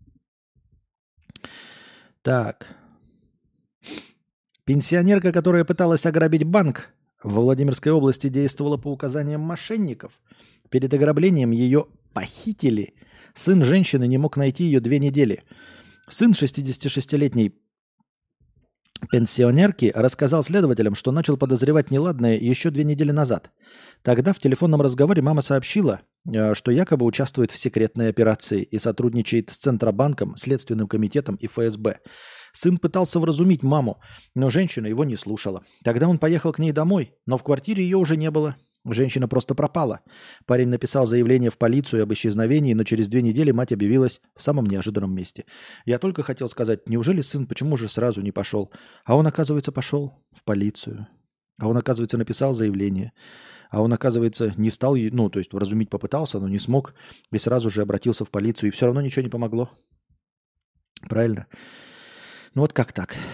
Так. Пенсионерка, которая пыталась ограбить банк во Владимирской области, действовала по указаниям мошенников. Перед ограблением ее похитили. Сын женщины не мог найти ее две недели. Сын шестидесятишестилетней пенсионерки рассказал следователям, что начал подозревать неладное еще две недели назад. Тогда в телефонном разговоре мама сообщила, что якобы участвует в секретной операции и сотрудничает с Центробанком, Следственным комитетом и эф эс бэ. Сын пытался вразумить маму, но женщина его не слушала. Тогда он поехал к ней домой, но в квартире ее уже не было. Женщина просто пропала. Парень написал заявление в полицию об исчезновении, но через две недели мать объявилась в самом неожиданном месте. Я только хотел сказать, неужели сын почему же сразу не пошел? А он, оказывается, пошел в полицию. А он, оказывается, написал заявление. А он, оказывается, не стал, ну, то есть вразумить попытался, но не смог. И сразу же обратился в полицию. И все равно ничего не помогло. Правильно? Ну вот как так? То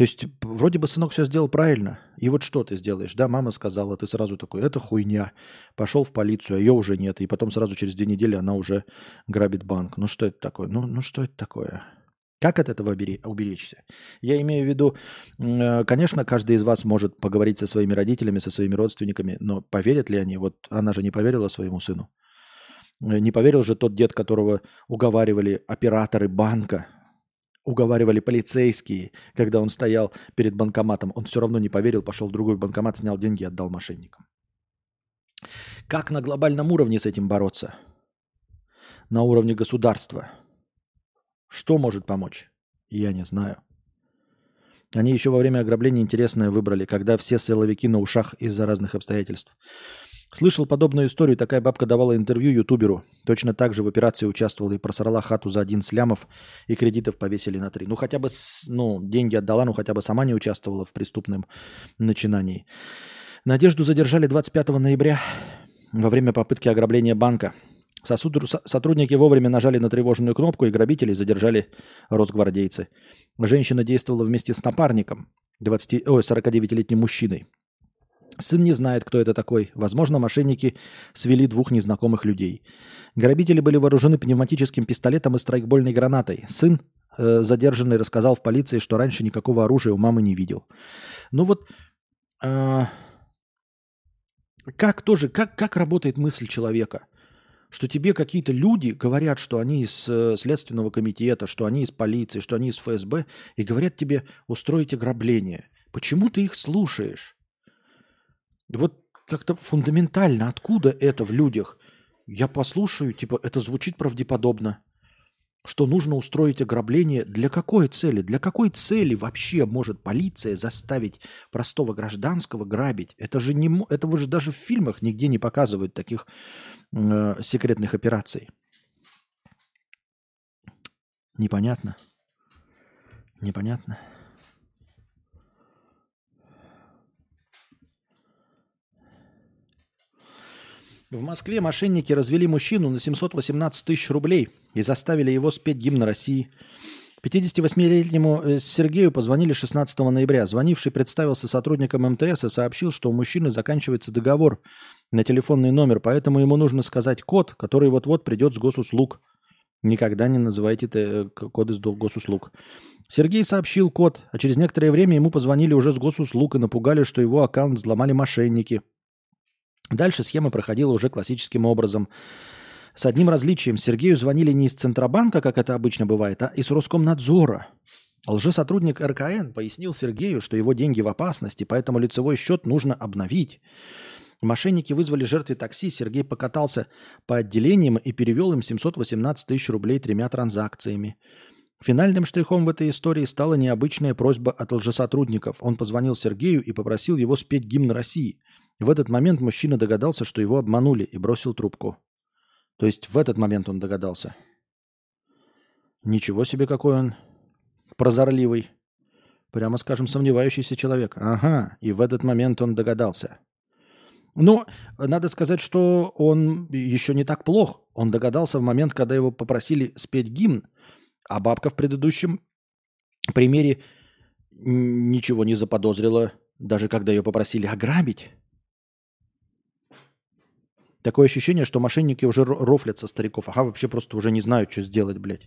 То есть вроде бы сынок все сделал правильно. И вот что ты сделаешь? Да, мама сказала, ты сразу такой, это хуйня. Пошел в полицию, а ее уже нет. И потом сразу через две недели она уже грабит банк. Ну что это такое? Ну, ну что это такое? Как от этого уберечься? Я имею в виду, конечно, каждый из вас может поговорить со своими родителями, со своими родственниками, но поверят ли они? Вот она же не поверила своему сыну. Не поверил же тот дед, которого уговаривали операторы банка, уговаривали полицейские, когда он стоял перед банкоматом. Он все равно не поверил, пошел в другой банкомат, снял деньги и отдал мошенникам. Как на глобальном уровне с этим бороться? На уровне государства. Что может помочь? Я не знаю. Они еще во время ограбления интересное выбрали, когда все силовики на ушах из-за разных обстоятельств. Слышал подобную историю. Такая бабка давала интервью ютуберу. Точно так же в операции участвовала и просрала хату за один слямов, и кредитов повесили на три. Ну, хотя бы с, ну, деньги отдала, ну, хотя бы сама не участвовала в преступном начинании. Надежду задержали двадцать пятого ноября во время попытки ограбления банка. Сосуд... Сотрудники вовремя нажали на тревожную кнопку, и грабителей задержали росгвардейцы. Женщина действовала вместе с напарником, двадцати... Ой, сорокадевятилетним мужчиной. Сын не знает, кто это такой. Возможно, мошенники свели двух незнакомых людей. Грабители были вооружены пневматическим пистолетом и страйкбольной гранатой. Сын, э, задержанный, рассказал в полиции, что раньше никакого оружия у мамы не видел. Ну вот, э, как тоже, как, как работает мысль человека? Что тебе какие-то люди говорят, что они из э, Следственного комитета, что они из полиции, что они из эф эс бэ, и говорят тебе, устроить ограбление. Почему ты их слушаешь? Вот как-то фундаментально, откуда это в людях? Я послушаю, типа, это звучит правдеподобно. Что нужно устроить ограбление. Для какой цели? Для какой цели вообще может полиция заставить простого гражданского грабить? Это же не, этого же даже в фильмах нигде не показывают таких э, секретных операций. Непонятно. Непонятно. В Москве мошенники развели мужчину на семьсот восемнадцать тысяч рублей и заставили его спеть гимн России. пятидесятивосьмилетнему Сергею позвонили шестнадцатого ноября. Звонивший представился сотрудником эм тэ эс и сообщил, что у мужчины заканчивается договор на телефонный номер, поэтому ему нужно сказать код, который вот-вот придет с госуслуг. Никогда не называйте код из госуслуг. Сергей сообщил код, а через некоторое время ему позвонили уже с госуслуг и напугали, что его аккаунт взломали мошенники. Дальше схема проходила уже классическим образом. С одним различием. Сергею звонили не из Центробанка, как это обычно бывает, а из Роскомнадзора. Лжесотрудник эр ка эн пояснил Сергею, что его деньги в опасности, поэтому лицевой счет нужно обновить. Мошенники вызвали жертве такси, Сергей покатался по отделениям и перевел им семьсот восемнадцать тысяч рублей тремя транзакциями. Финальным штрихом в этой истории стала необычная просьба от лжесотрудников. Он позвонил Сергею и попросил его спеть гимн России. В этот момент мужчина догадался, что его обманули, и бросил трубку. То есть в этот момент он догадался. Ничего себе, какой он прозорливый. Прямо скажем, сомневающийся человек. Ага, и в этот момент он догадался. Но надо сказать, что он еще не так плох. Он догадался в момент, когда его попросили спеть гимн, а бабка в предыдущем примере ничего не заподозрила, даже когда ее попросили ограбить. Такое ощущение, что мошенники уже рофлят со стариков. Ага, вообще просто уже не знают, что сделать, блядь.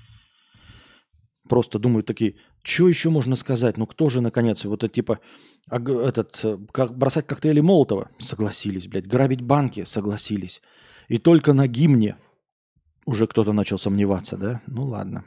Просто думают такие, что еще можно сказать? Ну кто же, наконец, вот это типа, этот, как, бросать коктейли Молотова? Согласились, блядь. Грабить банки? Согласились. И только на гимне уже кто-то начал сомневаться, да? Ну ладно.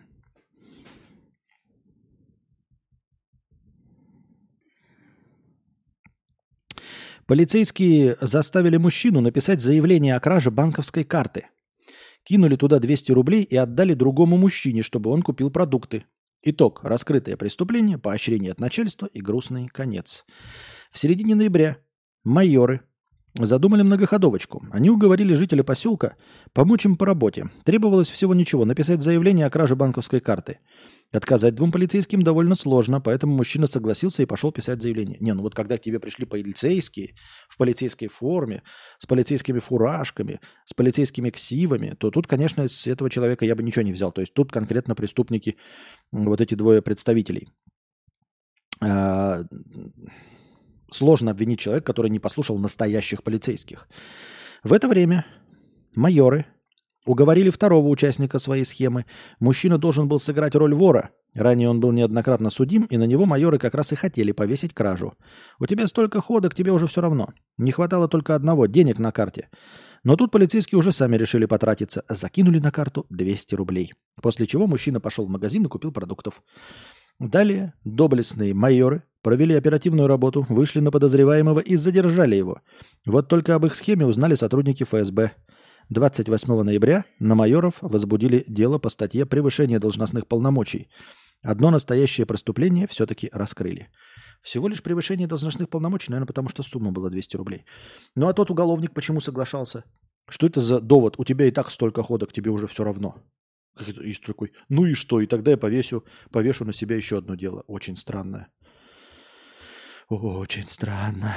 Полицейские заставили мужчину написать заявление о краже банковской карты. Кинули туда двести рублей и отдали другому мужчине, чтобы он купил продукты. Итог. Раскрытое преступление, поощрение от начальства и грустный конец. В середине ноября майоры задумали многоходовочку. Они уговорили жителя поселка помочь им по работе. Требовалось всего ничего – написать заявление о краже банковской карты. Отказать двум полицейским довольно сложно, поэтому мужчина согласился и пошел писать заявление. Не, ну вот когда к тебе пришли полицейские в полицейской форме, с полицейскими фуражками, с полицейскими ксивами, то тут, конечно, с этого человека я бы ничего не взял. То есть тут конкретно преступники, вот эти двое представителей. э, сложно обвинить человека, который не послушал настоящих полицейских. В это время майоры уговорили второго участника своей схемы. Мужчина должен был сыграть роль вора. Ранее он был неоднократно судим, и на него майоры как раз и хотели повесить кражу. У тебя столько ходок, тебе уже все равно. Не хватало только одного – денег на карте. Но тут полицейские уже сами решили потратиться. Закинули на карту двести рублей. После чего мужчина пошел в магазин и купил продуктов. Далее доблестные майоры провели оперативную работу, вышли на подозреваемого и задержали его. Вот только об их схеме узнали сотрудники эф эс бэ. двадцать восьмого ноября на майоров возбудили дело по статье «Превышение должностных полномочий». Одно настоящее преступление все-таки раскрыли. Всего лишь превышение должностных полномочий, наверное, потому что сумма была двести рублей. Ну а тот уголовник почему соглашался? Что это за довод? У тебя и так столько ходок, тебе уже все равно. И такой, ну и что? И тогда я повесю, повешу на себя еще одно дело. Очень странное. Очень странно.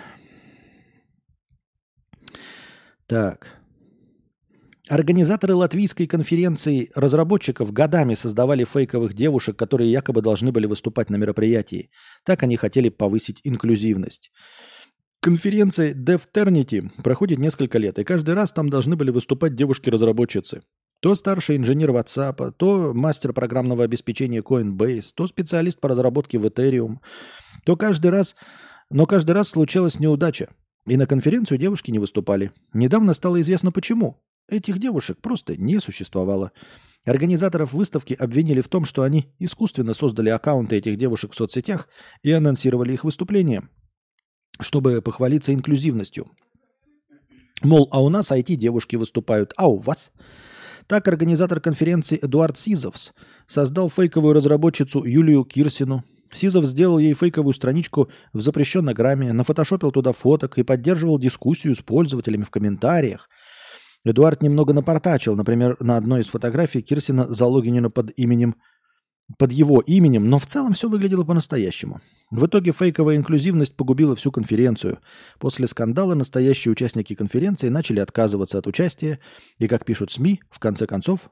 Так. Организаторы латвийской конференции разработчиков годами создавали фейковых девушек, которые якобы должны были выступать на мероприятии. Так они хотели повысить инклюзивность. Конференция Devternity проходит несколько лет, и каждый раз там должны были выступать девушки-разработчицы. То старший инженер WhatsApp, то мастер программного обеспечения Coinbase, то специалист по разработке в Ethereum. То каждый раз, но каждый раз случалась неудача, и на конференцию девушки не выступали. Недавно стало известно почему. Этих девушек просто не существовало. Организаторов выставки обвинили в том, что они искусственно создали аккаунты этих девушек в соцсетях и анонсировали их выступления, чтобы похвалиться инклюзивностью. Мол, а у нас ай ти-девушки выступают, а у вас? Так организатор конференции Эдуард Сизовс создал фейковую разработчицу Юлию Кирсину. Сизов сделал ей фейковую страничку в запрещеннограмме, нафотошопил туда фоток и поддерживал дискуссию с пользователями в комментариях. Эдуард немного напортачил. Например, на одной из фотографий Кирсина залогинена под именем, под его именем, но в целом все выглядело по-настоящему. В итоге фейковая инклюзивность погубила всю конференцию. После скандала настоящие участники конференции начали отказываться от участия, и, как пишут СМИ, в конце концов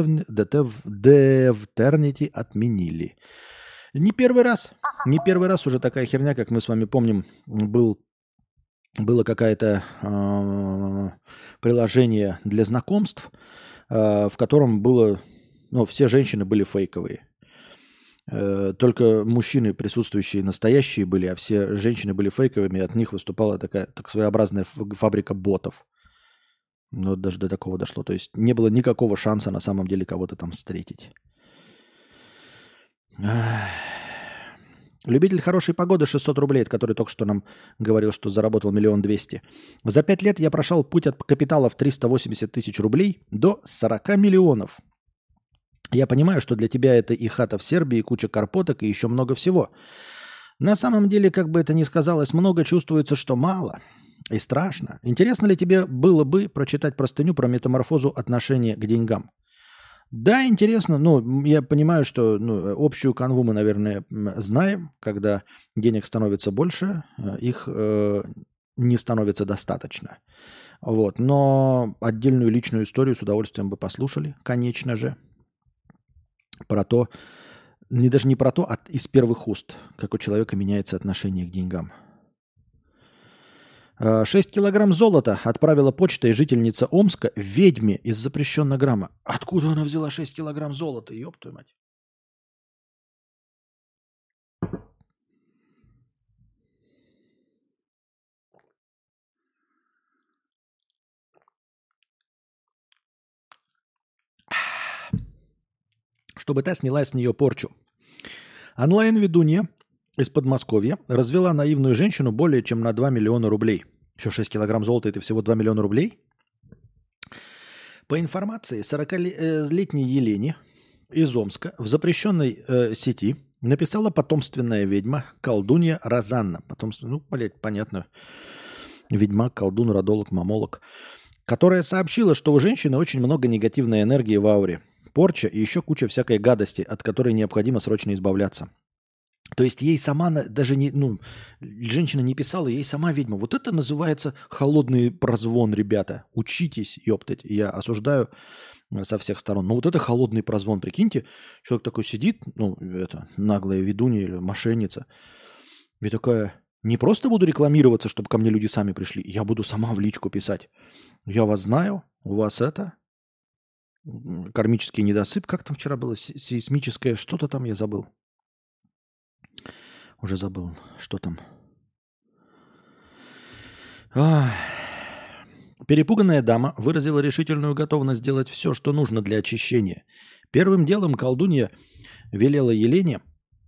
Devternity отменили. Не первый раз, не первый раз уже такая херня, как мы с вами помним, был Было какое-то э, приложение для знакомств, э, в котором было, ну, все женщины были фейковые. Э, только мужчины, присутствующие, настоящие были, а все женщины были фейковыми, и от них выступала такая так своеобразная фабрика ботов. Ну, даже до такого дошло. То есть не было никакого шанса на самом деле кого-то там встретить. Любитель хорошей погоды шестьсот рублей, который только что нам говорил, что заработал миллион двести. За пять лет я прошел путь от капитала в триста восемьдесят тысяч рублей до сорока миллионов. Я понимаю, что для тебя это и хата в Сербии, и куча карпоток, и еще много всего. На самом деле, как бы это ни сказалось, много чувствуется, что мало. И страшно. Интересно ли тебе было бы прочитать простыню про метаморфозу отношения к деньгам? Да, интересно. Ну, я понимаю, что ну, общую канву мы, наверное, знаем. Когда денег становится больше, их э, не становится достаточно. Вот. Но отдельную личную историю с удовольствием бы послушали, конечно же. Про то, не даже не про то, а из первых уст, как у человека меняется отношение к деньгам. шесть килограмм золота отправила почта и жительница Омска ведьме из запрещеннограмма. Откуда она взяла шесть килограмм золота? Ёб твою мать. Чтобы та сняла с нее порчу. Онлайн-ведунья из Подмосковья развела наивную женщину более чем на два миллиона рублей. Еще шесть килограмм золота – это всего два миллиона рублей? По информации сорокалетней Елене из Омска в запрещенной э, сети написала потомственная ведьма, колдунья Розанна. Потомственная, ну, блядь, понятно. Ведьмак, колдун, родолог, мамолог. Которая сообщила, что у женщины очень много негативной энергии в ауре. Порча и еще куча всякой гадости, от которой необходимо срочно избавляться. То есть ей сама, даже не, ну, женщина не писала, ей сама ведьма. Вот это называется холодный прозвон, ребята. Учитесь, ёптать. Я осуждаю э, со всех сторон. Но вот это холодный прозвон. Прикиньте, человек такой сидит, ну, это, наглая ведунья или мошенница, и такая, не просто буду рекламироваться, чтобы ко мне люди сами пришли, я буду сама в личку писать. Я вас знаю, у вас это, м, кармический недосып, как там вчера было, Се- сейсмическое, что-то там я забыл. Уже забыл, что там. Ах. Перепуганная дама выразила решительную готовность сделать все, что нужно для очищения. Первым делом колдунья велела Елене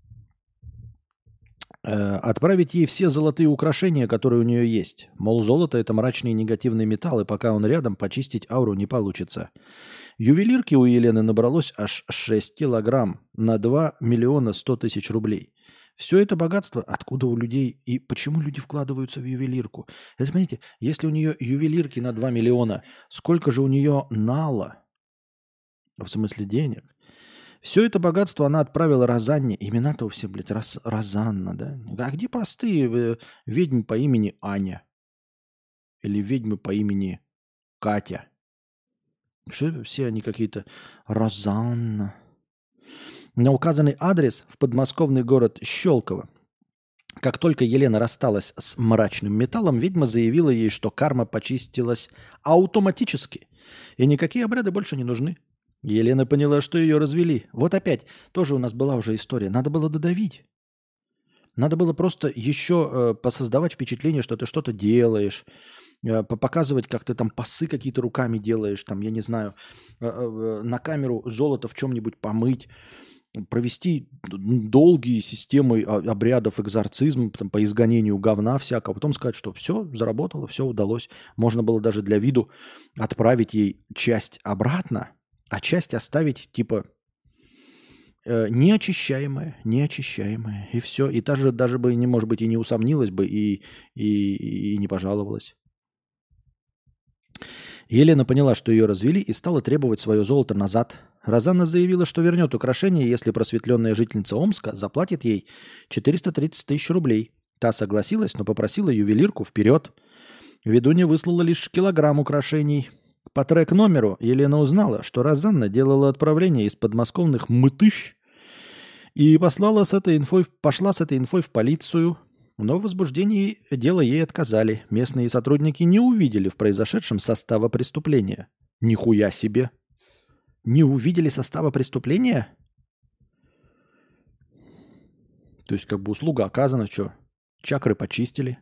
э, отправить ей все золотые украшения, которые у нее есть. Мол, золото – это мрачный и негативный металл, и пока он рядом, почистить ауру не получится. Ювелирки у Елены набралось аж шесть килограмм на два миллиона сто тысяч рублей. Все это богатство, откуда у людей и почему люди вкладываются в ювелирку? Это, смотрите, если у нее ювелирки на два миллиона, сколько же у нее нала, в смысле денег? Все это богатство она отправила Розанне. Имена-то у всех, блядь, Роз, Розанна, да? А где простые э, ведьмы по имени Аня? Или ведьмы по имени Катя? Что это все они какие-то Розанна? На указанный адрес в подмосковный город Щелково. Как только Елена рассталась с мрачным металлом, ведьма заявила ей, что карма почистилась автоматически, и никакие обряды больше не нужны. Елена поняла, что ее развели. Вот опять, тоже у нас была уже история. Надо было додавить. Надо было просто еще э, посоздавать впечатление, что ты что-то делаешь, э, показывать, как ты там пасы какие-то руками делаешь, там, я не знаю, э, э, на камеру золото в чем-нибудь помыть, провести долгие системы обрядов экзорцизм там, по изгонению говна всякого, потом сказать, что все заработало, все удалось. Можно было даже для виду отправить ей часть обратно, а часть оставить типа э, неочищаемая, неочищаемая, и все. И та же даже бы, не, может быть, и не усомнилась бы, и, и, и не пожаловалась. Елена поняла, что ее развели, и стала требовать свое золото назад. Розанна заявила, что вернет украшение, если просветленная жительница Омска заплатит ей четыреста тридцать тысяч рублей. Та согласилась, но попросила ювелирку вперед. Ведунья выслала лишь килограмм украшений. По трек-номеру Елена узнала, что Розанна делала отправление из подмосковных Мытыщ и послала с этой инфой, пошла с этой инфой в полицию. Но в возбуждении дела ей отказали. Местные сотрудники не увидели в произошедшем состава преступления. Нихуя себе! Не увидели состава преступления? То есть как бы услуга оказана, что? Чакры почистили.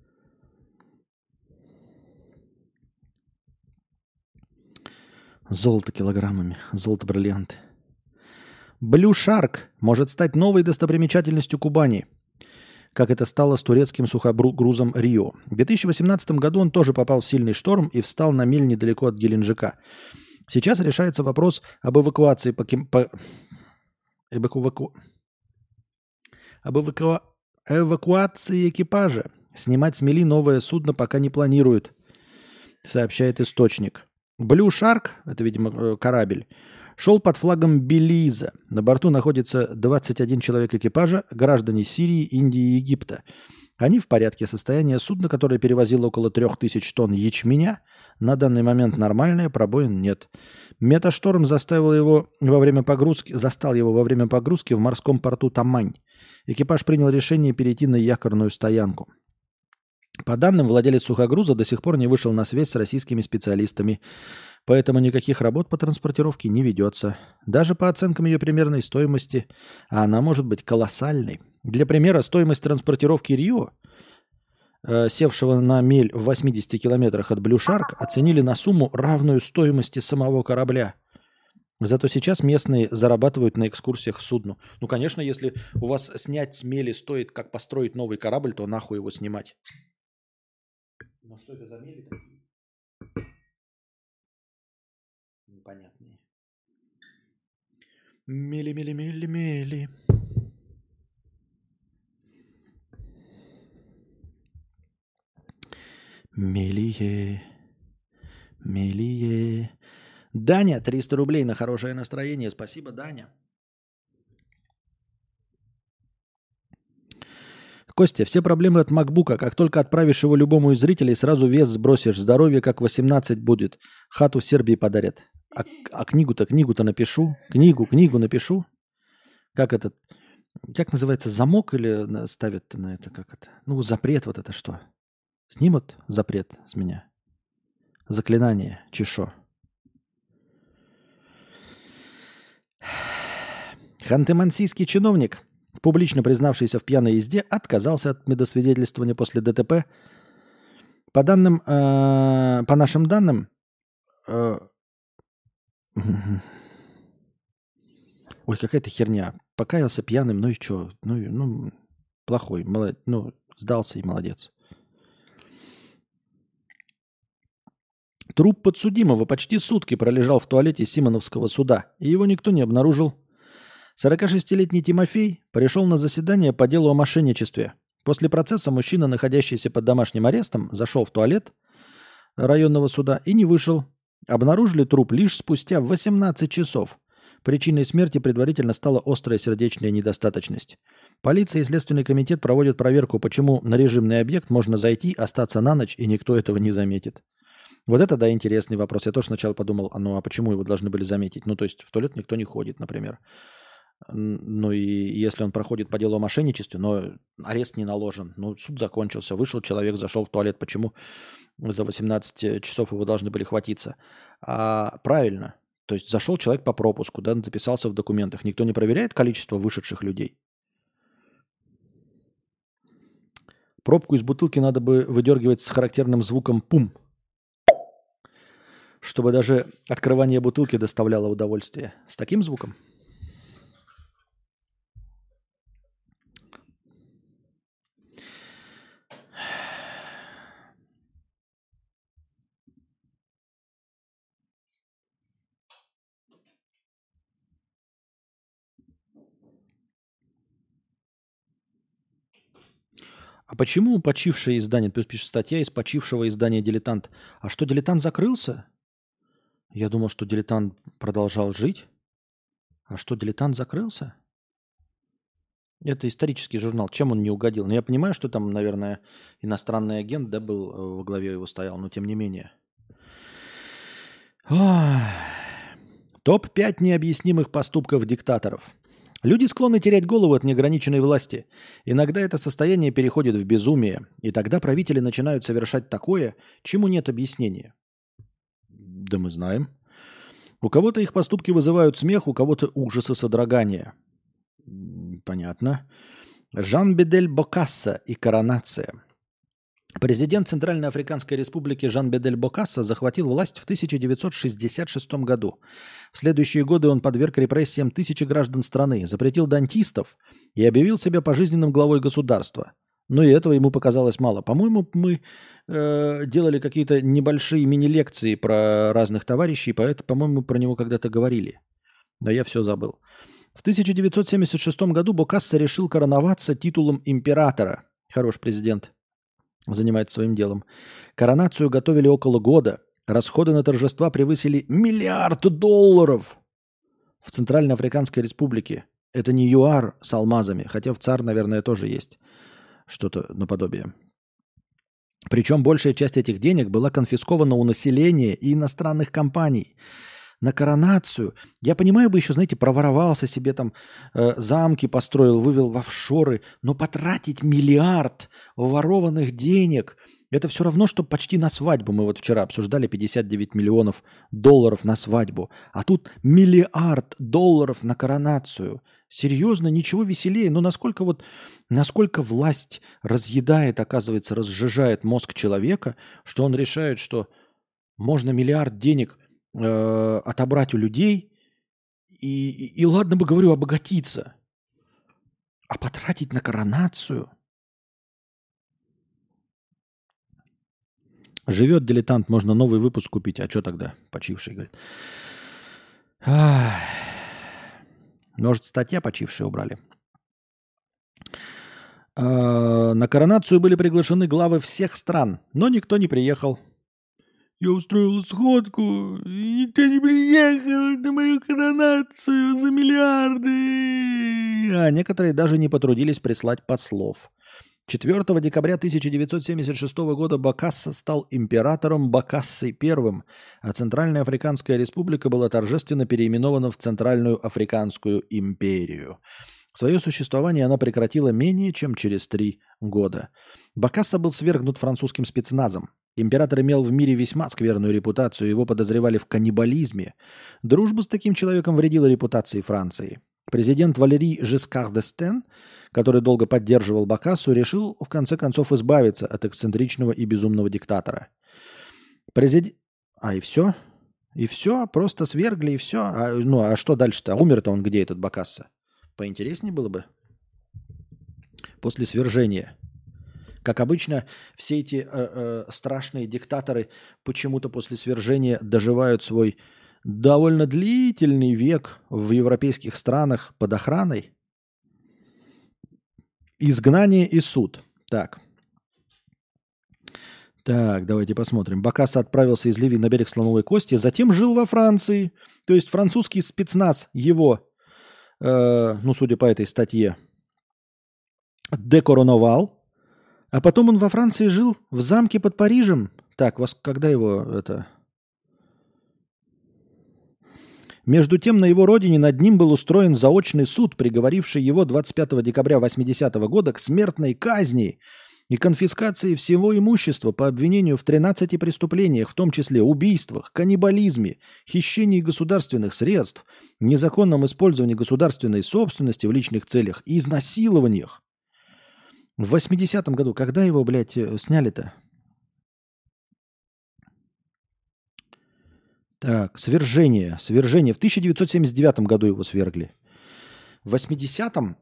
Золото килограммами. Золото-бриллианты. Blue Shark может стать новой достопримечательностью Кубани, как это стало с турецким сухогрузом Рио. В две тысячи восемнадцатом году он тоже попал в сильный шторм и встал на мель недалеко от Геленджика. Сейчас решается вопрос об эвакуации по... по... Эваку... об эваку... эвакуации экипажа. Снимать с мели новое судно пока не планируют, сообщает источник. Blue Shark, это, видимо, корабль, шел под флагом Белиза. На борту находится двадцать один человек экипажа, граждане Сирии, Индии и Египта. Они в порядке. Состояние судна, которое перевозило около трех тысяч тонн ячменя, на данный момент нормальное, пробоин нет. Меташторм заставил его во время погрузки, застал его во время погрузки в морском порту Тамань. Экипаж принял решение перейти на якорную стоянку. По данным, владелец сухогруза до сих пор не вышел на связь с российскими специалистами, поэтому никаких работ по транспортировке не ведется. Даже по оценкам ее примерной стоимости, а она может быть колоссальной. Для примера, стоимость транспортировки Рио, э, севшего на мель в восьмидесяти километрах от Blue Shark, оценили на сумму, равную стоимости самого корабля. Зато сейчас местные зарабатывают на экскурсиях к судну. Ну, конечно, если у вас снять с мели стоит, как построить новый корабль, то нахуй его снимать. Ну, что это за мели такие? Непонятные. Мели-мели-мели-мели. Мелие. Мелие. Даня, триста рублей на хорошее настроение. Спасибо, Даня. Костя, все проблемы от макбука. Как только отправишь его любому из зрителей, сразу вес сбросишь. Здоровье как восемнадцать будет. Хату в Сербии подарят. А, а книгу-то, книгу-то напишу. Книгу, книгу напишу. Как этот, как называется, замок или ставят на это, как это? Ну, запрет вот это что? Снимут запрет с меня? Заклинание, чешо. Ханты-Мансийский чиновник, публично признавшийся в пьяной езде, отказался от медосвидетельствования после ДТП. По данным, э, по нашим данным, э, ой, какая-то херня. Покаялся пьяным, ну и что? Ну, ну плохой, молод... ну, сдался и молодец. Труп подсудимого почти сутки пролежал в туалете Симоновского суда, и его никто не обнаружил. сорокашестилетний Тимофей пришел на заседание по делу о мошенничестве. После процесса мужчина, находящийся под домашним арестом, зашел в туалет районного суда и не вышел. Обнаружили труп лишь спустя восемнадцать часов. Причиной смерти предварительно стала острая сердечная недостаточность. Полиция и Следственный комитет проводят проверку, почему на режимный объект можно зайти, остаться на ночь, и никто этого не заметит. Вот это, да, интересный вопрос. Я тоже сначала подумал, а ну а почему его должны были заметить? Ну, то есть в туалет никто не ходит, например. Ну и если он проходит по делу о мошенничестве, но арест не наложен, ну суд закончился, вышел человек, зашел в туалет, почему за восемнадцать часов его должны были хватиться? А, правильно, то есть зашел человек по пропуску, да, записался в документах, никто не проверяет количество вышедших людей. Пробку из бутылки надо бы выдергивать с характерным звуком «пум», чтобы даже открывание бутылки доставляло удовольствие. С таким звуком? А почему почившее издание, то есть пишет статья из почившего издания «Дилетант». А что, «Дилетант» закрылся? Я думал, что «Дилетант» продолжал жить. А что, «Дилетант» закрылся? Это исторический журнал. Чем он не угодил? Ну, я понимаю, что там, наверное, иностранный агент, да, был, во главе его стоял, но тем не менее. топ пять необъяснимых поступков диктаторов. Люди склонны терять голову от неограниченной власти. Иногда это состояние переходит в безумие, и тогда правители начинают совершать такое, чему нет объяснения. Да мы знаем. У кого-то их поступки вызывают смех, у кого-то ужас и содрогание. Понятно. Жан-Бедель Бокасса и коронация. Президент Центральноафриканской Республики Жан-Бедель Бокасса захватил власть в тысяча девятьсот шестьдесят шестом году. В следующие годы он подверг репрессиям тысячи граждан страны, запретил дантистов и объявил себя пожизненным главой государства. Но и этого ему показалось мало. По-моему, мы э, делали какие-то небольшие мини-лекции про разных товарищей, поэтому, по-моему, про него когда-то говорили. Но я все забыл. В тысяча девятьсот семьдесят шестом году Бокасса решил короноваться титулом императора. Хороший президент. Занимается своим делом. Коронацию готовили около года. Расходы на торжества превысили миллиард долларов в Центральноафриканской Республике. Это не ЮАР с алмазами, хотя в ЦАР, наверное, тоже есть что-то наподобие. Причем большая часть этих денег была конфискована у населения и иностранных компаний. На коронацию, я понимаю, бы еще, знаете, проворовался себе там, э, замки построил, вывел в офшоры, но потратить миллиард ворованных денег, это все равно, что почти на свадьбу. Мы вот вчера обсуждали пятьдесят девять миллионов долларов на свадьбу, а тут миллиард долларов на коронацию. Серьезно, ничего веселее. Но насколько вот, насколько власть разъедает, оказывается, разжижает мозг человека, что он решает, что можно миллиард денег отобрать у людей и, и, и ладно бы, говорю, обогатиться, а потратить на коронацию. Живет дилетант, можно новый выпуск купить. А что тогда? Почивший, говорит. Ах. Может, статья почившие убрали. А, на коронацию были приглашены главы всех стран, но никто не приехал. Я устроил сходку, и никто не приехал на мою коронацию за миллиарды. А некоторые даже не потрудились прислать послов. четвёртого декабря тысяча девятьсот семьдесят шестого года Бокасса стал императором Бокассой первым, а Центральная Африканская Республика была торжественно переименована в Центральную Африканскую империю. Свое существование она прекратила менее чем через три года. Бокасса был свергнут французским спецназом. Император имел в мире весьма скверную репутацию, его подозревали в каннибализме. Дружба с таким человеком вредила репутации Франции. Президент Валерий Жискар д'Эстен, который долго поддерживал Бокассу, решил в конце концов избавиться от эксцентричного и безумного диктатора. Президент... А, и все? И все? Просто свергли, и все? А, ну, а что дальше-то? Умер-то он где, этот Бокасса? Поинтереснее было бы. После свержения. Как обычно, все эти э, э, страшные диктаторы почему-то после свержения доживают свой довольно длительный век в европейских странах под охраной. Изгнание и суд. Так. Так, давайте посмотрим. Бокасса отправился из Ливии на берег Слоновой Кости, затем жил во Франции. То есть французский спецназ его, э, ну, судя по этой статье, декороновал. А потом он во Франции жил в замке под Парижем. Так, вас когда его это... Между тем, на его родине над ним был устроен заочный суд, приговоривший его двадцать пятого декабря восьмидесятого года к смертной казни и конфискации всего имущества по обвинению в тринадцати преступлениях, в том числе убийствах, каннибализме, хищении государственных средств, незаконном использовании государственной собственности в личных целях и изнасилованиях. В восьмидесятом году, когда его, блядь, сняли-то? Так, свержение. Свержение. В тысяча девятьсот семьдесят девятом году его свергли. В восьмидесятом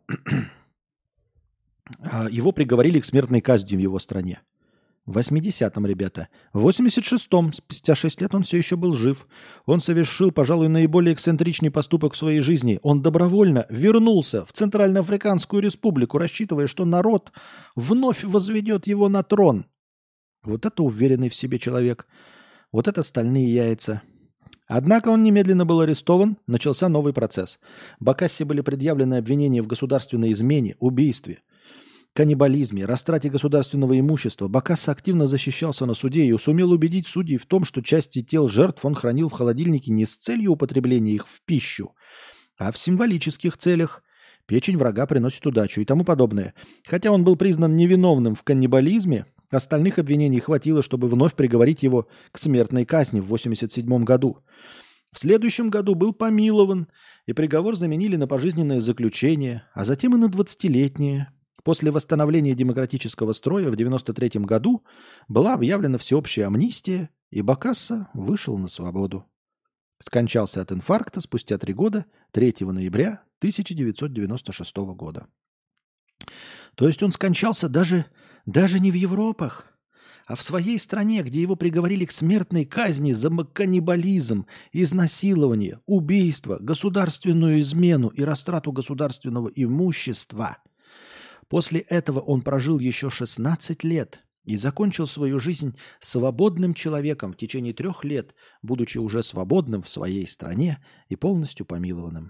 его приговорили к смертной казни в его стране. В восьмидесятом, ребята. В восемьдесят шестом, спустя шесть лет, он все еще был жив. Он совершил, пожалуй, наиболее эксцентричный поступок в своей жизни. Он добровольно вернулся в Центральноафриканскую Республику, рассчитывая, что народ вновь возведет его на трон. Вот это уверенный в себе человек. Вот это стальные яйца. Однако он немедленно был арестован, начался новый процесс. Бокассе были предъявлены обвинения в государственной измене, убийстве, каннибализме, растрате государственного имущества. Бокасса активно защищался на суде и сумел убедить судей в том, что части тел жертв он хранил в холодильнике не с целью употребления их в пищу, а в символических целях. Печень врага приносит удачу и тому подобное. Хотя он был признан невиновным в каннибализме, остальных обвинений хватило, чтобы вновь приговорить его к смертной казни в восемьдесят седьмом году. В следующем году был помилован, и приговор заменили на пожизненное заключение, а затем и на двадцатилетнее. После восстановления демократического строя в девяносто третьем году была объявлена всеобщая амнистия, и Бокасса вышел на свободу. Скончался от инфаркта спустя три года, третьего ноября тысяча девятьсот девяносто шестого года. То есть он скончался даже, даже не в Европах, а в своей стране, где его приговорили к смертной казни за каннибализм, изнасилование, убийство, государственную измену и растрату государственного имущества. После этого он прожил еще шестнадцать лет и закончил свою жизнь свободным человеком в течение трех лет, будучи уже свободным в своей стране и полностью помилованным.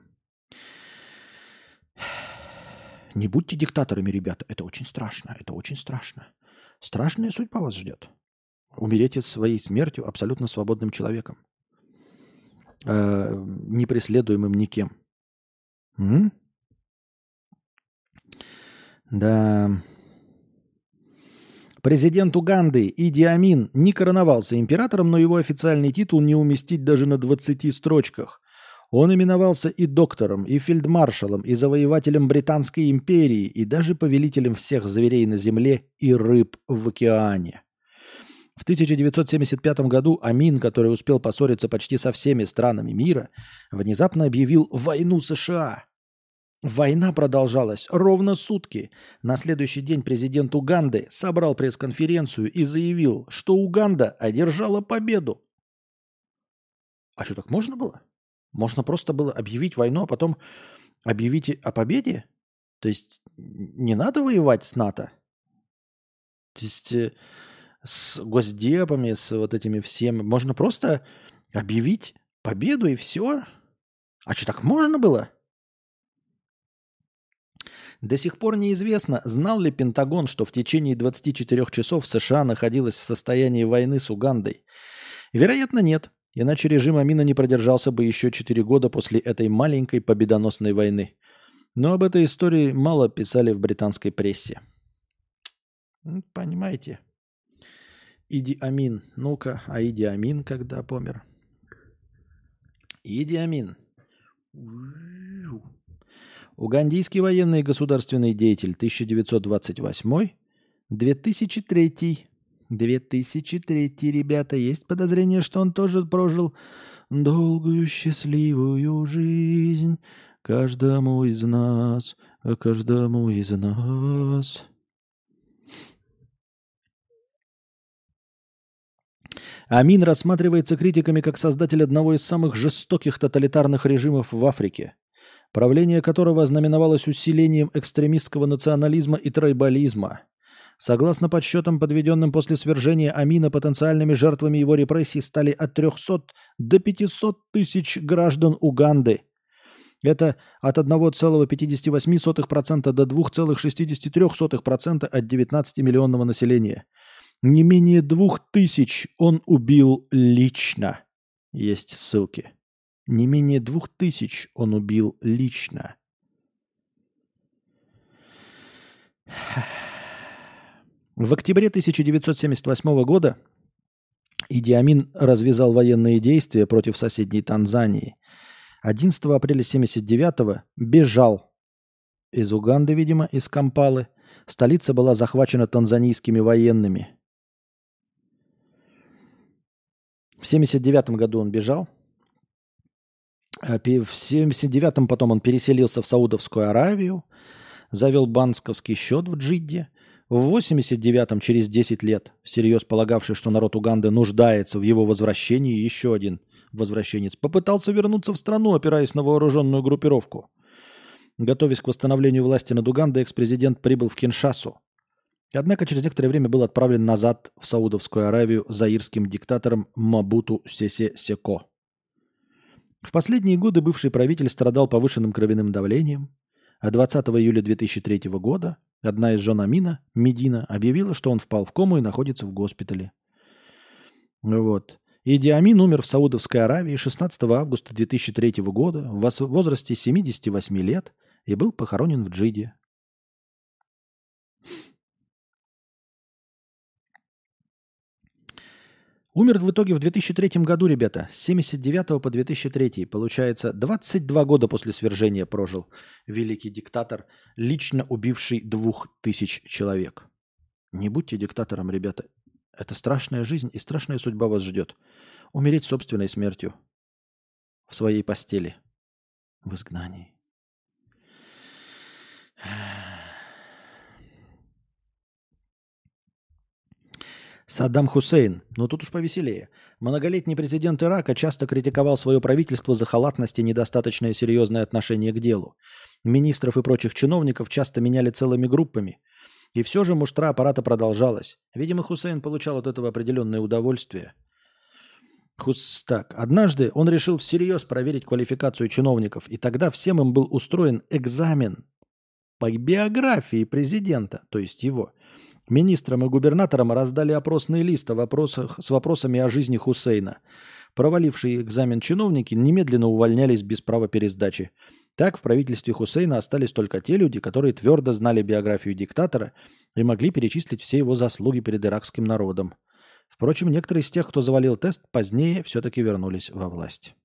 Не будьте диктаторами, ребята. Это очень страшно. Это очень страшно. Страшная судьба вас ждет. Умереть своей смертью абсолютно свободным человеком. Э, не преследуемым никем. М? Да. Президент Уганды Иди Амин не короновался императором, но его официальный титул не уместить даже на двадцати строчках. Он именовался и доктором, и фельдмаршалом, и завоевателем Британской империи, и даже повелителем всех зверей на земле и рыб в океане. В тысяча девятьсот семьдесят пятом году Амин, который успел поссориться почти со всеми странами мира, внезапно объявил войну США. Война продолжалась ровно сутки. На следующий день президент Уганды собрал пресс-конференцию и заявил, что Уганда одержала победу. А что, так можно было? Можно просто было объявить войну, а потом объявить о победе? То есть не надо воевать с НАТО? То есть э, с госдепами, с вот этими всеми. Можно просто объявить победу и все? А что, так можно было? До сих пор неизвестно, знал ли Пентагон, что в течение двадцати четырёх часов США находилась в состоянии войны с Угандой. Вероятно, нет, иначе режим Амина не продержался бы еще четыре года после этой маленькой победоносной войны. Но об этой истории мало писали в британской прессе. Понимаете? Иди Амин. Ну-ка, а Иди Амин когда помер? Иди Амин. Угандийский военный и государственный деятель тысяча девятьсот двадцать восьмой — две тысячи третий. две тысячи третий, ребята. Есть подозрение, что он тоже прожил долгую счастливую жизнь каждому из нас, каждому из нас. Амин рассматривается критиками как создатель одного из самых жестоких тоталитарных режимов в Африке, правление которого ознаменовалось усилением экстремистского национализма и трайбализма. Согласно подсчетам, подведенным после свержения Амина, потенциальными жертвами его репрессий стали от трёхсот до пятисот тысяч граждан Уганды. Это от одного целого пятьдесят восемь сотых процента до двух целых шестьдесят три сотых процента от девятнадцатимиллионного населения. Не менее двух тысяч он убил лично. Есть ссылки. Не менее двух тысяч он убил лично. В октябре тысяча девятьсот семьдесят восьмого года Иди Амин развязал военные действия против соседней Танзании. одиннадцатого апреля тысяча девятьсот семьдесят девятого бежал из Уганды, видимо, из Кампалы. Столица была захвачена танзанийскими военными. В семьдесят девятом году он бежал. В семьдесят девятом потом он переселился в Саудовскую Аравию, завел банковский счет в Джидде. В восемьдесят девятом, через десять лет, всерьез полагавший, что народ Уганды нуждается в его возвращении, еще один возвращенец попытался вернуться в страну, опираясь на вооруженную группировку. Готовясь к восстановлению власти над Угандой, экс-президент прибыл в Киншасу. Однако через некоторое время был отправлен назад в Саудовскую Аравию заирским диктатором Мабуту Сесе Секо. В последние годы бывший правитель страдал повышенным кровяным давлением, а двадцатого июля две тысячи третьего года одна из жен Амина, Медина, объявила, что он впал в кому и находится в госпитале. Вот. Иди Амин умер в Саудовской Аравии шестнадцатого августа две тысячи третьего года в возрасте семидесяти восьми лет и был похоронен в Джидде. Умер в итоге в две тысячи третьем году, ребята, с семьдесят девятого по две тысячи третий. Получается, двадцать два года после свержения прожил великий диктатор, лично убивший двух тысяч человек. Не будьте диктатором, ребята. Это страшная жизнь и страшная судьба вас ждет. Умереть собственной смертью в своей постели, в изгнании. Саддам Хусейн, ну тут уж повеселее. Многолетний президент Ирака часто критиковал свое правительство за халатность и недостаточное серьезное отношение к делу. Министров и прочих чиновников часто меняли целыми группами. И все же муштра аппарата продолжалась. Видимо, Хусейн получал от этого определенное удовольствие. Хус... Так, однажды он решил всерьез проверить квалификацию чиновников, и тогда всем им был устроен экзамен по биографии президента, то есть его. Министрам и губернаторам раздали опросные листы вопросах, с вопросами о жизни Хусейна. Провалившие экзамен чиновники немедленно увольнялись без права пересдачи. Так в правительстве Хусейна остались только те люди, которые твердо знали биографию диктатора и могли перечислить все его заслуги перед иракским народом. Впрочем, некоторые из тех, кто завалил тест, позднее все-таки вернулись во власть.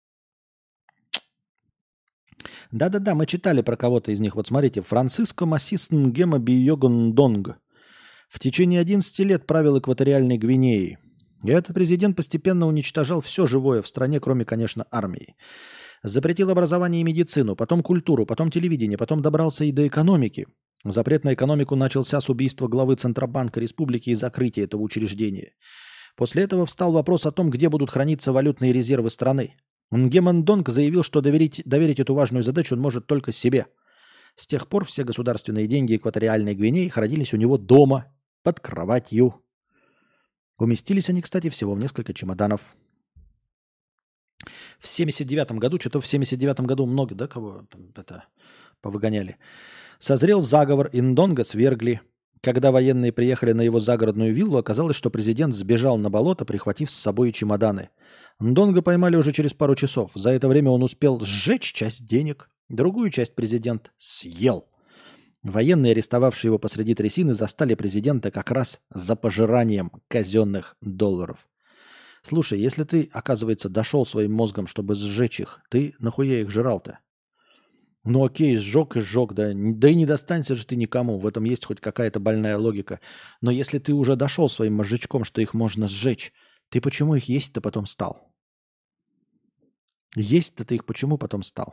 Да-да-да, мы читали про кого-то из них. Вот смотрите, Франциско Массис Нгема Бийогондонг в течение одиннадцати лет правил экваториальной Гвинеей. И этот президент постепенно уничтожал все живое в стране, кроме, конечно, армии. Запретил образование и медицину, потом культуру, потом телевидение, потом добрался и до экономики. Запрет на экономику начался с убийства главы Центробанка Республики и закрытия этого учреждения. После этого встал вопрос о том, где будут храниться валютные резервы страны. Нгемондонг заявил, что доверить, доверить эту важную задачу он может только себе. С тех пор все государственные деньги экваториальной Гвинеи хранились у него дома, под кроватью. Уместились они, кстати, всего в несколько чемоданов. в семьдесят девятом году, что-то в семьдесят девятом году много, да, кого там это повыгоняли. Созрел заговор, Индонго свергли. Когда военные приехали на его загородную виллу, оказалось, что президент сбежал на болото, прихватив с собой чемоданы. Ндонго поймали уже через пару часов. За это время он успел сжечь часть денег. Другую часть президент съел. Военные, арестовавшие его посреди трясины, застали президента как раз за пожиранием казенных долларов. Слушай, если ты, оказывается, дошел своим мозгом, чтобы сжечь их, ты нахуя их жрал-то? Ну окей, сжег и сжег, да. Да и не достанься же ты никому. В этом есть хоть какая-то больная логика. Но если ты уже дошел своим мозжечком, что их можно сжечь, ты почему их есть-то потом стал? Есть-то ты их почему потом стал?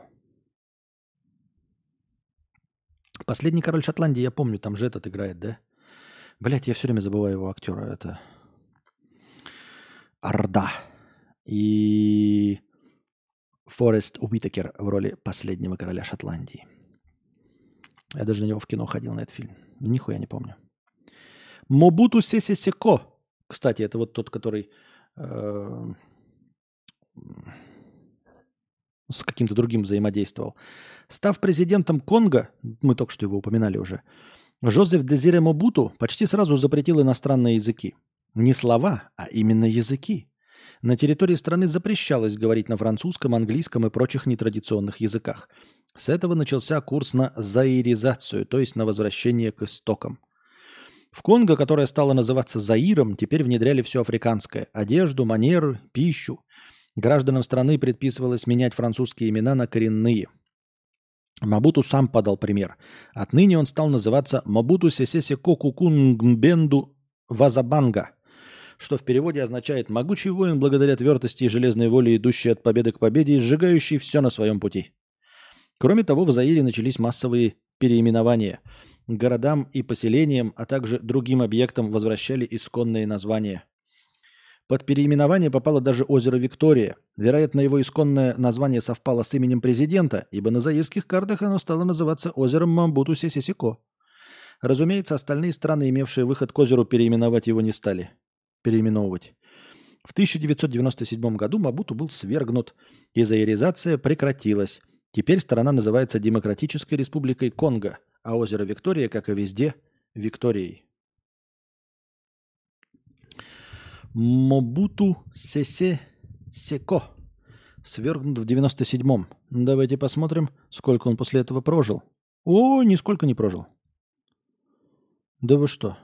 Последний король Шотландии, я помню, там же этот играет, да? Блять, я все время забываю его актера. Это Орда. И Форест Уитакер в роли последнего короля Шотландии. Я даже на него в кино ходил, на этот фильм. Нихуя не помню. Мобуту Сесе Секо. Кстати, это вот тот, который э, с каким-то другим взаимодействовал. Став президентом Конго, мы только что его упоминали уже, Жозеф Дезире Мобуту почти сразу запретил иностранные языки. Не слова, а именно языки. На территории страны запрещалось говорить на французском, английском и прочих нетрадиционных языках. С этого начался курс на заиризацию, то есть на возвращение к истокам. В Конго, которая стала называться Заиром, теперь внедряли все африканское – одежду, манеры, пищу. Гражданам страны предписывалось менять французские имена на коренные. Мабуту сам подал пример. Отныне он стал называться Мабуту Сесе Секо Кукунгбенду Вазабанга, что в переводе означает «могучий воин благодаря твердости и железной воле, идущий от победы к победе и сжигающий все на своем пути». Кроме того, в Заире начались массовые переименования. К городам и поселениям, а также другим объектам возвращали исконные названия. Под переименование попало даже озеро Виктория. Вероятно, его исконное название совпало с именем президента, ибо на заирских картах оно стало называться озером Мамбуту Сесе Секо. Разумеется, остальные страны, имевшие выход к озеру, переименовать его не стали. Переименовывать. В тысяча девятьсот девяносто седьмом году Мабуту был свергнут, и заиризация прекратилась. Теперь страна называется Демократической Республикой Конго, а озеро Виктория, как и везде, Викторией. Мобуту Сесе Секо свергнут в девяносто седьмом. Давайте посмотрим, сколько он после этого прожил. О, нисколько не прожил. Да вы что?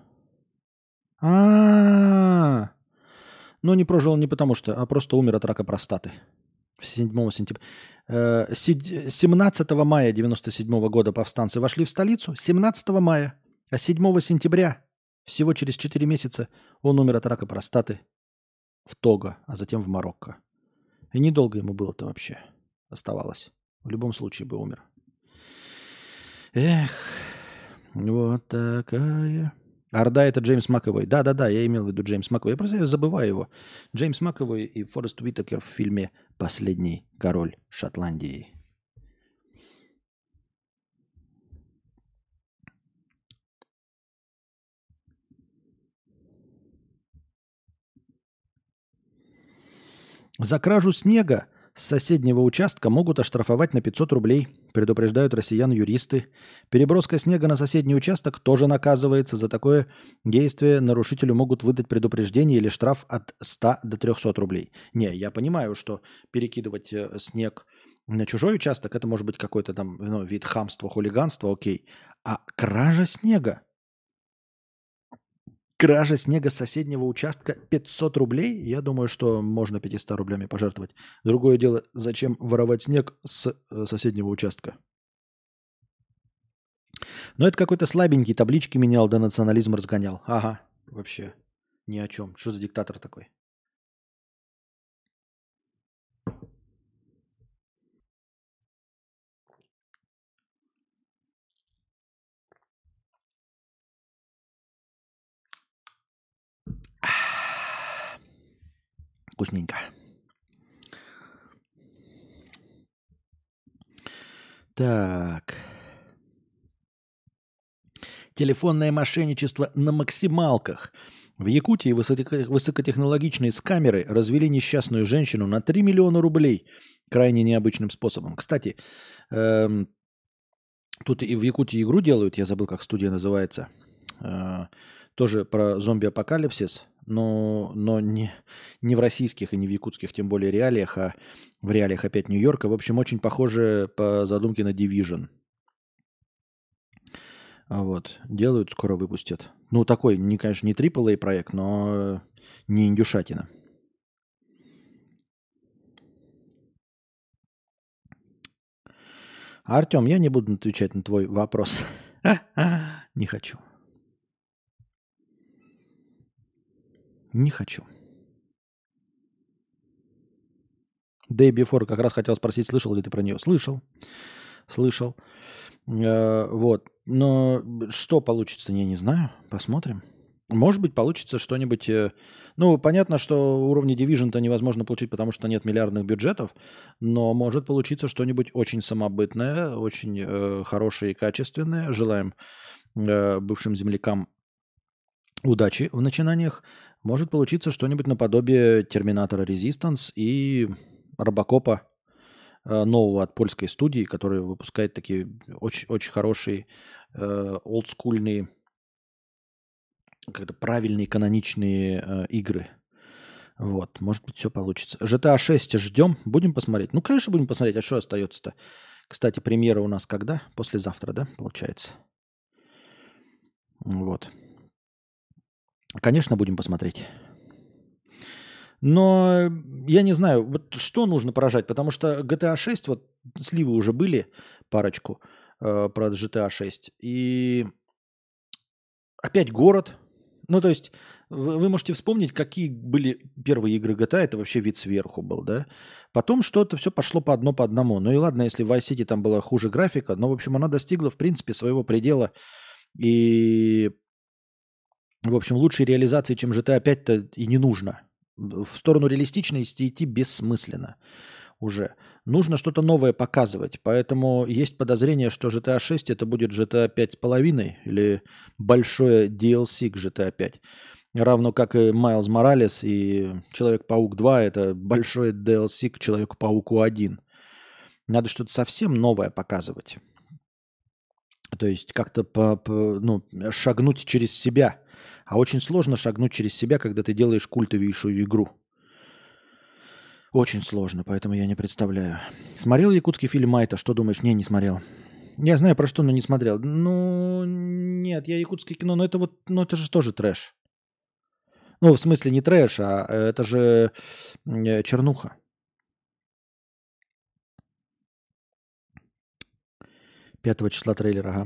А-а-а! Но не прожил не потому что, а просто умер от рака простаты. седьмого сентября. семнадцатого мая девяносто седьмого года повстанцы вошли в столицу. семнадцатого мая. А седьмого сентября, всего через четыре месяца, он умер от рака простаты в Того, а затем в Марокко. И недолго ему было-то вообще оставалось. В любом случае бы умер. Эх, вот такая... Орда — это Джеймс Макэвой. Да-да-да, я имел в виду Джеймс Макэвой. Я просто я забываю его. Джеймс Макэвой и Форест Уитакер в фильме «Последний король Шотландии». За кражу снега с соседнего участка могут оштрафовать на пятьсот рублей, предупреждают россиян юристы. Переброска снега на соседний участок тоже наказывается. За такое действие нарушителю могут выдать предупреждение или штраф от ста до трехсот рублей. Не, я понимаю, что перекидывать снег на чужой участок, это может быть какой-то там ну, вид хамства, хулиганства, окей. А кража снега? Кража снега с соседнего участка пятьсот рублей? Я думаю, что можно пятьюстами рублями пожертвовать. Другое дело, зачем воровать снег с соседнего участка? Но это какой-то слабенький, таблички менял, да национализм разгонял. Ага, вообще ни о чем. Что за диктатор такой? Вкусненько. Так. Телефонное мошенничество на максималках. В Якутии высоко- высокотехнологичные скамеры развели несчастную женщину на три миллиона рублей крайне необычным способом. Кстати, эм, тут и в Якутии игру делают, я забыл, как студия называется. Э, тоже про зомби-апокалипсис, но, но не, не в российских и не в якутских, тем более реалиях, а в реалиях опять Нью-Йорка. В общем, очень похоже по задумке на Division. Вот. Делают, скоро выпустят. Ну, такой, не, конечно, не трипл эй проект, но не индюшатина. Артем, я не буду отвечать на твой вопрос. Не хочу. Не хочу. Day Before как раз хотел спросить, слышал ли ты про нее. Слышал. Слышал. Э, вот. Но что получится, я не знаю. Посмотрим. Может быть, получится что-нибудь... э, Ну, понятно, что уровня Division-то невозможно получить, потому что нет миллиардных бюджетов, но может получиться что-нибудь очень самобытное, очень э, хорошее и качественное. Желаем э, бывшим землякам удачи в начинаниях. Может получиться что-нибудь наподобие Терминатора Resistance и Робокопа э, нового от польской студии, которая выпускает такие очень, очень хорошие э, олдскульные, как-то правильные каноничные э, игры. Вот, может быть, все получится. джи ти эй шесть ждем, будем посмотреть. Ну, конечно, будем посмотреть, а что остается-то? Кстати, премьера у нас когда? Послезавтра, да, получается? Вот. Конечно, будем посмотреть. Но я не знаю, вот что нужно поражать, потому что джи ти эй шесть, вот сливы уже были, парочку э, про джи ти эй шесть, и опять город. Ну, то есть вы, вы можете вспомнить, какие были первые игры джи ти эй, это вообще вид сверху был, да? Потом что-то все пошло по одно по одному. Ну и ладно, если в Vice City там была хуже графика, но, в общем, она достигла, в принципе, своего предела. И, в общем, лучшей реализации, чем джи ти эй пять-то и не нужно. В сторону реалистичности идти бессмысленно уже. Нужно что-то новое показывать. Поэтому есть подозрение, что джи ти эй шесть это будет джи ти эй пять с половиной или большое ди эл си к джи ти эй пять. Равно как и Майлз Моралес и Человек-паук два это большое ди эл си к Человеку-пауку один. Надо что-то совсем новое показывать. То есть как-то по, по, ну, шагнуть через себя. А очень сложно шагнуть через себя, когда ты делаешь культовейшую игру. Очень сложно, поэтому я не представляю. Смотрел якутский фильм «Майта»? Что думаешь? Не, не смотрел. Я знаю про что, но не смотрел. Ну, нет, я якутское кино, но это вот, ну это же тоже трэш. Ну, в смысле не трэш, а это же э, чернуха. Пятого числа трейлер, ага.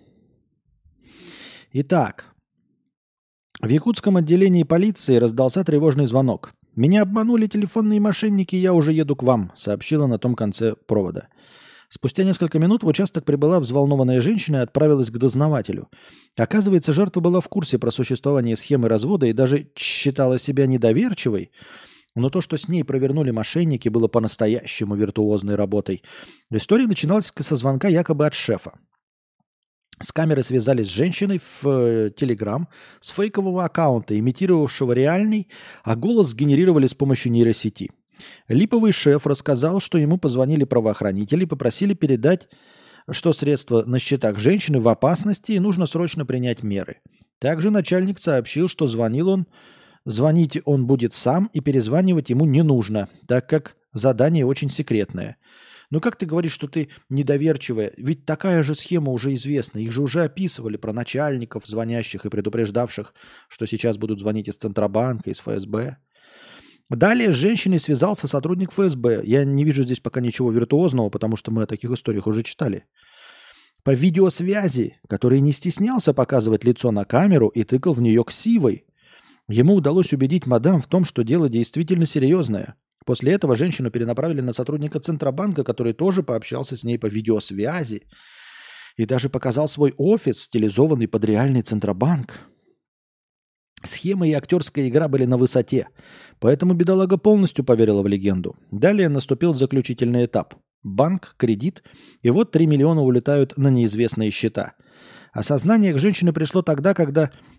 Итак, в якутском отделении полиции раздался тревожный звонок. «Меня обманули телефонные мошенники, я уже еду к вам», сообщила на том конце провода. Спустя несколько минут в участок прибыла взволнованная женщина и отправилась к дознавателю. Оказывается, жертва была в курсе про существование схемы развода и даже считала себя недоверчивой, но то, что с ней провернули мошенники, было по-настоящему виртуозной работой. История начиналась со звонка якобы от шефа. С камеры связались с женщиной в Телеграм с фейкового аккаунта, имитировавшего реальный, а голос сгенерировали с помощью нейросети. Липовый шеф рассказал, что ему позвонили правоохранители и попросили передать, что средства на счетах женщины в опасности и нужно срочно принять меры. Также начальник сообщил, что звонил он, звонить он будет сам и перезванивать ему не нужно, так как задание очень секретное. Ну как ты говоришь, что ты недоверчивая? Ведь такая же схема уже известна. Их же уже описывали про начальников, звонящих и предупреждавших, что сейчас будут звонить из Центробанка, из эф эс бэ. Далее с женщиной связался сотрудник эф эс бэ. Я не вижу здесь пока ничего виртуозного, потому что мы о таких историях уже читали. По видеосвязи, который не стеснялся показывать лицо на камеру и тыкал в нее ксивой, ему удалось убедить мадам в том, что дело действительно серьезное. После этого женщину перенаправили на сотрудника Центробанка, который тоже пообщался с ней по видеосвязи и даже показал свой офис, стилизованный под реальный Центробанк. Схема и актерская игра были на высоте, поэтому бедолага полностью поверила в легенду. Далее наступил заключительный этап. Банк, кредит, и вот три миллиона улетают на неизвестные счета. Осознание к женщине пришло тогда, когда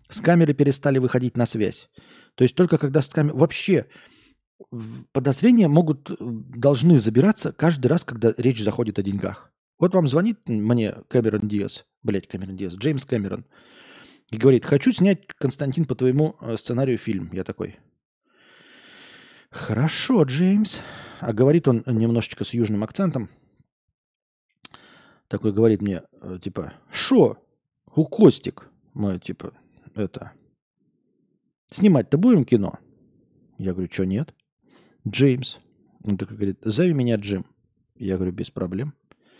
С камеры перестали выходить на связь. То есть только когда с камеры... Вообще подозрения могут, должны забираться каждый раз, когда речь заходит о деньгах. Вот вам звонит мне Кэмерон Диас, блядь, Кэмерон Диас, Джеймс Кэмерон, и говорит, хочу снять, Константин, по твоему сценарию фильм. Я такой, хорошо, Джеймс. А говорит он немножечко с южным акцентом. Такой говорит мне, типа, шо? У Костик. Мы, типа, это... Снимать-то будем кино? Я говорю, что нет? Джеймс. Он такой говорит, зови меня Джим. Я говорю, без проблем.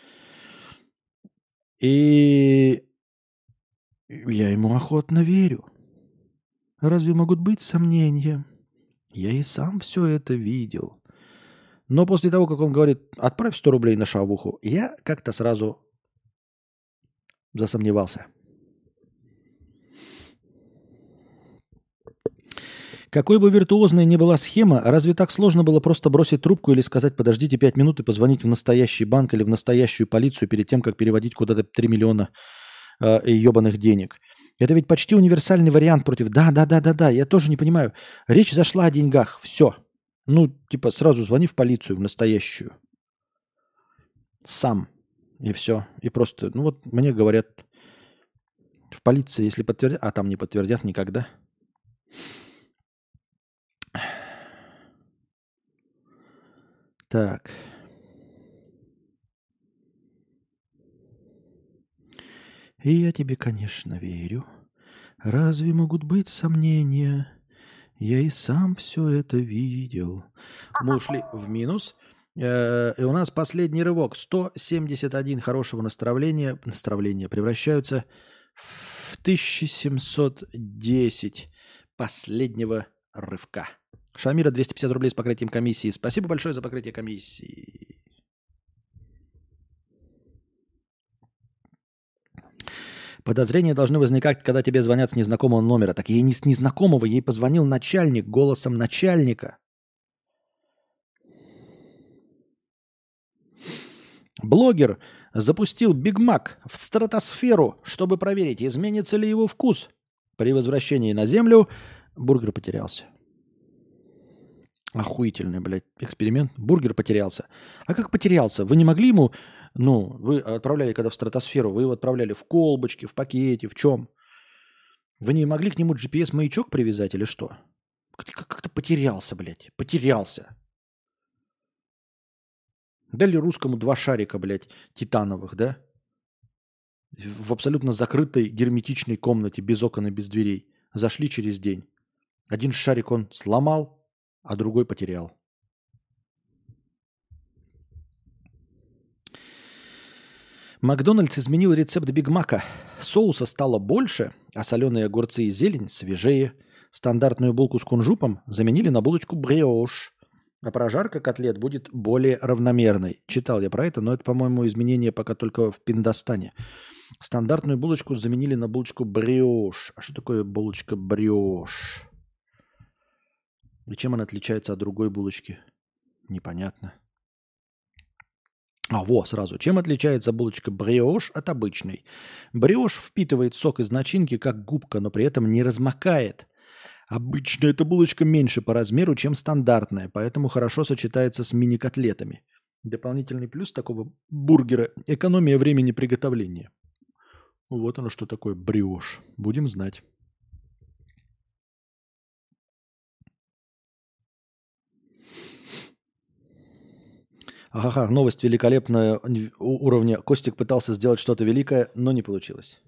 И я ему охотно верю. Разве могут быть сомнения? Я и сам все это видел. Но после того, как он говорит, отправь сто рублей на шавуху, я как-то сразу засомневался. Какой бы виртуозной ни была схема, разве так сложно было просто бросить трубку или сказать подождите пять минут и позвонить в настоящий банк или в настоящую полицию перед тем, как переводить куда-то три миллиона э, ебаных денег? Это ведь почти универсальный вариант против да-да-да-да-да. Я тоже не понимаю. Речь зашла о деньгах. Все. Ну, типа сразу звони в полицию, в настоящую. Сам. И все. И просто, ну вот мне говорят в полиции, если подтвердят, а там не подтвердят никогда. Так. И я тебе, конечно, верю. Разве могут быть сомнения? Я и сам все это видел. Мы ушли в минус. Э, И у нас последний рывок. сто семьдесят один хорошего настроения, настроения превращаются в тысяча семьсот десять последнего рывка. Шамира, двести пятьдесят рублей с покрытием комиссии. Спасибо большое за покрытие комиссии. Подозрения должны возникать, когда тебе звонят с незнакомого номера. Так ей не с незнакомого, ей позвонил начальник голосом начальника. Блогер запустил Биг Мак в стратосферу, чтобы проверить, изменится ли его вкус. При возвращении на Землю бургер потерялся. Охуительный, блядь, эксперимент. Бургер потерялся. А как потерялся? Вы не могли ему... Ну, вы отправляли, когда в стратосферу, вы его отправляли в колбочке, в пакете, в чем? Вы не могли к нему джи пи эс-маячок привязать или что? Как-то потерялся, блядь. Потерялся. Дали русскому два шарика, блядь, титановых, да? В абсолютно закрытой герметичной комнате, без окон и без дверей. Зашли через день. Один шарик он сломал, а другой потерял. Макдональдс изменил рецепт Биг Мака. Соуса стало больше, а соленые огурцы и зелень свежее. Стандартную булку с кунжутом заменили на булочку бриош. А прожарка котлет будет более равномерной. Читал я про это, но это, по-моему, изменение пока только в Пиндостане. Стандартную булочку заменили на булочку бриош. А что такое булочка бриош? И чем она отличается от другой булочки? Непонятно. А, во, сразу. Чем отличается булочка бриош от обычной? Бриош впитывает сок из начинки как губка, но при этом не размокает. Обычно эта булочка меньше по размеру, чем стандартная, поэтому хорошо сочетается с мини-котлетами. Дополнительный плюс такого бургера – экономия времени приготовления. Вот оно что такое бриош. Будем знать. Ага, новость великолепная уровня. Костик пытался сделать что-то великое, но не получилось.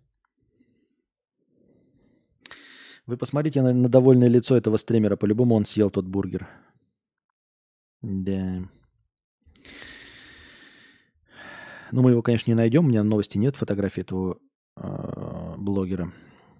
Вы посмотрите на, на довольное лицо этого стримера. По-любому он съел тот бургер. Да. Ну, мы его, конечно, не найдем. У меня новости нет, фотографии этого э, блогера.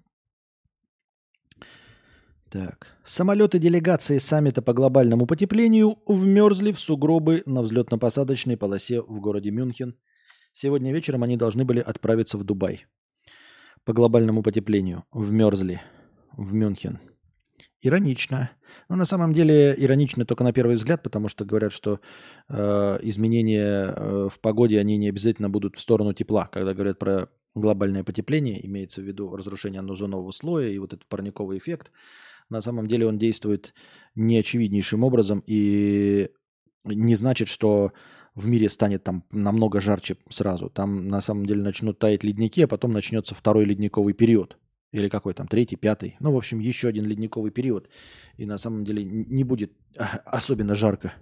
Так. Самолеты делегации саммита по глобальному потеплению вмерзли в сугробы на взлетно-посадочной полосе в городе Мюнхен. Сегодня вечером они должны были отправиться в Дубай. По глобальному потеплению вмерзли в Мюнхен. Иронично. Но на самом деле иронично только на первый взгляд, потому что говорят, что э, изменения э, в погоде, они не обязательно будут в сторону тепла. Когда говорят про глобальное потепление, имеется в виду разрушение озонового слоя и вот этот парниковый эффект, на самом деле он действует неочевиднейшим образом и не значит, что в мире станет там намного жарче сразу. Там на самом деле начнут таять ледники, а потом начнется второй ледниковый период. Или какой там, третий, пятый. Ну, в общем, еще один ледниковый период. И на самом деле не будет особенно жарко.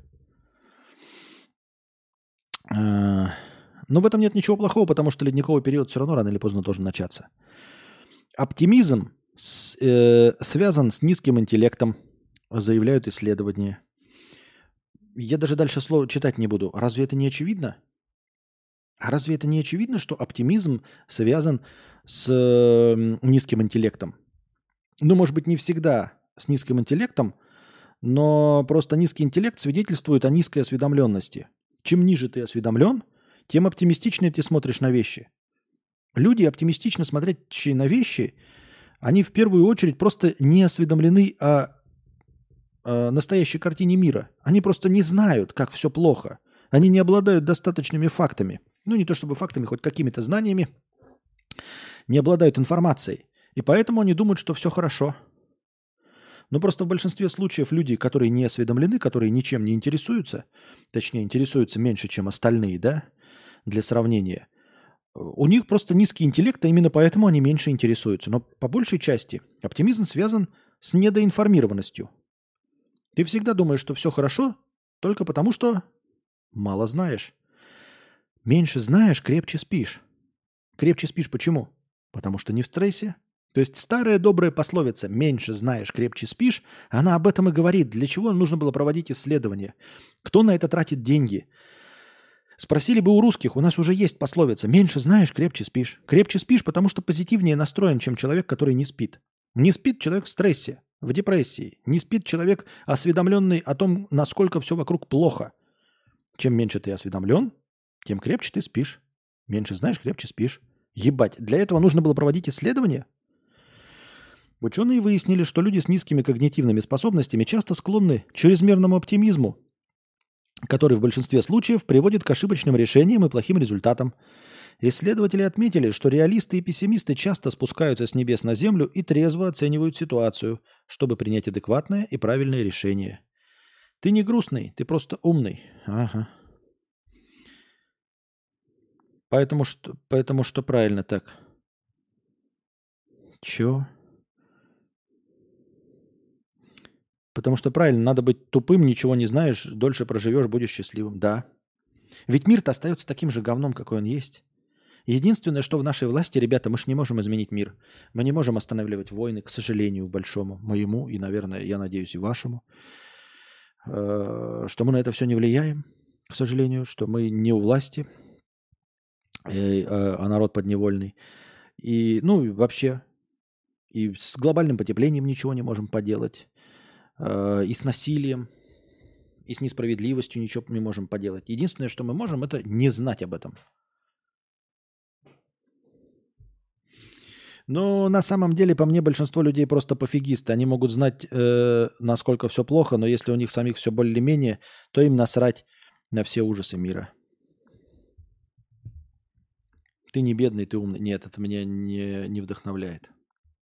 Но в этом нет ничего плохого, потому что ледниковый период все равно рано или поздно должен начаться. Оптимизм с, э, связан с низким интеллектом, заявляют исследования. Я даже дальше слово читать не буду. Разве это не очевидно? А разве это не очевидно, что оптимизм связан с э, низким интеллектом? Ну, может быть, не всегда с низким интеллектом, но просто низкий интеллект свидетельствует о низкой осведомленности. Чем ниже ты осведомлен, тем оптимистичнее ты смотришь на вещи. Люди, оптимистично смотрящие на вещи, они в первую очередь просто не осведомлены о, о настоящей картине мира. Они просто не знают, как все плохо. Они не обладают достаточными фактами. Ну, не то чтобы фактами, хоть какими-то знаниями. Не обладают информацией. И поэтому они думают, что все хорошо. Но просто в большинстве случаев люди, которые не осведомлены, которые ничем не интересуются, точнее, интересуются меньше, чем остальные, да, для сравнения, у них просто низкий интеллект, а именно поэтому они меньше интересуются. Но по большей части оптимизм связан с недоинформированностью. Ты всегда думаешь, что все хорошо, только потому что мало знаешь. Меньше знаешь, крепче спишь. Крепче спишь почему? Потому что не в стрессе. То есть старая добрая пословица «меньше знаешь, крепче спишь», она об этом и говорит. Для чего нужно было проводить исследования? Кто на это тратит деньги? Спросили бы у русских, у нас уже есть пословица «меньше знаешь, крепче спишь». Крепче спишь, потому что позитивнее настроен, чем человек, который не спит. Не спит человек в стрессе, в депрессии. Не спит человек, осведомленный о том, насколько все вокруг плохо. Чем меньше ты осведомлен, тем крепче ты спишь. Меньше знаешь, крепче спишь. Ебать, для этого нужно было проводить исследования? Ученые выяснили, что люди с низкими когнитивными способностями часто склонны к чрезмерному оптимизму, который в большинстве случаев приводит к ошибочным решениям и плохим результатам. Исследователи отметили, что реалисты и пессимисты часто спускаются с небес на землю и трезво оценивают ситуацию, чтобы принять адекватное и правильное решение. Ты не грустный, ты просто умный. Ага. Поэтому что, поэтому что правильно так? Чё? Потому что правильно, надо быть тупым, ничего не знаешь, дольше проживешь, будешь счастливым. Да. Ведь мир-то остается таким же говном, какой он есть. Единственное, что в нашей власти, ребята, мы же не можем изменить мир. Мы не можем останавливать войны, к сожалению, большому, моему и, наверное, я надеюсь, и вашему. Э, Что мы на это все не влияем, к сожалению, что мы не у власти, э, а народ подневольный. И, ну, и вообще, и с глобальным потеплением ничего не можем поделать. И с насилием, и с несправедливостью ничего не можем поделать. Единственное, что мы можем, это не знать об этом. Но на самом деле, по мне, большинство людей просто пофигисты. Они могут знать, э, насколько все плохо, но если у них самих все более-менее, то им насрать на все ужасы мира. Ты не бедный, ты умный. Нет, это меня не, не вдохновляет.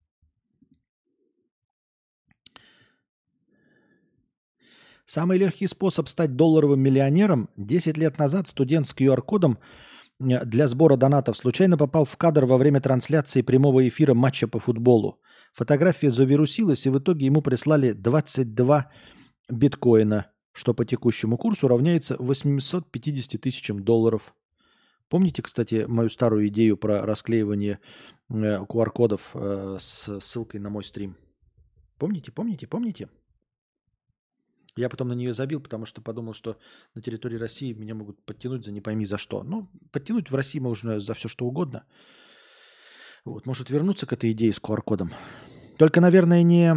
Самый легкий способ стать долларовым миллионером. десять лет назад студент с ку ар-кодом для сбора донатов случайно попал в кадр во время трансляции прямого эфира матча по футболу. Фотография завирусилась, и в итоге ему прислали двадцать два биткоина, что по текущему курсу равняется восемьсот пятьдесят тысячам долларов. Помните, кстати, мою старую идею про расклеивание ку ар-кодов с ссылкой на мой стрим? Помните, помните, помните? Я потом на нее забил, потому что подумал, что на территории России меня могут подтянуть за не пойми за что. Ну, подтянуть в России можно за все что угодно. Вот, может вернуться к этой идее с ку ар-кодом. Только, наверное, не...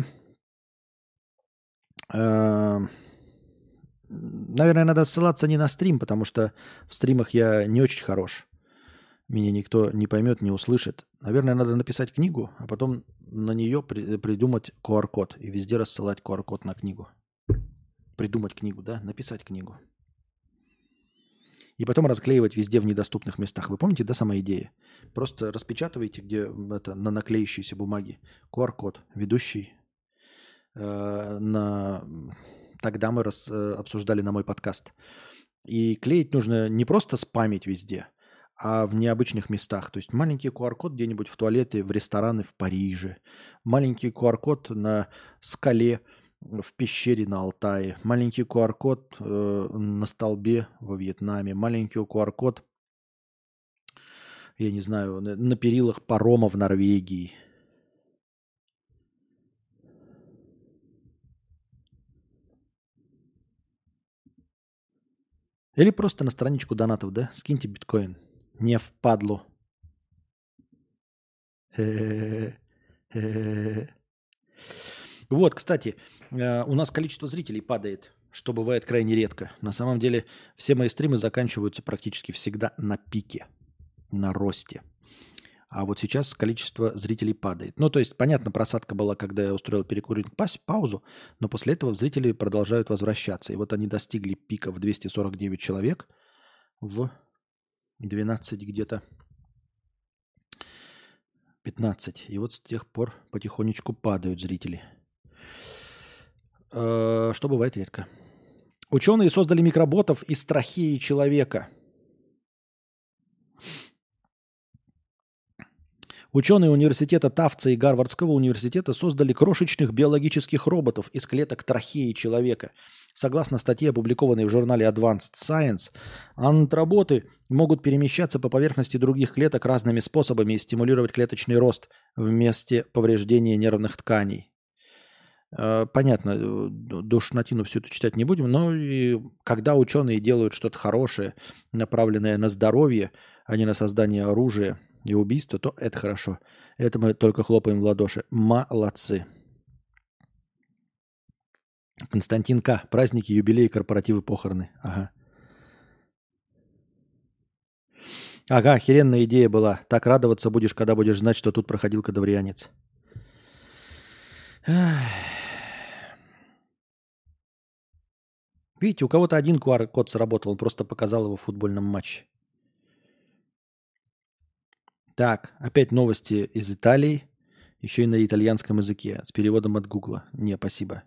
Э, наверное, надо ссылаться не на стрим, потому что в стримах я не очень хорош. Меня никто не поймет, не услышит. Наверное, надо написать книгу, а потом на нее при, придумать ку ар-код и везде рассылать ку ар-код на книгу. Придумать книгу, да? Написать книгу. и потом расклеивать везде в недоступных местах. Вы помните, да, сама идея? Просто распечатываете, где это на наклеивающейся бумаге ку ар-код, ведущий э, на... Тогда мы рас... э, обсуждали на мой подкаст. И клеить нужно не просто спамить везде, а в необычных местах. То есть маленький ку ар-код где-нибудь в туалете, в рестораны в Париже. Маленький ку ар-код на скале в пещере на Алтае. Маленький ку ар-код э, на столбе во Вьетнаме. Маленький ку ар-код, я не знаю, на, на перилах парома в Норвегии. Или просто на страничку донатов, да? Скиньте биткоин. Не впадлу. Вот, кстати, э, у нас количество зрителей падает, что бывает крайне редко. На самом деле все мои стримы заканчиваются практически всегда на пике, на росте. А вот сейчас количество зрителей падает. Ну, то есть, понятно, просадка была, когда я устроил перекурить паузу, но после этого зрители продолжают возвращаться. И вот они достигли пика в двести сорок девять человек в двенадцать где-то пятнадцать. И вот с тех пор потихонечку падают зрители. Что бывает редко. Ученые создали микроботов из трахеи человека. Ученые университета Тафтса и Гарвардского университета создали крошечных биологических роботов из клеток трахеи человека. Согласно статье, опубликованной в журнале Advanced Science, антроботы могут перемещаться по поверхности других клеток разными способами и стимулировать клеточный рост в месте повреждения нервных тканей. Понятно, душнотину всю это читать не будем, но и когда ученые делают что-то хорошее, направленное на здоровье, а не на создание оружия и убийства, то это хорошо. Это мы только хлопаем в ладоши. Молодцы. Константин К. Праздники, юбилеи, корпоративы, похороны. Ага. Ага, охеренная идея была. Так радоваться будешь, когда будешь знать, что тут проходил кадаврианец. Видите, у кого-то один ку ар-код сработал, он просто показал его в футбольном матче. Так, опять новости из Италии, еще и на итальянском языке, с переводом от Гугла. Не, спасибо.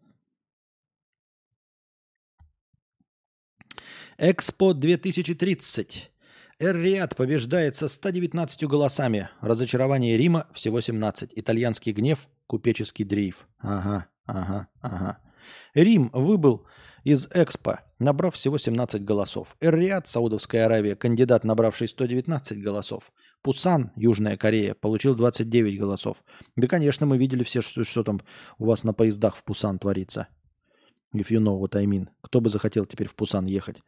Экспо две тысячи тридцать. Эр-Риад побеждает со ста девятнадцатью голосами. Разочарование Рима всего семнадцать. Итальянский гнев, купеческий дрейф. Ага, ага, ага. Рим выбыл из Экспо, набрав всего семнадцать голосов. Эр-Риад, Саудовская Аравия, кандидат, набравший сто девятнадцать голосов. Пусан, Южная Корея, получил двадцать девять голосов. Да, конечно, мы видели все, что, что там у вас на поездах в Пусан творится. If you know what I mean. Кто бы захотел теперь в Пусан ехать?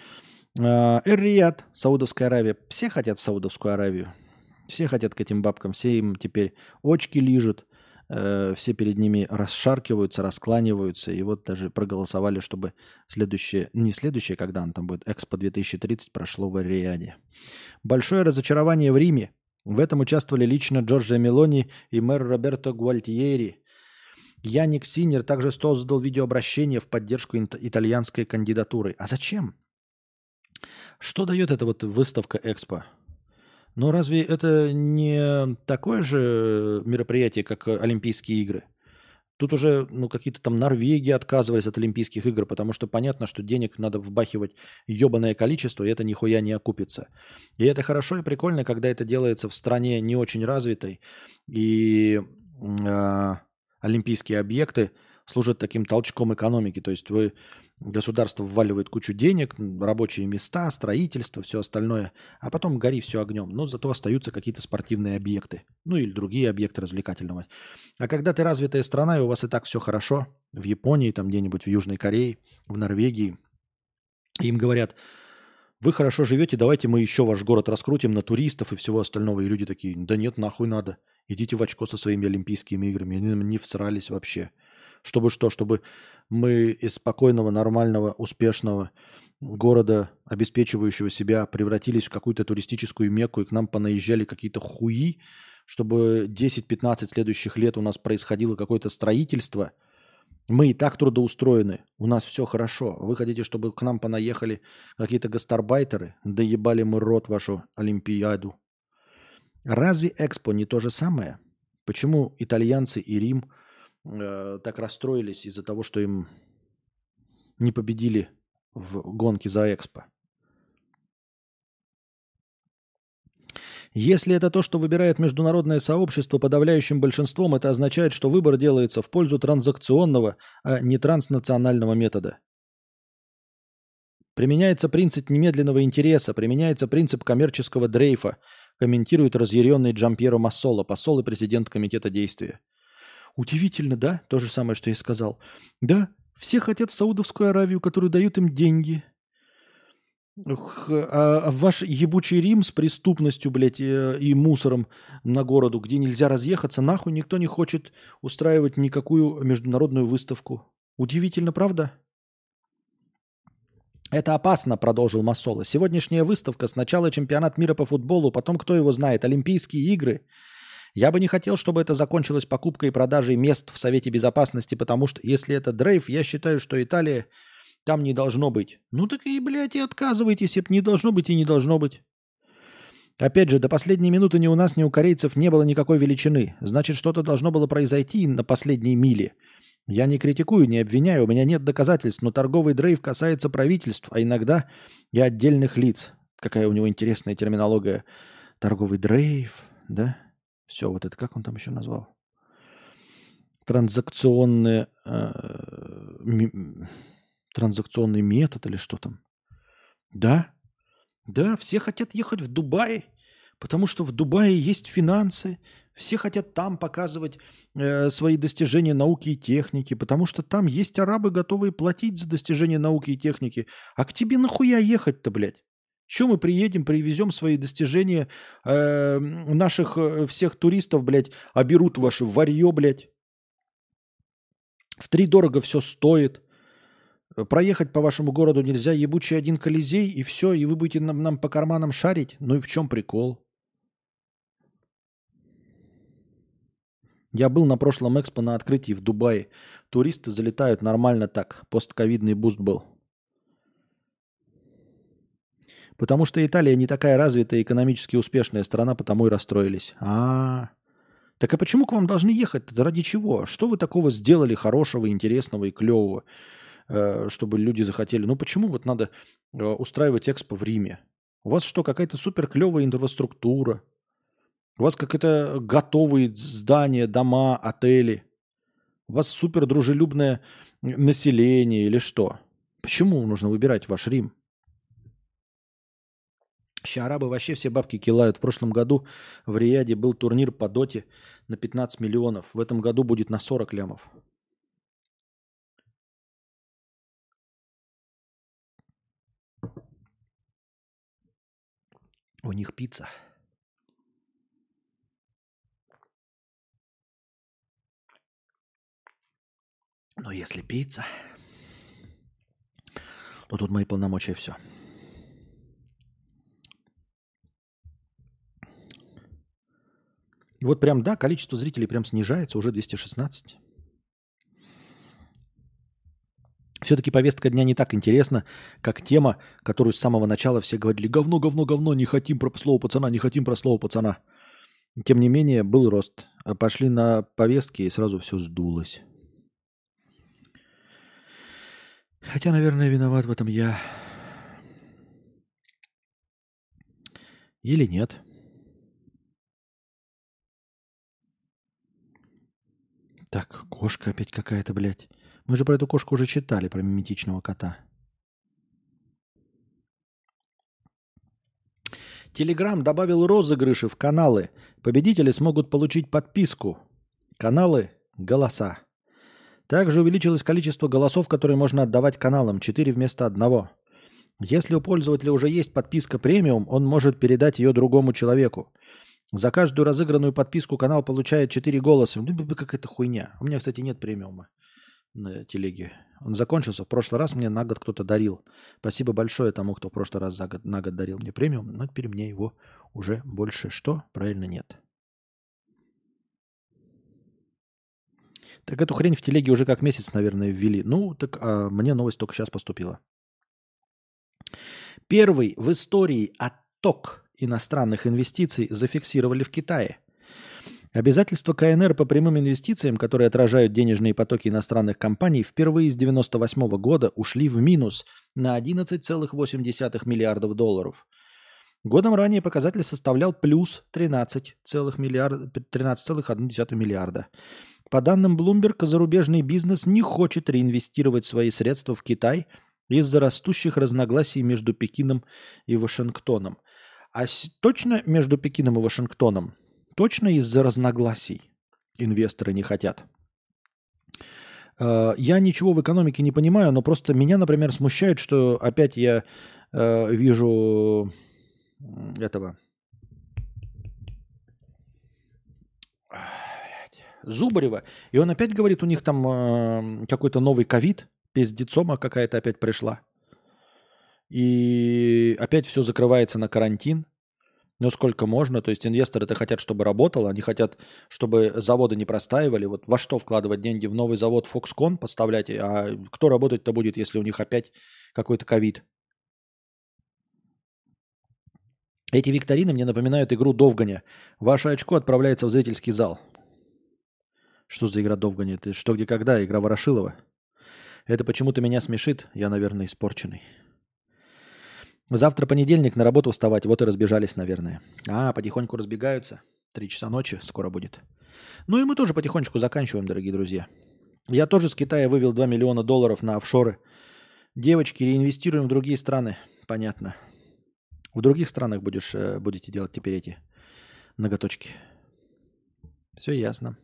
Эр-Рияд, Саудовская Аравия. Все хотят в Саудовскую Аравию. Все хотят к этим бабкам. Все им теперь очки лижут. Э, все перед ними расшаркиваются, раскланиваются. И вот даже проголосовали, чтобы следующее... Не следующее, когда он там будет. Экспо две тысячи тридцать прошло в Эр-Рияде. Большое разочарование в Риме. В этом участвовали лично Джорджио Мелони и мэр Роберто Гуальтьери. Яник Синер также создал видеообращение в поддержку итальянской кандидатуры. А зачем? Что дает эта вот выставка Экспо? Ну, разве это не такое же мероприятие, как Олимпийские игры? Тут уже ну, какие-то там Норвегии отказывались от Олимпийских игр, потому что понятно, что денег надо вбахивать ебаное количество, и это нихуя не окупится. И это хорошо и прикольно, когда это делается в стране не очень развитой, и э, олимпийские объекты служат таким толчком экономики. То есть вы... Государство вваливает кучу денег, рабочие места, строительство, все остальное, а потом гори все огнем. Но зато остаются какие-то спортивные объекты, ну или другие объекты развлекательного. А когда ты развитая страна, и у вас и так все хорошо, в Японии, там где-нибудь в Южной Корее, в Норвегии, им говорят, вы хорошо живете, давайте мы еще ваш город раскрутим на туристов и всего остального. И люди такие, да нет, нахуй надо, идите в очко со своими Олимпийскими играми. Они не всрались вообще. Чтобы что? Чтобы мы из спокойного, нормального, успешного города, обеспечивающего себя, превратились в какую-то туристическую мекку, и к нам понаезжали какие-то хуи, чтобы десять-пятнадцать следующих лет у нас происходило какое-то строительство Мы и так трудоустроены, у нас все хорошо. Вы хотите, чтобы к нам понаехали какие-то гастарбайтеры? Да ебали мы рот вашу Олимпиаду. Разве Экспо не то же самое? Почему итальянцы и Рим э, так расстроились из-за того, что им не победили в гонке за Экспо? Если это то, что выбирает международное сообщество подавляющим большинством, это означает, что выбор делается в пользу транзакционного, а не транснационального метода. Применяется принцип немедленного интереса, применяется принцип коммерческого дрейфа, комментирует разъяренный Джампьеро Массоло, посол и президент комитета действия. Удивительно, да? То же самое, что я сказал. Да, все хотят в Саудовскую Аравию, которую дают им деньги. Х- А а ваш ебучий Рим с преступностью, блядь, э, и мусором на городу, где нельзя разъехаться, нахуй никто не хочет устраивать никакую международную выставку. Удивительно, правда? Это опасно, продолжил Массоло. Сегодняшняя выставка, сначала чемпионат мира по футболу, потом, кто его знает, Олимпийские игры. Я бы не хотел, чтобы это закончилось покупкой и продажей мест в Совете Безопасности, потому что если это дрейф, я считаю, что Италия там не должно быть. Ну так и, блядь, и отказывайтесь, если не должно быть и не должно быть. Опять же, до последней минуты ни у нас, ни у корейцев не было никакой величины. Значит, что-то должно было произойти на последней миле. Я не критикую, не обвиняю, у меня нет доказательств, но торговый дрейф касается правительств, а иногда и отдельных лиц. Какая у него интересная терминология. Торговый дрейф, да? Все, вот это как он там еще назвал? Транзакционные... э, ми- транзакционный метод или что там? Да, да, все хотят ехать в Дубай, потому что в Дубае есть финансы. Все хотят там показывать э, свои достижения науки и техники, потому что там есть арабы, готовые платить за достижения науки и техники. А к тебе нахуя ехать-то, блядь? Че мы приедем, привезем свои достижения э, наших э, всех туристов, блядь, а берут ваше варье, блядь. Втридорого все стоит. Проехать по вашему городу нельзя, ебучий один Колизей, и все, и вы будете нам, нам по карманам шарить? Ну и в чем прикол? Я был на прошлом экспо на открытии в Дубае. Туристы залетают нормально так. Постковидный буст был. Потому что Италия не такая развитая, экономически успешная страна, потому и расстроились. А, так а почему к вам должны ехать? Ради чего? Что вы такого сделали хорошего, интересного и клевого, э, чтобы люди захотели? Ну почему вот надо э, устраивать экспо в Риме? У вас что, какая-то супер клевая инфраструктура? У вас какие-то готовые здания, дома, отели? У вас супер дружелюбное население или что? Почему нужно выбирать ваш Рим? Ща арабы вообще все бабки килают. В прошлом году в Рияде был турнир по доте на пятнадцать миллионов. В этом году будет на сорок лямов. У них пицца. Но если пицца, то тут мои полномочия все. И вот прям, да, количество зрителей прям снижается, уже двести шестнадцать. Все-таки повестка дня не так интересна, как тема, которую с самого начала все говорили: говно, говно, говно, не хотим про слово пацана, не хотим про слово пацана. Тем не менее, был рост. А пошли на повестки, и сразу все сдулось. Хотя, наверное, виноват в этом я. Или нет. Так, кошка опять какая-то, блядь. Мы же про эту кошку уже читали, про миметичного кота. Телеграм добавил розыгрыши в каналы. Победители смогут получить подписку. Каналы – голоса. Также увеличилось количество голосов, которые можно отдавать каналам. четыре вместо одного. Если у пользователя уже есть подписка премиум, он может передать ее другому человеку. За каждую разыгранную подписку канал получает четыре голоса. Ну, какая-то хуйня. У меня, кстати, нет премиума на телеге. Он закончился. В прошлый раз мне на год кто-то дарил. Спасибо большое тому, кто в прошлый раз за год, на год дарил мне премиум. Но теперь мне его уже больше что? Правильно, нет. Так эту хрень в телеге уже как месяц, наверное, ввели. Ну, так а мне новость только сейчас поступила. Первый в истории отток иностранных инвестиций зафиксировали в Китае. Обязательства КНР по прямым инвестициям, которые отражают денежные потоки иностранных компаний, впервые с девяносто восьмого года ушли в минус на одиннадцать целых восемь десятых миллиардов долларов. Годом ранее показатель составлял плюс тринадцать целых одна десятая миллиарда. По данным Bloomberg, зарубежный бизнес не хочет реинвестировать свои средства в Китай из-за растущих разногласий между Пекином и Вашингтоном. А с- точно между Пекином и Вашингтоном? Точно из-за разногласий инвесторы не хотят. Э, Я ничего в экономике не понимаю, но просто меня, например, смущает, что опять я э, вижу м, этого блядь, Зубарева, и он опять говорит, у них там э, какой-то новый ковид, пиздецома какая-то опять пришла, и опять все закрывается на карантин. Ну, сколько можно. То есть инвесторы-то хотят, чтобы работало, они хотят, чтобы заводы не простаивали. Вот во что вкладывать деньги? В новый завод Foxconn поставлять? А кто работать-то будет, если у них опять какой-то ковид? Эти викторины мне напоминают игру Довганя. Ваше очко отправляется в зрительский зал. Что за игра Довганя? Это что, где, когда? Игра Ворошилова. Это почему-то меня смешит. Я, наверное, испорченный. Завтра понедельник, на работу вставать. Вот и разбежались, наверное. А, потихоньку разбегаются. Три часа ночи скоро будет. Ну и мы тоже потихонечку заканчиваем, дорогие друзья. Я тоже с Китая вывел два миллиона долларов на офшоры. Девочки, реинвестируем в другие страны. Понятно. В других странах будешь, э, будете делать теперь эти ноготочки. Все ясно.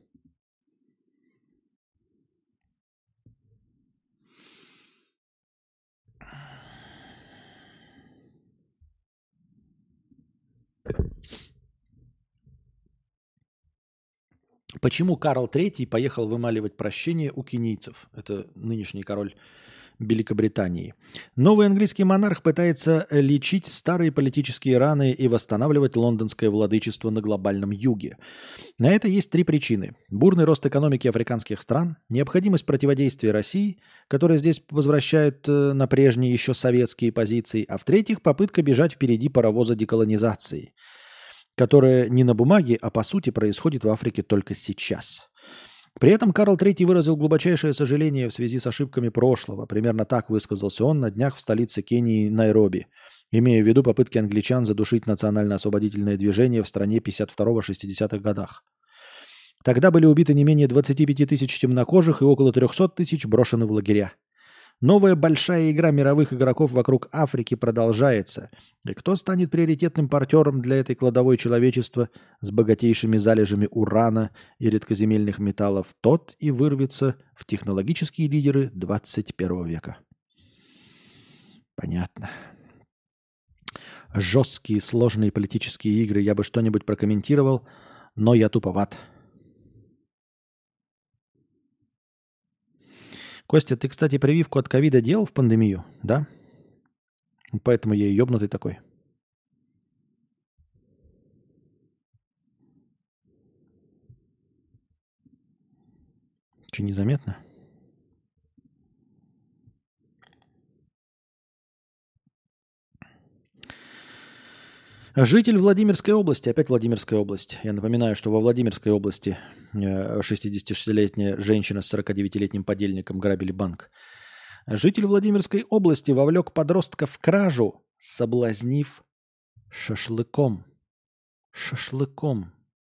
Почему Карл третий поехал вымаливать прощение у кенийцев? Это нынешний король Великобритании. Новый английский монарх пытается лечить старые политические раны и восстанавливать лондонское владычество на глобальном юге. На это есть три причины. Бурный рост экономики африканских стран, необходимость противодействия России, которая здесь возвращает э, на прежние еще советские позиции, а в-третьих, попытка бежать впереди паровоза деколонизации, которая не на бумаге, а по сути происходит в Африке только сейчас. При этом Карл третий выразил глубочайшее сожаление в связи с ошибками прошлого. Примерно так высказался он на днях в столице Кении Найроби, имея в виду попытки англичан задушить национально-освободительное движение в стране пятьдесят второго-шестидесятых годах. Тогда были убиты не менее двадцать пять тысяч темнокожих и около триста тысяч брошены в лагеря. Новая большая игра мировых игроков вокруг Африки продолжается. И кто станет приоритетным партнером для этой кладовой человечества с богатейшими залежами урана и редкоземельных металлов, тот и вырвется в технологические лидеры двадцать первого века. Понятно. Жесткие, сложные политические игры. Я бы что-нибудь прокомментировал, но я туповат. Костя, ты, кстати, прививку от ковида делал в пандемию, да? Поэтому я и ебнутый такой. Че, незаметно? Житель Владимирской области, опять Владимирская область. Я напоминаю, что во Владимирской области э, шестидесятишестилетняя женщина с сорокадевятилетним подельником грабили банк. Житель Владимирской области вовлек подростка в кражу, соблазнив шашлыком. Шашлыком.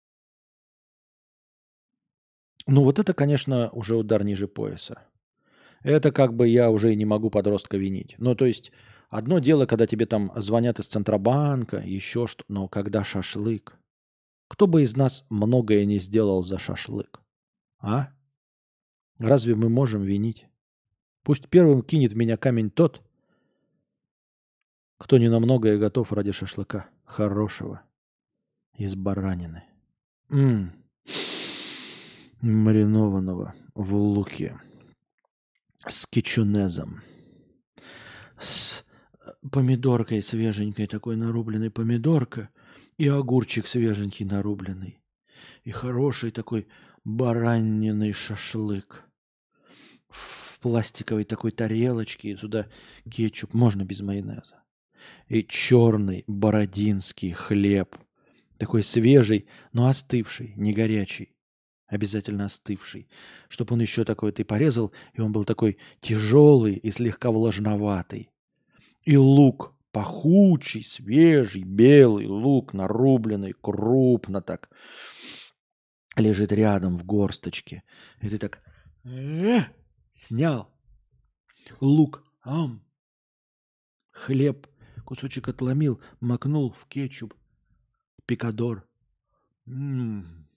Ну вот это, конечно, уже удар ниже пояса. Это как бы я уже и не могу подростка винить. Ну то есть одно дело, когда тебе там звонят из Центробанка, еще что, но когда шашлык. Кто бы из нас многое не сделал за шашлык? А? Разве мы можем винить? Пусть первым кинет в меня камень тот, кто не на многое готов ради шашлыка хорошего из баранины. М-м. Маринованного в луке с кетчунезом, с помидоркой свеженькой, такой нарубленной помидорка, и огурчик свеженький нарубленный, и хороший такой бараниный шашлык в пластиковой такой тарелочке, и туда кетчуп, можно без майонеза. И черный бородинский хлеб, такой свежий, но остывший, не горячий, обязательно остывший, чтобы он еще такой, ты порезал, и он был такой тяжелый и слегка влажноватый. И лук пахучий, свежий, белый лук, нарубленный крупно так, лежит рядом в горсточке. И ты так снял лук, ам, хлеб, кусочек отломил, макнул в кетчуп, пикадор. М-м.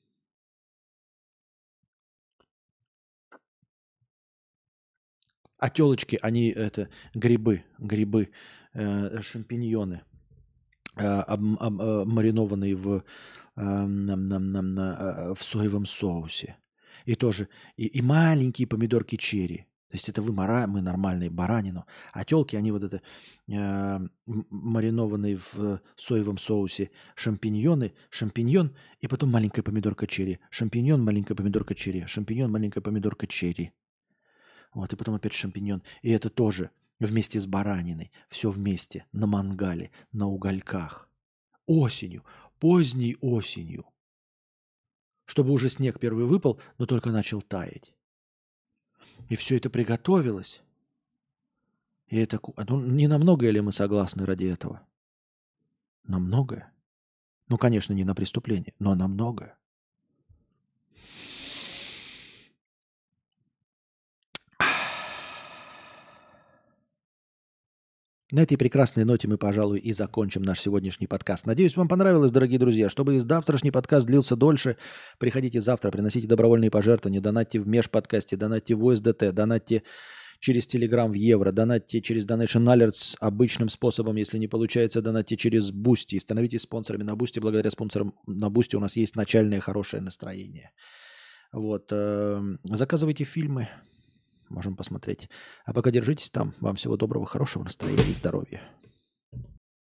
А телочки, они это грибы, грибы, э, шампиньоны, э, об, об, э, маринованные в, э, нам, нам, нам, на, э, в соевом соусе. И тоже, и, и маленькие помидорки черри. То есть это вы, мара, мы нормальные, баранину. А телки, они вот это э, маринованные в соевом соусе шампиньоны, шампиньон, и потом маленькая помидорка черри. Шампиньон, маленькая помидорка черри. Шампиньон, маленькая помидорка черри. Вот, и потом опять шампиньон. И это тоже вместе с бараниной. Все вместе, на мангале, на угольках. Осенью, поздней осенью. Чтобы уже снег первый выпал, но только начал таять. И все это приготовилось. И это... Ну, не на многое ли мы согласны ради этого? На многое. Ну, конечно, не на преступление, но на многое. На этой прекрасной ноте мы, пожалуй, и закончим наш сегодняшний подкаст. Надеюсь, вам понравилось, дорогие друзья. Чтобы завтрашний подкаст длился дольше, приходите завтра, приносите добровольные пожертвования, донатьте в межподкасте, донатьте в ОСДТ, донатьте через Телеграм в евро, донатьте через Donation Alerts обычным способом, если не получается, донатьте через Бусти. И становитесь спонсорами на Бусти. Благодаря спонсорам на Бусти у нас есть начальное хорошее настроение. Вот. Заказывайте фильмы. Можем посмотреть. А пока держитесь там. Вам всего доброго, хорошего настроения и здоровья.